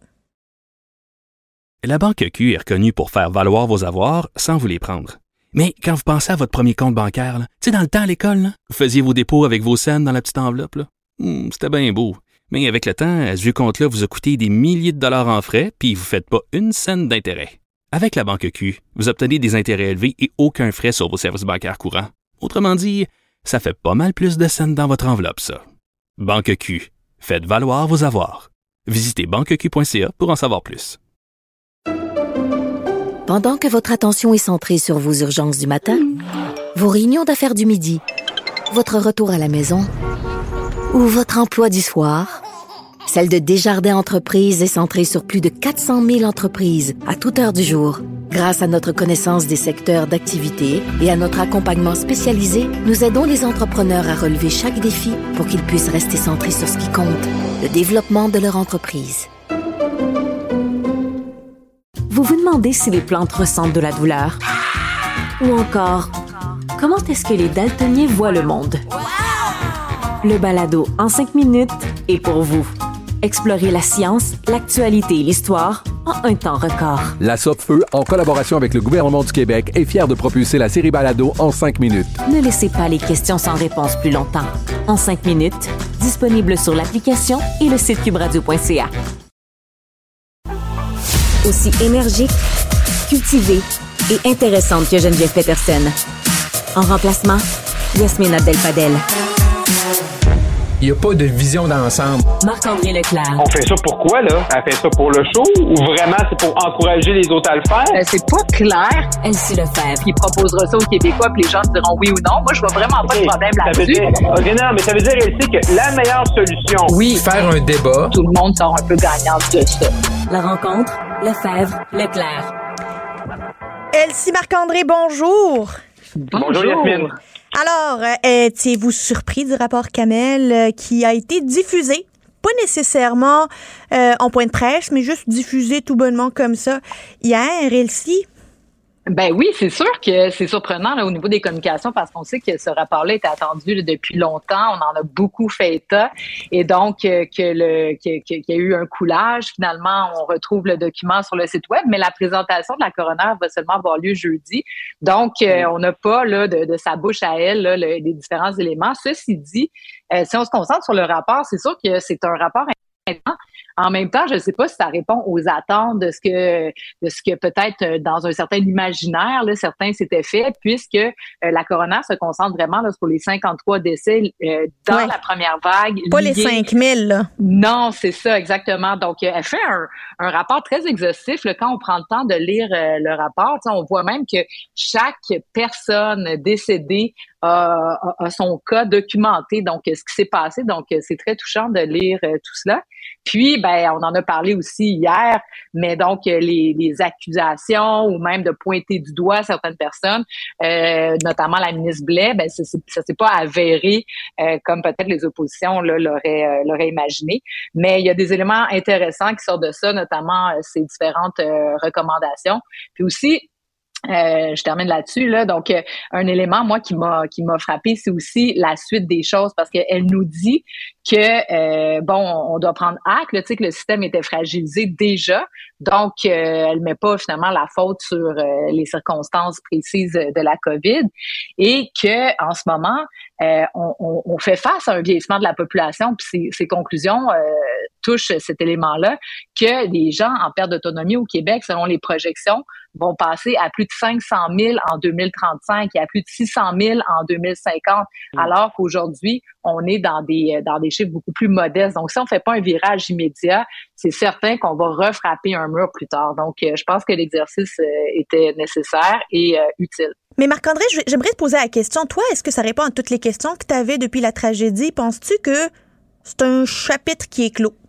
[SPEAKER 1] La Banque Q est reconnue pour faire valoir vos avoirs sans vous les prendre. Mais quand vous pensez à votre premier compte bancaire, tu sais, dans le temps à l'école, là, vous faisiez vos dépôts avec vos scènes dans la petite enveloppe. Là. Hum, c'était bien beau. Mais avec le temps, ce vieux compte-là vous a coûté des milliers de dollars en frais puis vous ne faites pas une scène d'intérêt. Avec la Banque Q, vous obtenez des intérêts élevés et aucun frais sur vos services bancaires courants. Autrement dit, ça fait pas mal plus de scènes dans votre enveloppe, ça. Banque Q. Faites valoir vos avoirs. Visitez banque q point c a pour en savoir plus.
[SPEAKER 2] Pendant que votre attention est centrée sur vos urgences du matin, vos réunions d'affaires du midi, votre retour à la maison ou votre emploi du soir, celle de Desjardins Entreprises est centrée sur plus de quatre cent mille entreprises à toute heure du jour. Grâce à notre connaissance des secteurs d'activité et à notre accompagnement spécialisé, nous aidons les entrepreneurs à relever chaque défi pour qu'ils puissent rester centrés sur ce qui compte, le développement de leur entreprise.
[SPEAKER 7] Vous vous demandez si les plantes ressentent de la douleur? Ou encore, comment est-ce que les daltoniens voient le monde? Le balado en cinq minutes est pour vous. Explorez la science, l'actualité et l'histoire en un temps record.
[SPEAKER 10] La Sopfeu, en collaboration avec le gouvernement du Québec, est fière de propulser la série Balado en cinq minutes.
[SPEAKER 7] Ne laissez pas les questions sans réponse plus longtemps. En cinq minutes, disponible sur l'application et le site cube radio point c a.
[SPEAKER 2] Aussi énergique, cultivée et intéressante que Geneviève Peterson. En remplacement, Yasmine Abdel-Fadel.
[SPEAKER 14] Il n'y a pas de vision d'ensemble.
[SPEAKER 7] Marc-André Leclerc.
[SPEAKER 15] On fait ça pourquoi, là? Elle fait ça pour le show ou vraiment c'est pour encourager les autres à le faire?
[SPEAKER 16] Euh, c'est pas clair.
[SPEAKER 7] Elsie Lefebvre.
[SPEAKER 16] Il proposera ça aux Québécois puis les gens diront oui ou non. Moi, je vois vraiment pas okay. de problème
[SPEAKER 15] ça
[SPEAKER 16] là-dessus.
[SPEAKER 15] Veut dire, okay, non, mais ça veut dire, Elsie, que la meilleure solution...
[SPEAKER 14] Oui, faire un débat.
[SPEAKER 16] Tout le monde sort un peu gagnant de ça.
[SPEAKER 7] La rencontre, Lefebvre, Leclerc.
[SPEAKER 5] Elsie Marc-André, bonjour.
[SPEAKER 15] Bonjour, bonjour Yasmine.
[SPEAKER 5] Alors, euh, étiez-vous surpris du rapport Kamel euh, qui a été diffusé? Pas nécessairement euh, en point de presse, mais juste diffusé tout bonnement comme ça hier, Elsie?
[SPEAKER 16] Ben oui, c'est sûr que c'est surprenant là, au niveau des communications parce qu'on sait que ce rapport-là était attendu là, depuis longtemps. On en a beaucoup fait état et donc euh, que le que, que, qu'il y a eu un coulage. Finalement, on retrouve le document sur le site web, mais la présentation de la coroner va seulement avoir lieu jeudi. Donc, euh, on n'a pas là de, de sa bouche à elle là, le, les différents éléments. Ceci dit, euh, si on se concentre sur le rapport, c'est sûr que c'est un rapport important. En même temps, je ne sais pas si ça répond aux attentes de ce que de ce que peut-être dans un certain imaginaire, là, certains s'étaient fait, puisque euh, la coroner se concentre vraiment là, sur les cinquante-trois décès euh, dans ouais. la première vague.
[SPEAKER 5] Pas liés... les cinq mille, là.
[SPEAKER 16] Non, c'est ça, exactement. Donc, euh, elle fait un, un rapport très exhaustif. Là, quand on prend le temps de lire euh, le rapport, on voit même que chaque personne décédée a, a, a son cas documenté, donc ce qui s'est passé. Donc, c'est très touchant de lire euh, tout cela. Puis, ben, on en a parlé aussi hier, mais donc les, les accusations ou même de pointer du doigt certaines personnes, euh, notamment la ministre Blais, ben ça, ça s'est pas avéré euh, comme peut-être les oppositions là, l'auraient, euh, l'auraient imaginé. Mais il y a des éléments intéressants qui sortent de ça, notamment euh, ces différentes euh, recommandations. Puis aussi, Euh, je termine là-dessus, là. Donc, euh, un élément, moi, qui m'a qui m'a frappé, c'est aussi la suite des choses, parce qu'elle nous dit que euh, bon, on doit prendre acte, là, tu sais, que le système était fragilisé déjà. Donc, euh, elle met pas finalement la faute sur euh, les circonstances précises de la COVID, et que en ce moment, euh, on, on, on fait face à un vieillissement de la population. Puis ces, ces conclusions euh, touchent cet élément-là, que les gens en perte d'autonomie au Québec, selon les projections, vont passer à plus de cinq cent mille en deux mille trente-cinq et à plus de six cent mille en deux mille cinquante, mmh. alors qu'aujourd'hui, on est dans des dans des chiffres beaucoup plus modestes. Donc, si on fait pas un virage immédiat, c'est certain qu'on va refrapper un mur plus tard. Donc, euh, je pense que l'exercice euh, était nécessaire et euh, utile.
[SPEAKER 5] Mais Marc-André, j'aimerais te poser la question. Toi, est-ce que ça répond à toutes les questions que tu avais depuis la tragédie? Penses-tu que c'est un chapitre qui est clos?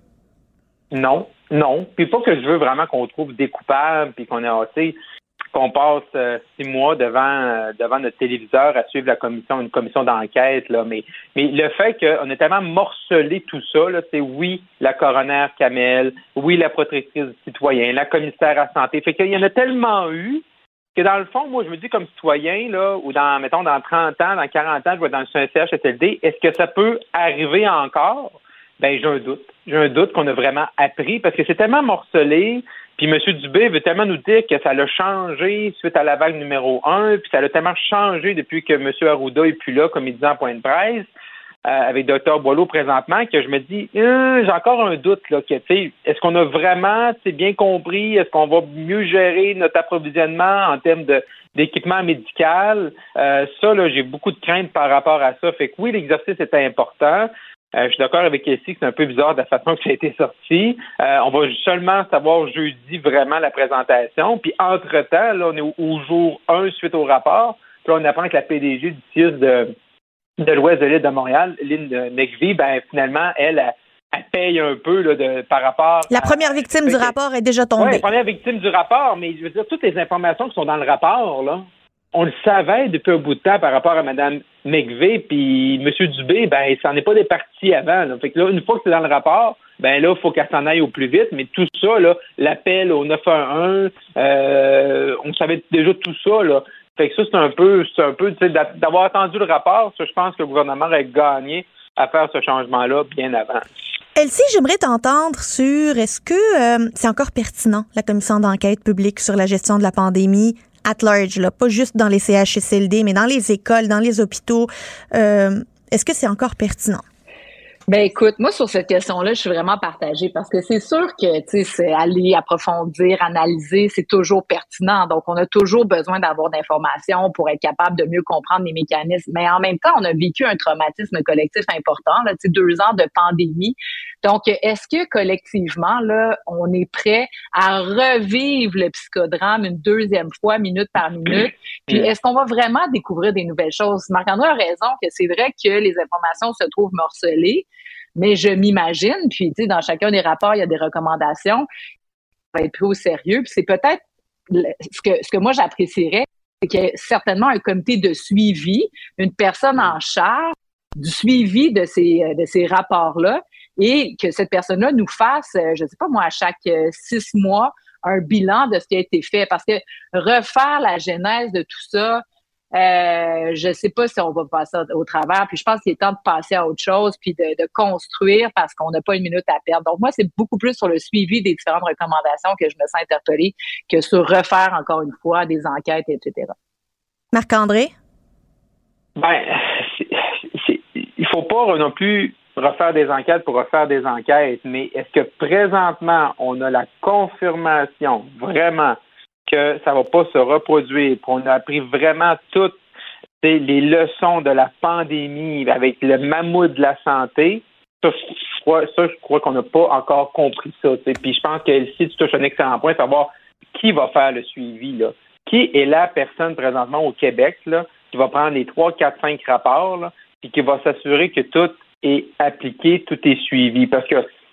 [SPEAKER 15] Non. Non, puis pas que je veux vraiment qu'on trouve des coupables, puis qu'on ait hâté, qu'on passe euh, six mois devant euh, devant notre téléviseur à suivre la commission, une commission d'enquête, là. Mais mais le fait qu'on a tellement morcelé tout ça, là, c'est oui la coroner Kamel, oui la protectrice du citoyen, la commissaire à santé, fait qu'il y en a tellement eu que dans le fond, moi je me dis comme citoyen là, ou dans mettons dans trente ans, dans quarante ans, je vais dans le C H S L D, est-ce que ça peut arriver encore? Ben, j'ai un doute. J'ai un doute qu'on a vraiment appris parce que c'est tellement morcelé. Puis M. Dubé veut tellement nous dire que ça l'a changé suite à la vague numéro un, puis ça l'a tellement changé depuis que M. Arruda est plus là, comme il dit en point de presse, euh, avec Dr Boileau présentement, que je me dis, euh, j'ai encore un doute, là, que, tu sais, est-ce qu'on a vraiment, c'est bien compris, est-ce qu'on va mieux gérer notre approvisionnement en termes de d'équipement médical? Euh, ça, là, j'ai beaucoup de craintes par rapport à ça. Fait que oui, l'exercice est important. Euh, je suis d'accord avec Elsie que c'est un peu bizarre de la façon que ça a été sorti. Euh, on va seulement savoir jeudi vraiment la présentation. Puis entre-temps, là, on est au, au jour un suite au rapport. Puis là, on apprend que la P D G du C I U S de, de l'Ouest de l'île de Montréal, Lynn McVie, ben finalement, elle, elle, elle paye un peu là, de, par rapport...
[SPEAKER 5] La première victime à, du rapport est déjà tombée.
[SPEAKER 15] Oui, la première victime du rapport, mais je veux dire, toutes les informations qui sont dans le rapport, là, on le savait depuis un bout de temps par rapport à Mme McVie, puis M. Dubé, ben, il s'en est pas départi avant. Là. Fait que là, une fois que c'est dans le rapport, ben là, il faut qu'elle s'en aille au plus vite. Mais tout ça, là, l'appel au neuf un un, euh, on savait déjà tout ça, là. Fait que ça, c'est un peu, c'est un peu, tu sais, d'avoir attendu le rapport, ça, je pense que le gouvernement aurait gagné à faire ce changement-là bien avant.
[SPEAKER 5] Elsie, j'aimerais t'entendre sur est-ce que euh, c'est encore pertinent, la commission d'enquête publique sur la gestion de la pandémie at large, là, pas juste dans les C H S L D, mais dans les écoles, dans les hôpitaux. Euh, est-ce que c'est encore pertinent?
[SPEAKER 16] Ben écoute, moi sur cette question-là, je suis vraiment partagée parce que c'est sûr que tu sais, c'est aller approfondir, analyser, c'est toujours pertinent. Donc on a toujours besoin d'avoir d'informations pour être capable de mieux comprendre les mécanismes. Mais en même temps, on a vécu un traumatisme collectif important, là, tu sais, deux ans de pandémie. Donc est-ce que collectivement là, on est prêt à revivre le psychodrame une deuxième fois, minute par minute? Puis est-ce qu'on va vraiment découvrir des nouvelles choses? Marc-André a raison que c'est vrai que les informations se trouvent morcelées. Mais je m'imagine, puis tu sais, dans chacun des rapports, il y a des recommandations, ça va être pris au sérieux. Puis c'est peut-être ce que ce que moi j'apprécierais, c'est qu'il y ait certainement un comité de suivi, une personne en charge du suivi de ces de ces rapports-là, et que cette personne-là nous fasse, je sais pas moi, à chaque six mois, un bilan de ce qui a été fait. Parce que refaire la genèse de tout ça, Euh, je sais pas si on va passer au travers, puis je pense qu'il est temps de passer à autre chose, puis de, de construire parce qu'on n'a pas une minute à perdre. Donc moi, c'est beaucoup plus sur le suivi des différentes recommandations que je me sens interpellée que sur refaire encore une fois des enquêtes, et cetera.
[SPEAKER 5] Marc-André?
[SPEAKER 15] Ben, c'est, c'est, il faut pas non plus refaire des enquêtes pour refaire des enquêtes, mais est-ce que présentement, on a la confirmation vraiment que ça va pas se reproduire, qu'on a appris vraiment toutes les leçons de la pandémie avec le mammouth de la santé? Ça, je crois, ça, je crois qu'on n'a pas encore compris ça. T'sais. Puis je pense que si tu touches un excellent point, savoir qui va faire le suivi, là. Qui est la personne présentement au Québec là, qui va prendre les trois, quatre, cinq rapports là, puis qui va s'assurer que tout est appliqué, tout est suivi. Parce que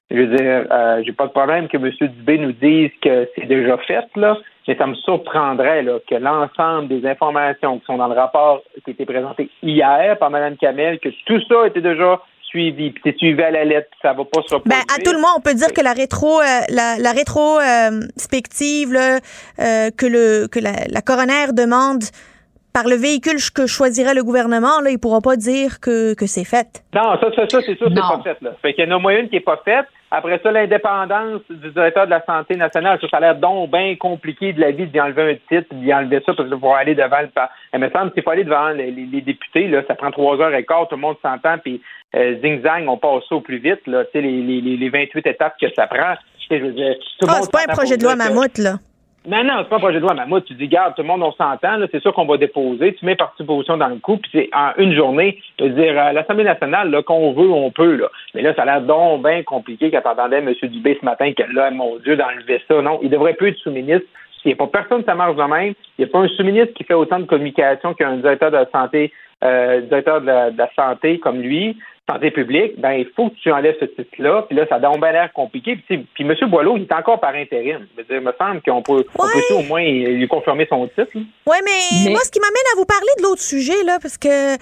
[SPEAKER 15] Je veux dire, euh, j'ai pas de problème que M. Dubé nous dise que c'est déjà fait, là, mais ça me surprendrait là, que l'ensemble des informations qui sont dans le rapport qui a été présenté hier par Mme Kamel, que tout ça était déjà suivi, puis c'est suivi à la lettre, puis ça va pas se reproduire.
[SPEAKER 5] Ben, à tout le monde, on peut dire que la rétro, euh, la, la rétrospective, là, euh, que le que la, la coroner demande par le véhicule que choisirait le gouvernement, là, il pourra pas dire que, que c'est fait.
[SPEAKER 15] Non, ça, ça, ça c'est sûr que c'est pas fait, là. Fait qu'il y en a moyen qui est pas faite. Après ça, l'indépendance du directeur de la Santé nationale, ça, ça a l'air donc bien compliqué de la vie d'y enlever un titre, d'y enlever ça, parce qu'il faut aller devant le... Il me semble qu'il faut aller devant les, les, les députés, là, ça prend trois heures et quart, tout le monde s'entend, puis euh, zing-zang, on passe ça au plus vite, là, tu sais, les, les, les vingt-huit étapes que ça prend. Je veux dire, tout le
[SPEAKER 5] ah,
[SPEAKER 15] monde
[SPEAKER 5] c'est pas un projet de loi mammouth, là.
[SPEAKER 15] Non, non, c'est pas un projet de loi mammouth. Tu dis, garde, tout le monde, on s'entend, là, c'est sûr qu'on va déposer. Tu mets partie position dans le coup, puis c'est en une journée, je veux dire, à l'Assemblée nationale, là, qu'on veut, on peut, là. Mais là, ça a l'air donc bien compliqué quand t'entendais M. Dubé ce matin que là, mon Dieu, d'enlever ça. Non, il devrait plus être sous-ministre. Il n'y a pas personne, ça marche de même. Il n'y a pas un sous-ministre qui fait autant de communication qu'un directeur de la santé, euh, directeur de la, de la santé comme lui. Santé publique, ben il faut que tu enlèves ce titre-là, puis là, ça a donc bien l'air compliqué. Puis, puis M. Boileau, il est encore par intérim. Je veux dire, il me semble qu'on peut, ouais. on peut au moins lui confirmer son titre.
[SPEAKER 5] Oui, mais, mais moi, ce qui m'amène à vous parler de l'autre sujet, là, parce que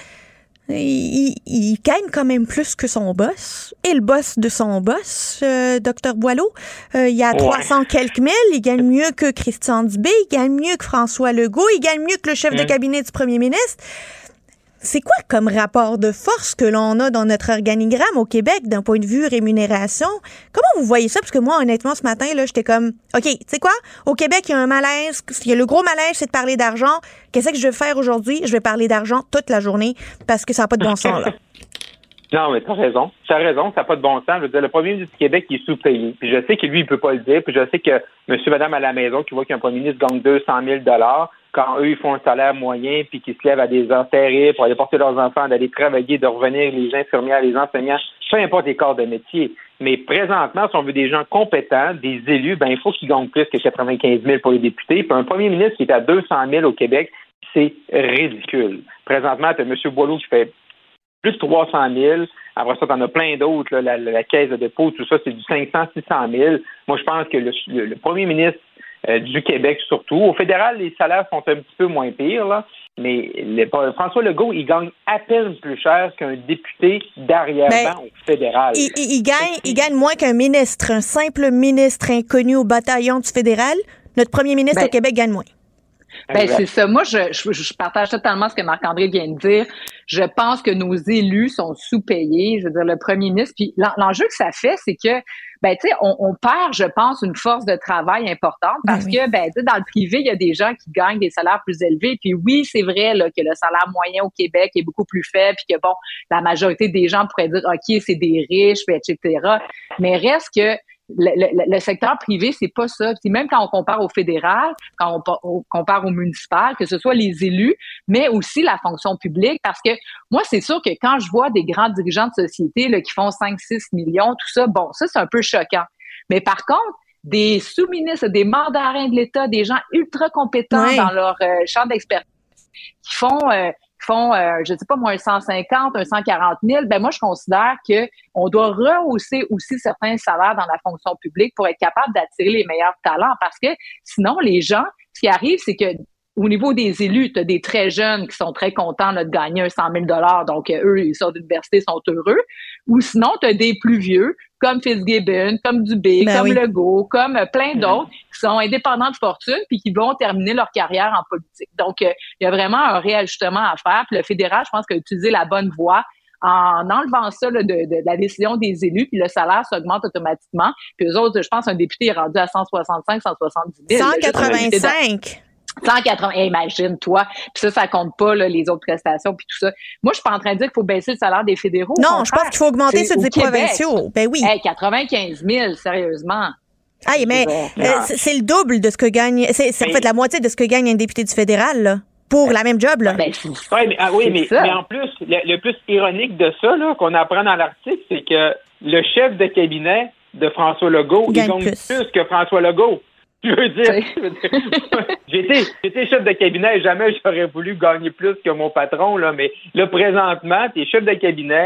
[SPEAKER 5] il, il gagne quand même plus que son boss, et le boss de son boss, euh, Dr Boileau. Euh, il y a ouais. trois cents quelques mille, il gagne mieux que Christian Dubé, il gagne mieux que François Legault, il gagne mieux que le chef mmh. de cabinet du premier ministre. C'est quoi comme rapport de force que l'on a dans notre organigramme au Québec d'un point de vue rémunération? Comment vous voyez ça? Parce que moi, honnêtement, ce matin, là, j'étais comme, OK, tu sais quoi? Au Québec, il y a un malaise. Il y a le gros malaise, c'est de parler d'argent. Qu'est-ce que je vais faire aujourd'hui? Je vais parler d'argent toute la journée parce que ça n'a pas de bon sens, là.
[SPEAKER 15] Non, mais t'as raison. T'as raison, ça n'a pas de bon sens. Je veux dire, le premier ministre du Québec, il est sous-payé. Puis je sais que lui, il peut pas le dire. Puis je sais que monsieur, madame à la maison, qui voit qu'un premier ministre gagne deux cent mille dollars, quand eux, ils font un salaire moyen, puis qu'ils se lèvent à des heures terribles pour aller porter leurs enfants, d'aller travailler, de revenir, les infirmières, les enseignants, peu importe les corps de métier. Mais présentement, si on veut des gens compétents, des élus, ben il faut qu'ils gagnent plus que quatre-vingt-quinze mille pour les députés. Puis un premier ministre qui est à deux cent mille au Québec, c'est ridicule. Présentement, tu as M. Boileau qui fait plus de trois cent mille. Après ça, t'en as plein d'autres, là, la, la, la caisse de dépôt, tout ça, c'est du cinq cents, six cent mille. Moi, je pense que le, le, le premier ministre euh, du Québec, surtout, au fédéral, les salaires sont un petit peu moins pires, là, mais les, François Legault, il gagne à peine plus cher qu'un député d'arrière-ban au fédéral.
[SPEAKER 5] Il, il, il, gagne, il gagne moins qu'un ministre, un simple ministre inconnu au bataillon du fédéral. Notre premier ministre ben, au Québec gagne moins.
[SPEAKER 16] Ben, c'est ça. Moi, je, je, je partage totalement ce que Marc-André vient de dire. Je pense que nos élus sont sous-payés. Je veux dire, le premier ministre. Puis l'enjeu que ça fait, c'est que, ben, tu sais, on, on perd, je pense, une force de travail importante parce ben oui. que, ben, tu sais, dans le privé, il y a des gens qui gagnent des salaires plus élevés. Puis oui, c'est vrai, là, que le salaire moyen au Québec est beaucoup plus faible puis que, bon, la majorité des gens pourraient dire, OK, c'est des riches, et cetera. Mais reste que, Le, le, le secteur privé, c'est pas ça. Puis même quand on compare au fédéral, quand on, on compare au municipal, que ce soit les élus, mais aussi la fonction publique, parce que moi, c'est sûr que quand je vois des grands dirigeants de société là, qui font cinq six millions, tout ça, bon, ça, c'est un peu choquant. Mais par contre, des sous-ministres, des mandarins de l'État, des gens ultra compétents oui. dans leur euh, champ d'expertise, qui font... Euh, font, euh, je ne sais pas moi, un cent cinquante, un cent quarante mille, ben moi, je considère que on doit rehausser aussi certains salaires dans la fonction publique pour être capable d'attirer les meilleurs talents parce que sinon, les gens, ce qui arrive, c'est que au niveau des élus, tu as des très jeunes qui sont très contents là, de gagner un cent mille dollars, donc euh, eux, ils sortent d'université, sont heureux. Ou sinon, tu as des plus vieux, comme Fitzgibbon, comme Dubé, ben comme oui. Legault, comme euh, plein d'autres, qui sont indépendants de fortune puis qui vont terminer leur carrière en politique. Donc, euh, il y a vraiment un réajustement à faire. Puis le fédéral, je pense, qu'il a utilisé la bonne voie en enlevant ça là, de, de, de la décision des élus, puis le salaire s'augmente automatiquement. Puis eux autres, je pense qu'un député est rendu à cent soixante-cinq, cent soixante-dix mille.
[SPEAKER 5] cent quatre-vingt-cinq
[SPEAKER 16] cent quatre-vingts, imagine-toi. Puis ça, ça compte pas là, les autres prestations puis tout ça. Moi, je suis pas en train de dire qu'il faut baisser le salaire des fédéraux.
[SPEAKER 5] Non, je pense qu'il faut augmenter ceux des provinciaux. Ben oui.
[SPEAKER 16] Hey, quatre-vingt-quinze mille, sérieusement.
[SPEAKER 5] Ah, mais euh, c'est, c'est le double de ce que gagne... C'est, c'est en fait la moitié de ce que gagne un député du fédéral, là. Pour la même job, là.
[SPEAKER 15] Ben, ouais, mais, ah, oui, mais, mais en plus, le, le plus ironique de ça, là, qu'on apprend dans l'article, c'est que le chef de cabinet de François Legault, il gagne, il gagne plus. plus que François Legault. Je veux dire, je veux dire j'ai, été, j'ai été chef de cabinet et jamais j'aurais voulu gagner plus que mon patron, là, mais là, présentement, t'es chef de cabinet,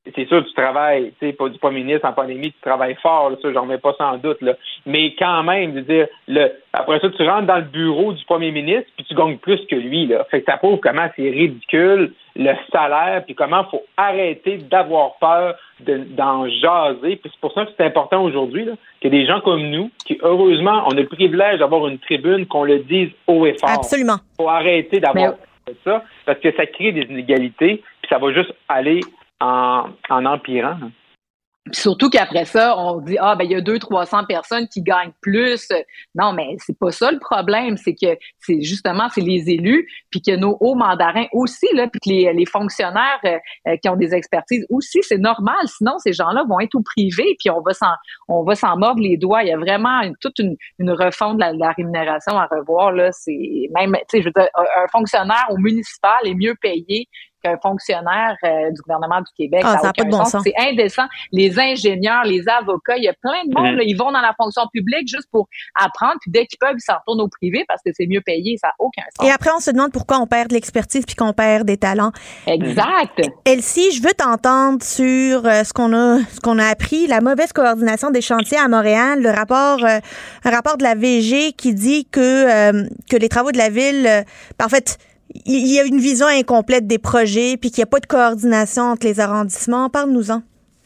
[SPEAKER 15] c'est sûr, tu travailles, tu sais, pas du premier ministre en pandémie, tu travailles fort, là, ça, j'en mets pas sans doute, là. Mais quand même, je veux dire, le, après ça, tu rentres dans le bureau du premier ministre, puis tu gagnes plus que lui, là. Fait que ça prouve comment c'est ridicule, le salaire, puis comment il faut arrêter d'avoir peur de, d'en jaser. Puis c'est pour ça que c'est important aujourd'hui, là, qu'il y ait des gens comme nous, qui, heureusement, on a le privilège d'avoir une tribune, qu'on le dise haut et fort.
[SPEAKER 5] Absolument.
[SPEAKER 15] Il faut arrêter d'avoir
[SPEAKER 5] Mais...
[SPEAKER 15] ça, parce que ça crée des inégalités, puis ça va juste aller en, en empirant.
[SPEAKER 16] Puis surtout qu'après ça, on dit ah ben il y a deux trois cents personnes qui gagnent plus. Non, mais c'est pas ça le problème, c'est que c'est justement c'est les élus, puis que nos hauts mandarins aussi là, puis que les, les fonctionnaires euh, qui ont des expertises aussi, c'est normal. Sinon ces gens-là vont être au privé, puis on va s'en on va s'en mordre les doigts. Il y a vraiment une, toute une, une refonte de la, de la rémunération à revoir là. C'est même tu sais je veux dire un fonctionnaire au municipal est mieux payé qu'un fonctionnaire euh, du gouvernement du Québec.
[SPEAKER 5] Ah,
[SPEAKER 16] ça n'a
[SPEAKER 5] pas de bon sens.
[SPEAKER 16] C'est indécent. Les ingénieurs, les avocats, il y a plein de monde, mmh. là, ils vont dans la fonction publique juste pour apprendre, puis dès qu'ils peuvent, ils s'en retournent au privé parce que c'est mieux payé. Ça n'a aucun sens.
[SPEAKER 5] Et après, on se demande pourquoi on perd de l'expertise puis qu'on perd des talents.
[SPEAKER 16] Exact.
[SPEAKER 5] Elsie, je veux t'entendre sur euh, ce qu'on a ce qu'on a appris, la mauvaise coordination des chantiers à Montréal, le rapport euh, un rapport de la V G qui dit que euh, que les travaux de la ville, euh, en fait, il y a une vision incomplète des projets puis qu'il n'y a pas de coordination entre les arrondissements. Parle-nous-en.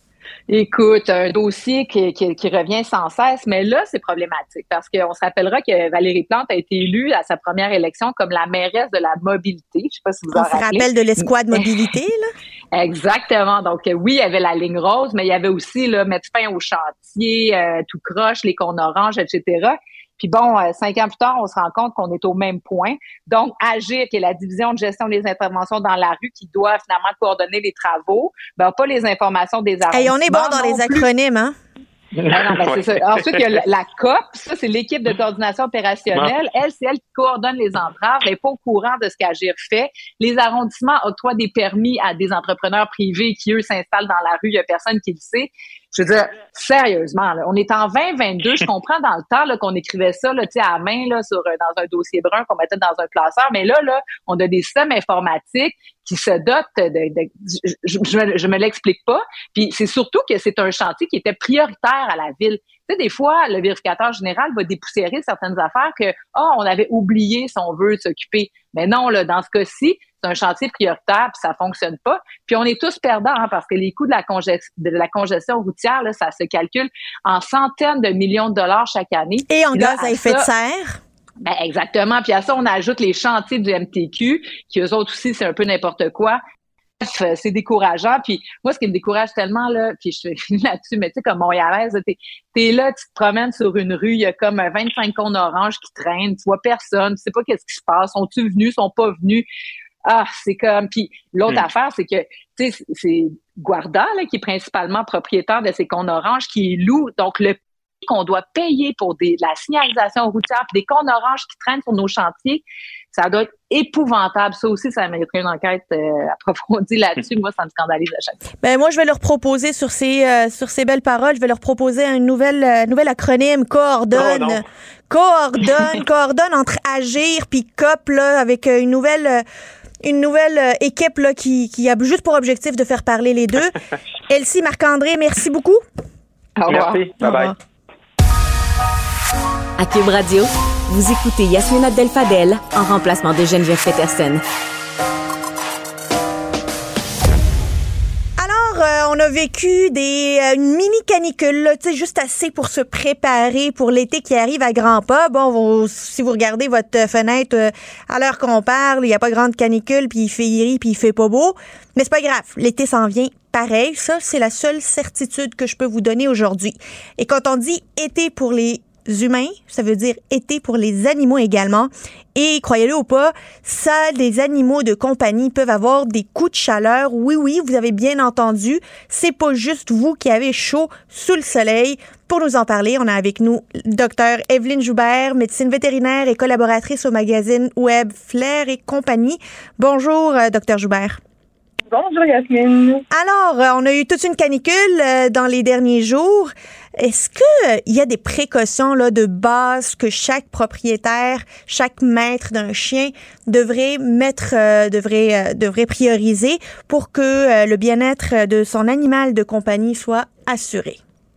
[SPEAKER 16] Écoute, un dossier qui, qui, qui revient sans cesse, mais là, c'est problématique parce qu'on se rappellera que Valérie Plante a été élue à sa première élection comme la mairesse de la mobilité. Je ne sais pas si vous
[SPEAKER 5] en
[SPEAKER 16] rappelez.
[SPEAKER 5] On se rappelle de l'escouade mobilité, là?
[SPEAKER 16] Exactement. Donc, oui, il y avait la ligne rose, mais il y avait aussi là, mettre fin au chantier, euh, tout croche, les cônes oranges, et cetera. Puis bon, euh, cinq ans plus tard, on se rend compte qu'on est au même point. Donc, AGIR, qui est la division de gestion des interventions dans la rue, qui doit finalement coordonner les travaux, ben pas les informations des arrondissements.
[SPEAKER 5] Hey, on est bon dans les acronymes, hein?
[SPEAKER 16] Ah non, ben c'est ça. Ensuite, il y a la, la C O P, ça, c'est l'équipe de coordination opérationnelle. Elle, c'est elle qui coordonne les entraves. Elle n'est pas au courant de ce qu'Agir fait. Les arrondissements octroient des permis à des entrepreneurs privés qui, eux, s'installent dans la rue. Il n'y a personne qui le sait. Je veux dire, sérieusement, là, on est en vingt vingt-deux. Je comprends dans le temps là, qu'on écrivait ça là, à la main là, sur, dans un dossier brun qu'on mettait dans un classeur. Mais là, là, on a des systèmes informatiques qui se dotent de... de je, je, je, me, je me l'explique pas. Puis c'est surtout que c'est un chantier qui était prioritaire à la ville. Tu sais, des fois, le vérificateur général va dépoussiérer certaines affaires que, oh, on avait oublié si on veut s'occuper. Mais non, là, dans ce cas-ci, c'est un chantier prioritaire, puis ça fonctionne pas. Puis on est tous perdants, hein, parce que les coûts de la, conge- de la congestion routière, là, ça se calcule en centaines de millions de dollars chaque année.
[SPEAKER 5] Et en
[SPEAKER 16] puis là,
[SPEAKER 5] gaz à effet
[SPEAKER 16] ça,
[SPEAKER 5] de serre.
[SPEAKER 16] Ben exactement. Puis à ça, on ajoute les chantiers du M T Q, qui eux autres aussi, c'est un peu n'importe quoi. Bref, c'est décourageant. Puis moi, ce qui me décourage tellement, là, puis je finis là-dessus, mais tu sais, comme Montréalaise, t'es, t'es là, tu te promènes sur une rue, il y a comme vingt-cinq cônes oranges qui traînent, tu vois personne, tu sais pas qu'est-ce qui se passe, sont-ils venus, sont pas venus? Ah, c'est comme... Puis l'autre mmh. affaire, c'est que, tu sais, c'est Guarda, là, qui est principalement propriétaire de ces cônes oranges, qui loue, donc le qu'on doit payer pour des, la signalisation routière, puis des cônes oranges qui traînent sur nos chantiers, ça doit être épouvantable. Ça aussi, ça mériterait une enquête euh, approfondie là-dessus. Moi, ça me scandalise à chaque fois.
[SPEAKER 5] Ben moi, je vais leur proposer sur ces euh, sur ces belles paroles, je vais leur proposer un nouvel euh, nouvel acronyme coordonne, oh, coordonne, coordonne entre Agir puis C O P là, avec euh, une nouvelle euh, une nouvelle euh, équipe là qui qui a juste pour objectif de faire parler les deux. Elsie, Marc-André, merci beaucoup.
[SPEAKER 16] Au revoir.
[SPEAKER 15] Merci. Bye bye.
[SPEAKER 7] À Cube Radio, vous écoutez Yasmine Abdel-Fadel en remplacement de Geneviève Peterson.
[SPEAKER 5] Alors, euh, on a vécu des euh, une mini canicule, tu sais, juste assez pour se préparer pour l'été qui arrive à grands pas. Bon, vous, si vous regardez votre fenêtre euh, à l'heure qu'on parle, il y a pas grande canicule, puis il fait gris, puis il fait pas beau. Mais c'est pas grave, l'été s'en vient. Pareil, ça, c'est la seule certitude que je peux vous donner aujourd'hui. Et quand on dit été pour les humains, ça veut dire été pour les animaux également. Et croyez-le ou pas, ça, les animaux de compagnie peuvent avoir des coups de chaleur. Oui, oui, vous avez bien entendu. C'est pas juste vous qui avez chaud sous le soleil. Pour nous en parler, on a avec nous Dr Evelyne Joubert, médecine vétérinaire et collaboratrice au magazine web Flair et compagnie. Bonjour, Dr Joubert.
[SPEAKER 17] Bonjour Yasmine.
[SPEAKER 5] Alors, on a eu toute une canicule dans les derniers jours. Est-ce que euh, il y a des précautions là, de base que chaque propriétaire, chaque maître d'un chien devrait mettre, euh, devrait, euh, devrait prioriser pour que euh, le bien-être de son animal de compagnie soit assuré?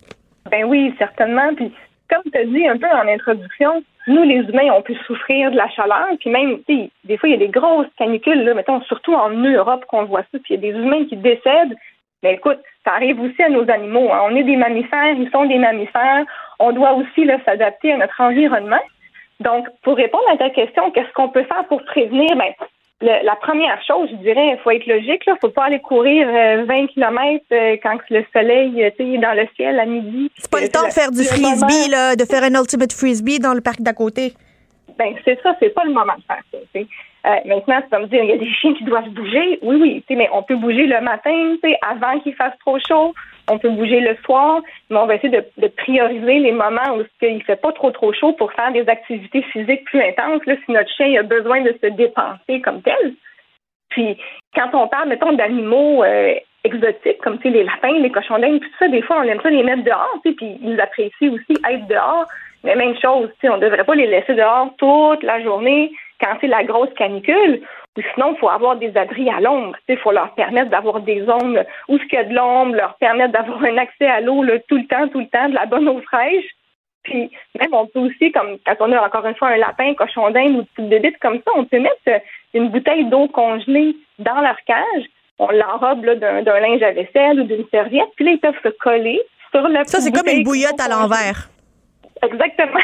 [SPEAKER 17] Ben oui, certainement. Puis, comme tu as dit un peu en introduction, nous, les humains, on peut souffrir de la chaleur. Puis même, tu sais, des fois, il y a des grosses canicules, là, mettons, surtout en Europe qu'on voit ça. Puis il y a des humains qui décèdent. Mais écoute, ça arrive aussi à nos animaux. Hein. On est des mammifères, ils sont des mammifères. On doit aussi là, s'adapter à notre environnement. Donc, pour répondre à ta question, qu'est-ce qu'on peut faire pour prévenir? Ben, le, la première chose, je dirais, il faut être logique. Il ne faut pas aller courir euh, vingt kilomètres euh, quand le soleil euh, est dans le ciel à midi.
[SPEAKER 5] C'est pas le temps de faire du frisbee, là, de faire un ultimate frisbee dans le parc d'à côté.
[SPEAKER 17] Ben c'est ça, c'est pas le moment de faire ça. Euh, maintenant, c'est comme dire, il y a des chiens qui doivent bouger. Oui, oui, mais on peut bouger le matin, avant qu'il fasse trop chaud. On peut bouger le soir, mais on va essayer de, de prioriser les moments où il ne fait pas trop trop chaud pour faire des activités physiques plus intenses. Là, si notre chien a besoin de se dépenser comme tel. Puis, quand on parle, mettons, d'animaux euh, exotiques, comme tu sais, les lapins, les cochons d'Inde, tout ça, des fois, on aime ça les mettre dehors, puis ils apprécient aussi être dehors. Mais même chose, on ne devrait pas les laisser dehors toute la journée quand c'est la grosse canicule. Ou sinon, il faut avoir des abris à l'ombre. Il faut leur permettre d'avoir des zones où il y a de l'ombre, leur permettre d'avoir un accès à l'eau là, tout le temps, tout le temps, de la bonne eau fraîche. Puis même, on peut aussi, comme quand on a encore une fois un lapin, un cochon d'Inde ou une petite bébite comme ça, on peut mettre une bouteille d'eau congelée dans leur cage. On l'enrobe là, d'un, d'un linge à vaisselle ou d'une serviette. Puis là, ils peuvent se coller sur la
[SPEAKER 5] Ça, c'est comme une bouillotte à l'envers.
[SPEAKER 17] Exactement.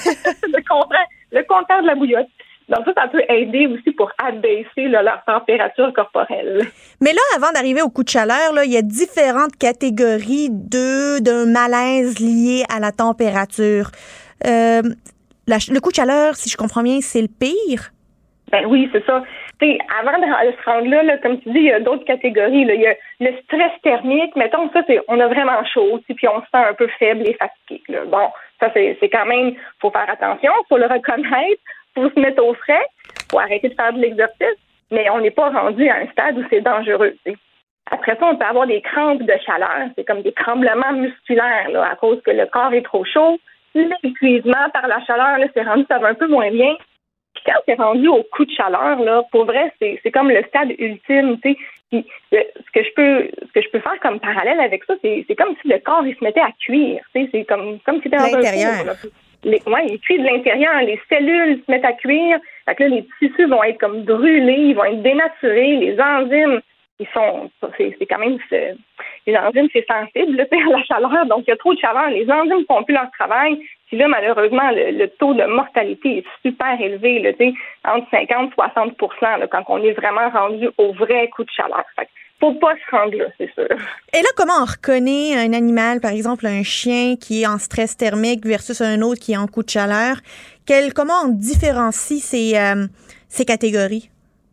[SPEAKER 17] le contraire, le contraire de la bouillotte. Donc ça, ça peut aider aussi pour abaisser là, leur température corporelle.
[SPEAKER 5] Mais là, avant d'arriver au coup de chaleur, là, il y a différentes catégories de d'un malaise lié à la température. Euh, la, le coup de chaleur, si je comprends bien, c'est le pire?
[SPEAKER 17] Ben oui, c'est ça. T'sais, avant de se rendre là, là, comme tu dis, il y a d'autres catégories. Là. Il y a le stress thermique. Mettons, ça, c'est on a vraiment chaud, puis on se sent un peu faible et fatigué. Là. Bon, ça, c'est, c'est quand même, faut faire attention, faut le reconnaître, faut se mettre au frais, faut arrêter de faire de l'exercice, mais on n'est pas rendu à un stade où c'est dangereux. T'sais. Après ça, on peut avoir des crampes de chaleur. C'est comme des tremblements musculaires là, à cause que le corps est trop chaud. L'épuisement par la chaleur, là, c'est rendu, ça va un peu moins bien. Puis quand c'est rendu au coup de chaleur, là, pour vrai, c'est, c'est comme le stade ultime, tu sais. Puis euh, ce que je peux, ce que je peux faire comme parallèle avec ça, c'est, c'est comme si le corps il se mettait à cuire, tu sais. C'est comme, comme si c'était dans
[SPEAKER 5] l'intérieur.
[SPEAKER 17] un four, là. Les, ouais, il cuit de l'intérieur, les cellules se mettent à cuire. Fait que là, les tissus vont être comme brûlés, ils vont être dénaturés, les enzymes, ils sont, c'est, c'est quand même, c'est, les enzymes, c'est sensible, là, à la chaleur, donc il y a trop de chaleur, les enzymes font plus leur travail. Puis là, malheureusement, le, le taux de mortalité est super élevé, là, entre cinquante et soixante pour cent là, quand on est vraiment rendu au vrai coup de chaleur. Fait faut pas se rendre là, c'est sûr.
[SPEAKER 5] Et là, comment on reconnaît un animal, par exemple un chien qui est en stress thermique versus un autre qui est en coup de chaleur? Quel, comment on différencie ces, euh, ces catégories?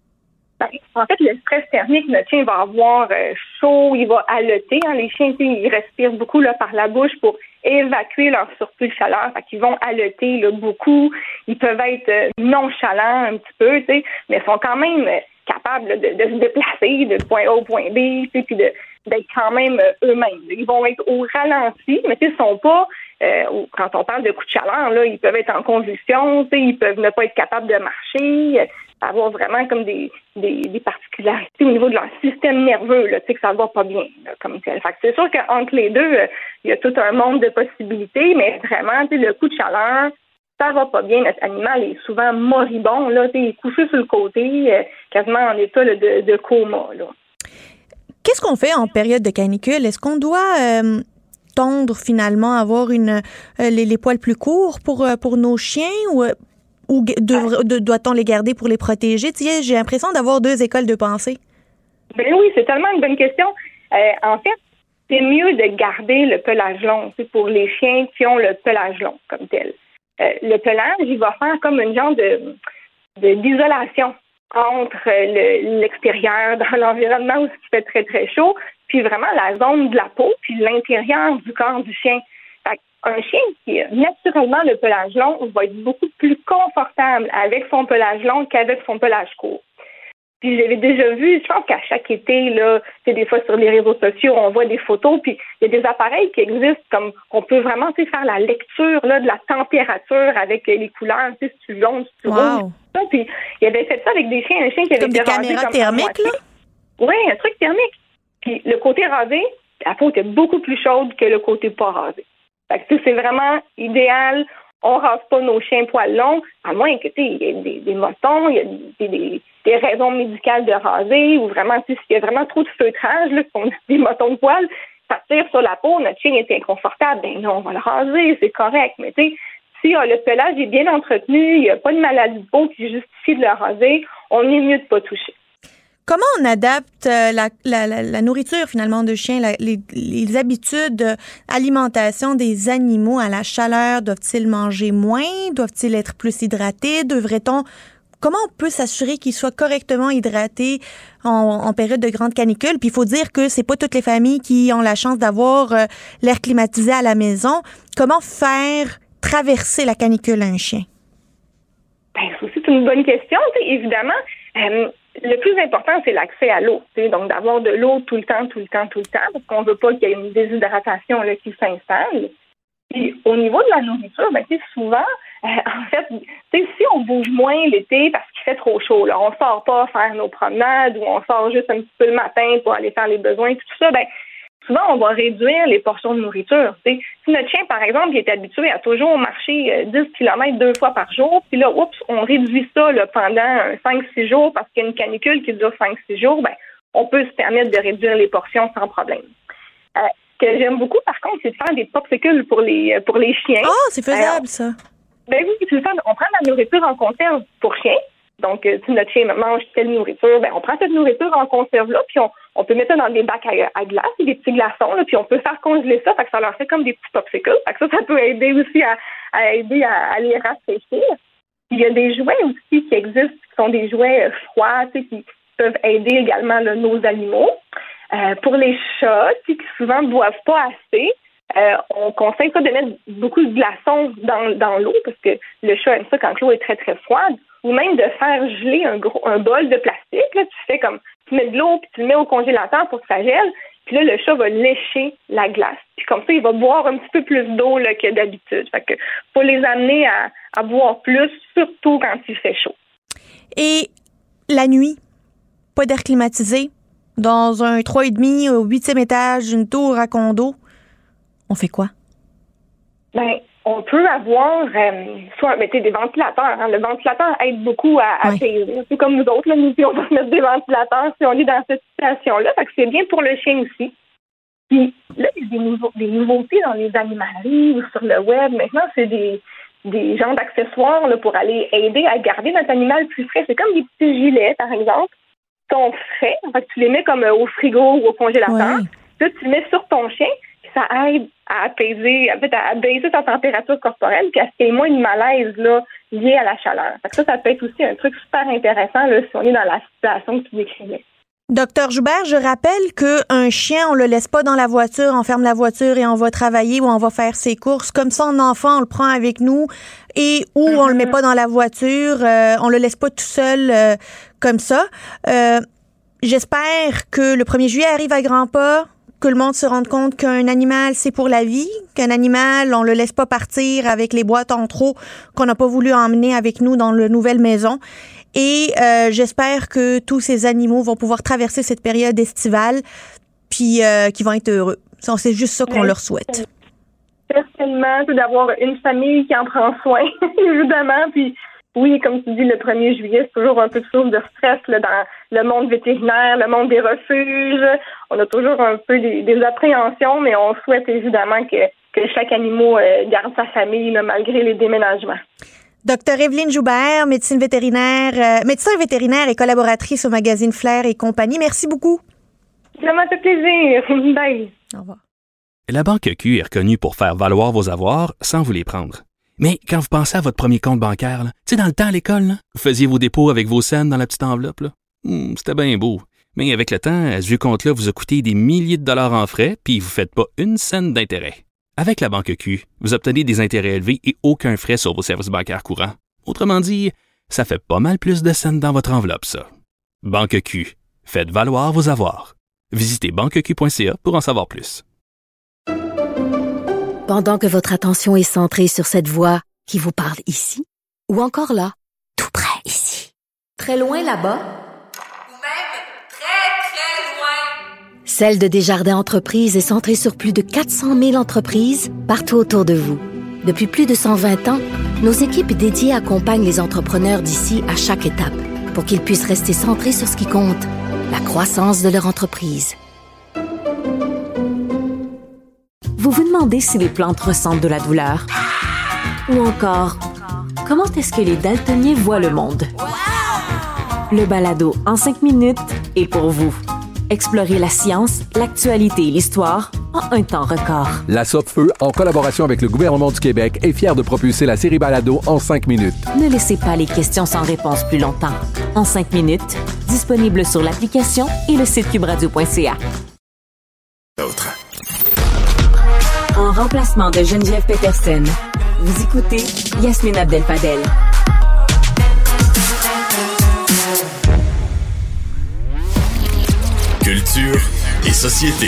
[SPEAKER 17] En fait, le stress thermique, notre chien va avoir euh, chaud, il va haleter. Hein. Les chiens, ils respirent beaucoup là, par la bouche pour évacuer leur surplus de chaleur. Fait qu'ils vont haleter là, beaucoup. Ils peuvent être euh, nonchalants un petit peu, t'sais, mais ils sont quand même euh, capables là, de, de se déplacer de point A au point B, puis de, d'être quand même euh, eux-mêmes. Ils vont être au ralenti, mais ils ne sont pas, euh, quand on parle de coups de chaleur, là, ils peuvent être en convulsion, ils peuvent ne pas être capables de marcher, euh, avoir vraiment comme des, des, des particularités au niveau de leur système nerveux, là, que ça va pas bien, là, comme tel. Fait que c'est sûr qu'entre les deux, euh, il y a tout un monde de possibilités, mais vraiment, le coup de chaleur, ça va pas bien. Notre animal est souvent moribond, là, il est couché sur le côté, euh, quasiment en état là, de, de coma. Là.
[SPEAKER 5] Qu'est-ce qu'on fait en période de canicule? Est-ce qu'on doit euh, tendre finalement, avoir une, euh, les, les poils plus courts pour, euh, pour nos chiens ou... Euh, Ou de, de, doit-on les garder pour les protéger? T'sais, j'ai l'impression d'avoir deux écoles de pensée.
[SPEAKER 17] Ben oui, c'est tellement une bonne question. Euh, en fait, c'est mieux de garder le pelage long. C'est pour les chiens qui ont le pelage long comme tel. Euh, le pelage, il va faire comme une genre de, de d'isolation entre le, l'extérieur dans l'environnement où il fait très, très chaud, puis vraiment la zone de la peau, puis l'intérieur du corps du chien. Fait un chien qui a naturellement le pelage long va être beaucoup plus confortable avec son pelage long qu'avec son pelage court. Puis j'avais déjà vu, je pense qu'à chaque été, là, c'est des fois sur les réseaux sociaux, on voit des photos, puis il y a des appareils qui existent, comme on peut vraiment faire la lecture là, de la température avec les couleurs, tu sais, si tu jaune, si tu
[SPEAKER 5] wow.
[SPEAKER 17] rouge. Puis il avait fait ça avec des chiens, un chien qui avait
[SPEAKER 5] comme
[SPEAKER 17] été
[SPEAKER 5] des
[SPEAKER 17] rasé
[SPEAKER 5] caméras
[SPEAKER 17] comme
[SPEAKER 5] thermiques, là?
[SPEAKER 17] Oui, un truc thermique. Puis le côté rasé, la peau était beaucoup plus chaude que le côté pas rasé. Fait que c'est vraiment idéal. On rase pas nos chiens poils longs, à moins que, tu sais, il y ait des, des motons, il y a des, des, des raisons médicales de raser, ou vraiment, tu sais, s'il y a vraiment trop de feutrage, là, qu'on a des motons de poils, ça tire sur la peau, notre chien est inconfortable, ben non, on va le raser, c'est correct. Mais tu sais, si euh, le pelage est bien entretenu, il n'y a pas de maladie de peau qui justifie de le raser, on est mieux de pas toucher.
[SPEAKER 5] Comment on adapte euh, la, la, la, la nourriture, finalement, de chiens, la, les, les habitudes d'alimentation des animaux à la chaleur? Doivent-ils manger moins? Doivent-ils être plus hydratés? Devrait-on... Comment on peut s'assurer qu'ils soient correctement hydratés en, en période de grande canicule? Puis il faut dire que c'est pas toutes les familles qui ont la chance d'avoir euh, l'air climatisé à la maison. Comment faire traverser la canicule à un chien?
[SPEAKER 17] Ben, c'est une bonne question, évidemment. Euh, Le plus important, c'est l'accès à l'eau. Donc, d'avoir de l'eau tout le temps, tout le temps, tout le temps, parce qu'on ne veut pas qu'il y ait une déshydratation là, qui s'installe. Puis, au niveau de la nourriture, ben, souvent, euh, en fait, si on bouge moins l'été parce qu'il fait trop chaud, là, on ne sort pas faire nos promenades ou on sort juste un petit peu le matin pour aller faire les besoins, tout ça, ben, souvent, on va réduire les portions de nourriture. T'sais. Si notre chien, par exemple, il est habitué à toujours marcher euh, dix kilomètres deux fois par jour, puis là, oups, on réduit ça là, pendant cinq six jours parce qu'il y a une canicule qui dure cinq six jours, ben, on peut se permettre de réduire les portions sans problème. Euh, ce que j'aime beaucoup, par contre, c'est de faire des popsicles pour les pour les chiens.
[SPEAKER 5] Ah, oh, c'est faisable, Alors, ça.
[SPEAKER 17] Ben oui, c'est ça. On prend de la nourriture en conserve pour chiens. Donc, euh, si notre chien mange telle nourriture, ben on prend cette nourriture en conserve-là, puis on, on peut mettre ça dans des bacs à, à glace, et des petits glaçons, là, puis on peut faire congeler ça, fait que ça leur fait comme des petits popsicles. Fait que ça, ça peut aider aussi à, à aider à, à les rafraîchir. Il y a des jouets aussi qui existent, qui sont des jouets froids, tu sais, qui peuvent aider également là, nos animaux. Euh, pour les chats, qui souvent ne boivent pas assez, euh, on conseille pas de mettre beaucoup de glaçons dans, dans l'eau, parce que le chat aime ça quand l'eau est très, très froide. Ou même de faire geler un gros un bol de plastique. Là, tu fais comme, tu mets de l'eau puis tu le mets au congélateur pour que ça gèle. Puis là, le chat va lécher la glace. Puis comme ça, il va boire un petit peu plus d'eau là, que d'habitude. Fait que faut les amener à, à boire plus, surtout quand il fait chaud.
[SPEAKER 5] Et la nuit, pas d'air climatisé, dans un trois virgule cinq au huitième étage, une tour à condo, on fait quoi?
[SPEAKER 17] Ben, on peut avoir euh, soit ben, des ventilateurs. Hein. Le ventilateur aide beaucoup à, à payer. C'est comme nous autres, là, nous aussi, on va mettre des ventilateurs si on est dans cette situation-là. Fait que c'est bien pour le chien aussi. Puis là, il y a des, nouveaux, des nouveautés dans les animaleries ou sur le web. Maintenant, c'est des, des genres d'accessoires là, pour aller aider à garder notre animal plus frais. C'est comme des petits gilets, par exemple, qui sont frais. En fait, tu les mets comme au frigo ou au congélateur. Ouais. Là, tu les mets sur ton chien. Ça aide à apaiser, en fait, à baisser sa température corporelle puis à ce qu'il y ait moins de malaise là, lié à la chaleur. Fait que ça, ça peut être aussi un truc super intéressant là, si on est dans la situation que tu décrivais.
[SPEAKER 5] Docteur Joubert, je rappelle qu'un chien, on le laisse pas dans la voiture, on ferme la voiture et on va travailler ou on va faire ses courses. Comme ça, un enfant, on le prend avec nous et ou mm-hmm. on le met pas dans la voiture, euh, on le laisse pas tout seul euh, comme ça. Euh, j'espère que le premier juillet arrive à grands pas, que le monde se rende compte qu'un animal, c'est pour la vie, qu'un animal, on le laisse pas partir avec les boîtes en trop qu'on n'a pas voulu emmener avec nous dans la nouvelle maison. Et euh, j'espère que tous ces animaux vont pouvoir traverser cette période estivale puis euh, qu'ils vont être heureux. C'est juste ça qu'on leur souhaite.
[SPEAKER 17] Certainement, d'avoir une famille qui en prend soin, évidemment, puis oui, comme tu dis, le premier juillet, c'est toujours un peu de source de stress là, dans le monde vétérinaire, le monde des refuges. On a toujours un peu des, des appréhensions, mais on souhaite évidemment que, que chaque animal euh, garde sa famille là, malgré les déménagements.
[SPEAKER 5] Docteur Evelyne Joubert, médecine vétérinaire, euh, médecin vétérinaire et collaboratrice au magazine Flair et compagnie. Merci beaucoup.
[SPEAKER 17] Ça m'a fait plaisir. Bye.
[SPEAKER 5] Au revoir.
[SPEAKER 1] La Banque Q est reconnue pour faire valoir vos avoirs sans vous les prendre. Mais quand vous pensez à votre premier compte bancaire, tu sais, dans le temps à l'école, là, vous faisiez vos dépôts avec vos scènes dans la petite enveloppe. Là. Hum, c'était bien beau. Mais avec le temps, à ce vieux compte-là vous a coûté des milliers de dollars en frais, puis vous ne faites pas une scène d'intérêt. Avec la Banque Q, vous obtenez des intérêts élevés et aucun frais sur vos services bancaires courants. Autrement dit, ça fait pas mal plus de scènes dans votre enveloppe, ça. Banque Q. Faites valoir vos avoirs. Visitez banque q point c a pour en savoir plus.
[SPEAKER 2] Pendant que votre attention est centrée sur cette voix qui vous parle ici, ou encore là, tout près ici, très loin là-bas,
[SPEAKER 3] ou même très, très loin,
[SPEAKER 2] Celle de Desjardins Entreprises est centrée sur plus de quatre cent mille entreprises partout autour de vous. Depuis plus de cent vingt ans, nos équipes dédiées accompagnent les entrepreneurs d'ici à chaque étape pour qu'ils puissent rester centrés sur ce qui compte, la croissance de leur entreprise.
[SPEAKER 7] Vous vous demandez si les plantes ressentent de la douleur? Ou encore, comment est-ce que les daltoniens voient le monde? Le balado en cinq minutes est pour vous. Explorez la science, l'actualité et l'histoire en un temps record.
[SPEAKER 10] La Sopfeu, en collaboration avec le gouvernement du Québec, est fière de propulser la série Balado en cinq minutes.
[SPEAKER 7] Ne laissez pas les questions sans réponse plus longtemps. En cinq minutes, disponible sur l'application et le site cube radio point c a.
[SPEAKER 4] Autre.
[SPEAKER 7] En remplacement de Geneviève Peterson, vous écoutez Yasmine Abdel-Fadel.
[SPEAKER 4] Culture et société.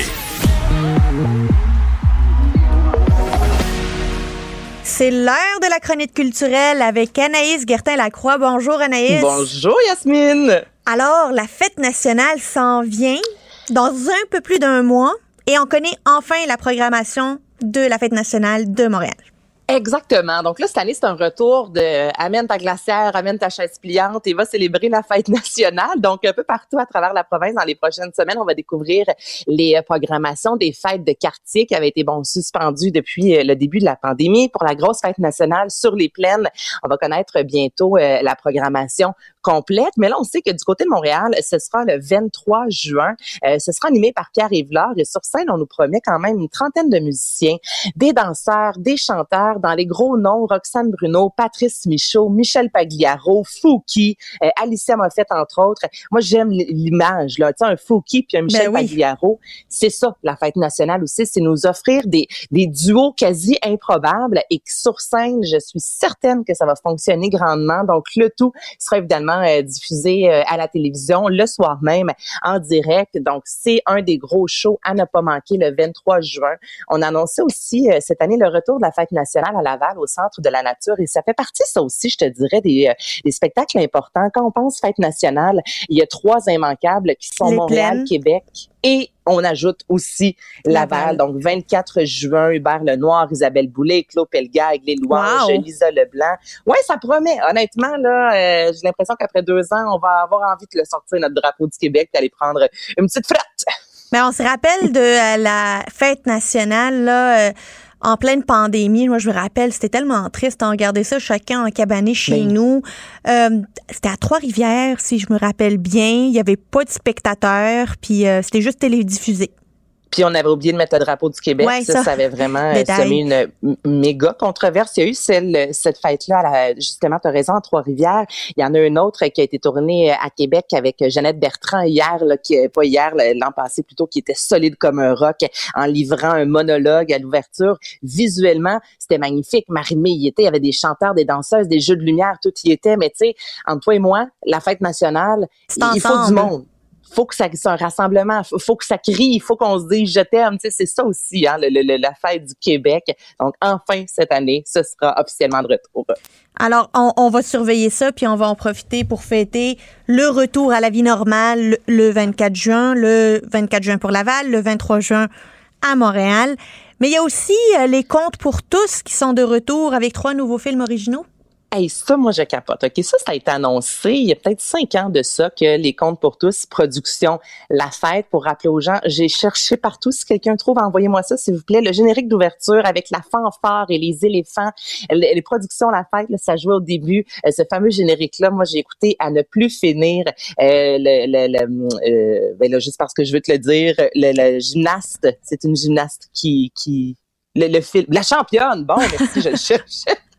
[SPEAKER 5] C'est l'heure de la chronique culturelle avec Anaïs Gertin-Lacroix. Bonjour Anaïs.
[SPEAKER 18] Bonjour Yasmine.
[SPEAKER 5] Alors, la fête nationale s'en vient dans un peu plus d'un mois et on connaît enfin la programmation de la fête nationale de Montréal.
[SPEAKER 18] Exactement. Donc là, cette année, c'est un retour de amène ta glacière, amène ta chaise pliante et va célébrer la fête nationale. Donc, un peu partout à travers la province, dans les prochaines semaines, on va découvrir les programmations des fêtes de quartier qui avaient été, bon, suspendues depuis le début de la pandémie. Pour la grosse fête nationale sur les plaines, on va connaître bientôt euh, la programmation complète. Mais là, on sait que du côté de Montréal, ce sera le vingt-trois juin. Euh, ce sera animé par Pierre Yvelard et sur scène, on nous promet quand même une trentaine de musiciens, des danseurs, des chanteurs, dans les gros noms, Roxane Bruno, Patrice Michaud, Michel Pagliaro, Fouki, euh, Alicia Moffett, entre autres. Moi, j'aime l'image, là. Tu sais, un Fouki puis un Michel ben oui. Pagliaro. C'est ça, la fête nationale aussi, c'est nous offrir des, des duos quasi improbables et que sur scène, je suis certaine que ça va fonctionner grandement. Donc, le tout sera évidemment euh, diffusé euh, à la télévision le soir même en direct. Donc, c'est un des gros shows à ne pas manquer le vingt-trois juin. On annonçait aussi euh, cette année le retour de la fête nationale à Laval, au Centre de la Nature. Et ça fait partie, ça aussi, je te dirais, des, des spectacles importants. Quand on pense fête nationale, il y a trois immanquables qui sont Les Montréal, plaines. Québec et on ajoute aussi Laval. Laval. Donc, vingt-quatre juin, Hubert Lenoir, Isabelle Boulay, Claude Pelgag, Les Louanges, wow. Lisa Leblanc. Ouais, ça promet. Honnêtement, là, euh, j'ai l'impression qu'après deux ans, on va avoir envie de le sortir, notre drapeau du Québec, d'aller prendre une petite frotte.
[SPEAKER 5] Mais on se rappelle de euh, la fête nationale, là, euh, en pleine pandémie. Moi, je me rappelle, c'était tellement triste. On regardait ça chacun en cabané chez oui. nous. Euh, c'était à Trois-Rivières, si je me rappelle bien. Il n'y avait pas de spectateurs, puis euh, c'était juste télédiffusé.
[SPEAKER 18] Puis on avait oublié de mettre le drapeau du Québec. Ouais, ça, ça, ça avait vraiment semé une m- méga controverse. Il y a eu celle, cette fête-là, à la, justement, tu as raison, à Trois-Rivières. Il y en a une autre qui a été tournée à Québec avec Jeannette Bertrand hier, là, qui, pas hier, l'an passé plutôt, qui était solide comme un roc en livrant un monologue à l'ouverture. Visuellement, c'était magnifique. Marie-Mé y était. Il y avait des chanteurs, des danseuses, des jeux de lumière, tout y était. Mais tu sais, entre toi et moi, la fête nationale, il, il faut du monde. Faut que ça, c'est un rassemblement, faut, faut que ça crie, il faut qu'on se dise je t'aime, tu sais, c'est ça aussi, hein, le, le, la fête du Québec. Donc enfin cette année, ce sera officiellement de retour.
[SPEAKER 5] Alors on, on va surveiller ça, puis on va en profiter pour fêter le retour à la vie normale le, le vingt-quatre juin, le vingt-quatre juin pour Laval, le vingt-trois juin à Montréal. Mais il y a aussi euh, les Contes pour tous qui sont de retour avec trois nouveaux films originaux.
[SPEAKER 18] Hey, ça, moi, je capote. OK, ça, ça a été annoncé il y a peut-être cinq ans de ça que les Contes pour tous, production La Fête, pour rappeler aux gens, j'ai cherché partout. Si quelqu'un trouve, envoyez-moi ça, s'il vous plaît. Le générique d'ouverture avec la fanfare et les éléphants, les, les productions La Fête, là, ça jouait au début. Euh, ce fameux générique-là, moi, j'ai écouté à ne plus finir. Euh, le, le, le, euh, ben là, juste parce que je veux te le dire, le, le gymnaste, c'est une gymnaste qui... qui le, le film, la championne, bon, merci, je le cherche.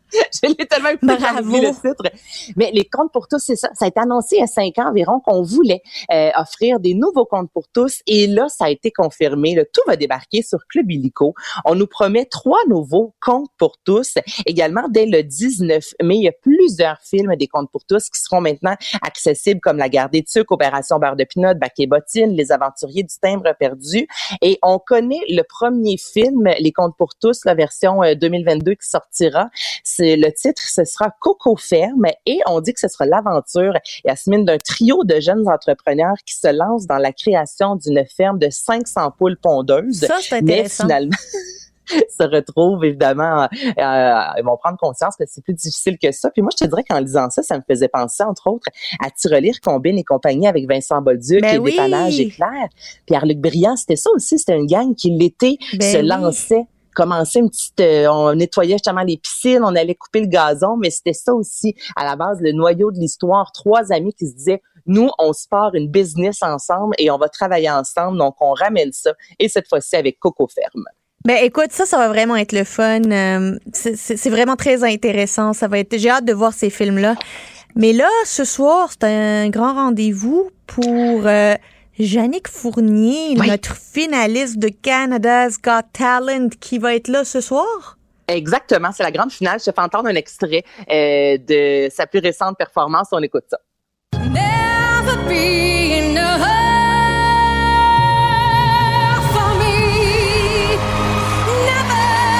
[SPEAKER 18] Je l'ai tellement écouté que j'ai oublié le titre. Mais les comptes pour tous, c'est ça. Ça a été annoncé il y a cinq ans environ qu'on voulait euh, offrir des nouveaux comptes pour tous. Et là, ça a été confirmé. Là, tout va débarquer sur Club Illico. On nous promet trois nouveaux comptes pour tous. Également, dès le dix-neuf mai, il y a plusieurs films des comptes pour tous qui seront maintenant accessibles comme La Guerre des Tucs, Opération Beurre de Pinot, Bac et Bottine, Les Aventuriers du Timbre perdu. Et on connaît le premier film, Les comptes pour tous, la version euh, deux mille vingt-deux qui sortira. C'est le titre, ce sera Coco Ferme et on dit que ce sera l'aventure, Yasmine, d'un trio de jeunes entrepreneurs qui se lancent dans la création d'une ferme de cinq cents poules pondeuses.
[SPEAKER 5] Ça, c'est intéressant.
[SPEAKER 18] Mais finalement, se retrouvent évidemment, euh, ils vont prendre conscience que c'est plus difficile que ça. Puis moi, je te dirais qu'en lisant ça, ça me faisait penser, entre autres, à Tirelire, Combine et compagnie avec Vincent Bolduc
[SPEAKER 5] Ben
[SPEAKER 18] et
[SPEAKER 5] oui.
[SPEAKER 18] Dépannage Éclair. Pierre-Luc Briand, c'était ça aussi, c'était une gang qui l'été
[SPEAKER 5] Ben
[SPEAKER 18] se
[SPEAKER 5] oui.
[SPEAKER 18] lançait. Commencer une petite, euh, on nettoyait justement les piscines, on allait couper le gazon, mais c'était ça aussi, à la base, le noyau de l'histoire. Trois amis qui se disaient, nous, on se part une business ensemble et on va travailler ensemble, donc on ramène ça. Et cette fois-ci avec Coco Ferme.
[SPEAKER 5] Ben écoute, ça, ça va vraiment être le fun. Euh, c'est, c'est, c'est vraiment très intéressant. Ça va être. J'ai hâte de voir ces films-là. Mais là, ce soir, c'est un grand rendez-vous pour euh, Yannick Fournier,
[SPEAKER 18] Oui.
[SPEAKER 5] notre finaliste de Canada's Got Talent, qui va être là ce soir.
[SPEAKER 18] Exactement, c'est la grande finale. Je te fais entendre un extrait euh, de sa plus récente performance. On écoute ça.
[SPEAKER 3] Never be enough for me. Never,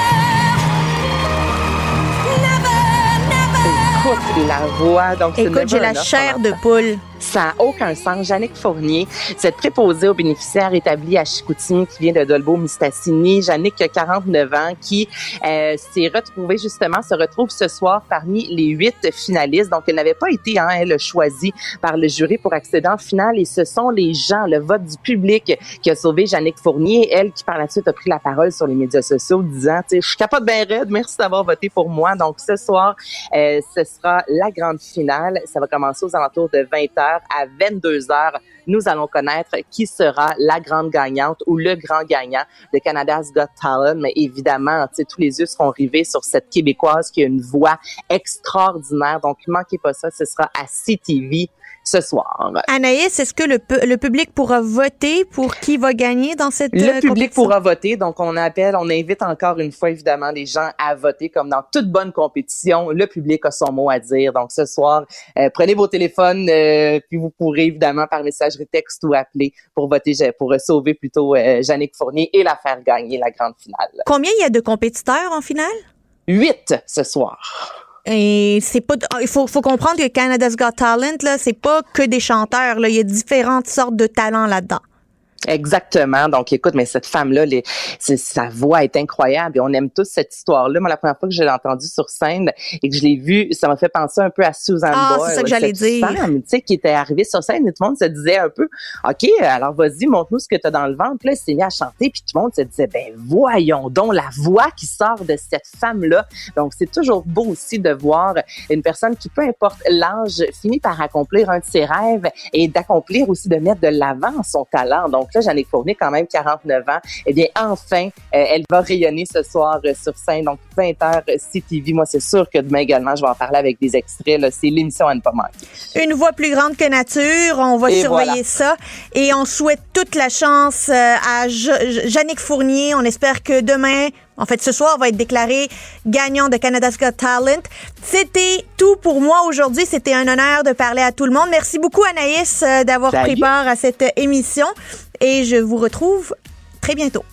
[SPEAKER 3] never, never, never.
[SPEAKER 18] Écoute la voix. Donc, c'est
[SPEAKER 5] Écoute, j'ai
[SPEAKER 18] never
[SPEAKER 5] la
[SPEAKER 18] enough,
[SPEAKER 5] chair
[SPEAKER 18] on
[SPEAKER 5] de
[SPEAKER 18] entend.
[SPEAKER 5] poule.
[SPEAKER 18] Ça n'a aucun sens. Yannick Fournier, cette préposée aux bénéficiaires établie à Chicoutimi qui vient de Dolbeau-Mistassini. Yannick, qui a quarante-neuf ans, qui euh, s'est retrouvée justement, se retrouve ce soir parmi les huit finalistes. Donc, elle n'avait pas été, hein, elle, choisie par le jury pour accéder en finale. Et ce sont les gens, le vote du public qui a sauvé Yannick Fournier. Elle qui, par la suite, a pris la parole sur les médias sociaux disant, tu sais, je suis capote bien raide, merci d'avoir voté pour moi. Donc, ce soir, euh, ce sera la grande finale. Ça va commencer aux alentours de vingt heures. À vingt-deux heures, nous allons connaître qui sera la grande gagnante ou le grand gagnant de Canada's Got Talent. Mais évidemment, tu sais, tous les yeux seront rivés sur cette Québécoise qui a une voix extraordinaire. Donc, manquez pas ça, ce sera à C T V ce soir.
[SPEAKER 5] Anaïs, est-ce que le, pu- le public pourra voter pour qui va gagner dans cette
[SPEAKER 18] Le
[SPEAKER 5] euh,
[SPEAKER 18] public
[SPEAKER 5] compétition?
[SPEAKER 18] pourra voter, donc on appelle, on invite encore une fois évidemment les gens à voter comme dans toute bonne compétition. Le public a son mot à dire. Donc ce soir, euh, prenez vos téléphones, euh, puis vous pourrez évidemment par messagerie texte ou appeler pour voter, pour sauver plutôt euh, Yannick Fournier et la faire gagner la grande finale.
[SPEAKER 5] Combien il y a de compétiteurs en finale?
[SPEAKER 18] Huit ce soir.
[SPEAKER 5] Et c'est pas, il faut, faut comprendre que Canada's Got Talent, là, c'est pas que des chanteurs, là. Il y a différentes sortes de talents là-dedans.
[SPEAKER 18] Exactement. Donc, écoute, mais cette femme-là, les, c'est, sa voix est incroyable et on aime tous cette histoire-là. Moi, la première fois que je l'ai entendue sur scène et que je l'ai vue, ça m'a fait penser un peu à Susan
[SPEAKER 5] Ah,
[SPEAKER 18] Boyle.
[SPEAKER 5] c'est ça que j'allais
[SPEAKER 18] cette
[SPEAKER 5] dire.
[SPEAKER 18] femme, tu sais, qui était arrivée sur scène et tout le monde se disait un peu, OK, alors vas-y, montre-nous ce que tu as dans le ventre. Puis là, il s'est mis à chanter puis tout le monde se disait, ben voyons donc la voix qui sort de cette femme-là. Donc, c'est toujours beau aussi de voir une personne qui, peu importe l'âge, finit par accomplir un de ses rêves et d'accomplir aussi, de mettre de l'avant son talent. Donc, là, Yannick Fournier, quand même quarante-neuf ans, eh bien, enfin, euh, elle va rayonner ce soir euh, sur scène. Donc, vingt heures C T V. Moi, c'est sûr que demain également, je vais en parler avec des extraits. Là. C'est l'émission à ne pas manquer.
[SPEAKER 5] Une voix plus grande que nature, on va
[SPEAKER 18] Et
[SPEAKER 5] surveiller
[SPEAKER 18] voilà.
[SPEAKER 5] ça. Et on souhaite toute la chance euh, à Je- Yannick Fournier. On espère que demain, en fait ce soir, va être déclaré gagnant de Canada's Got Talent. C'était tout pour moi aujourd'hui. C'était un honneur de parler à tout le monde. Merci beaucoup Anaïs euh, d'avoir
[SPEAKER 18] Salut.
[SPEAKER 5] pris part à cette émission. Et je vous retrouve très bientôt.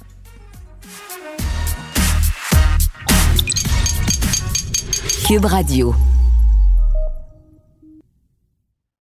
[SPEAKER 19] Cube Radio.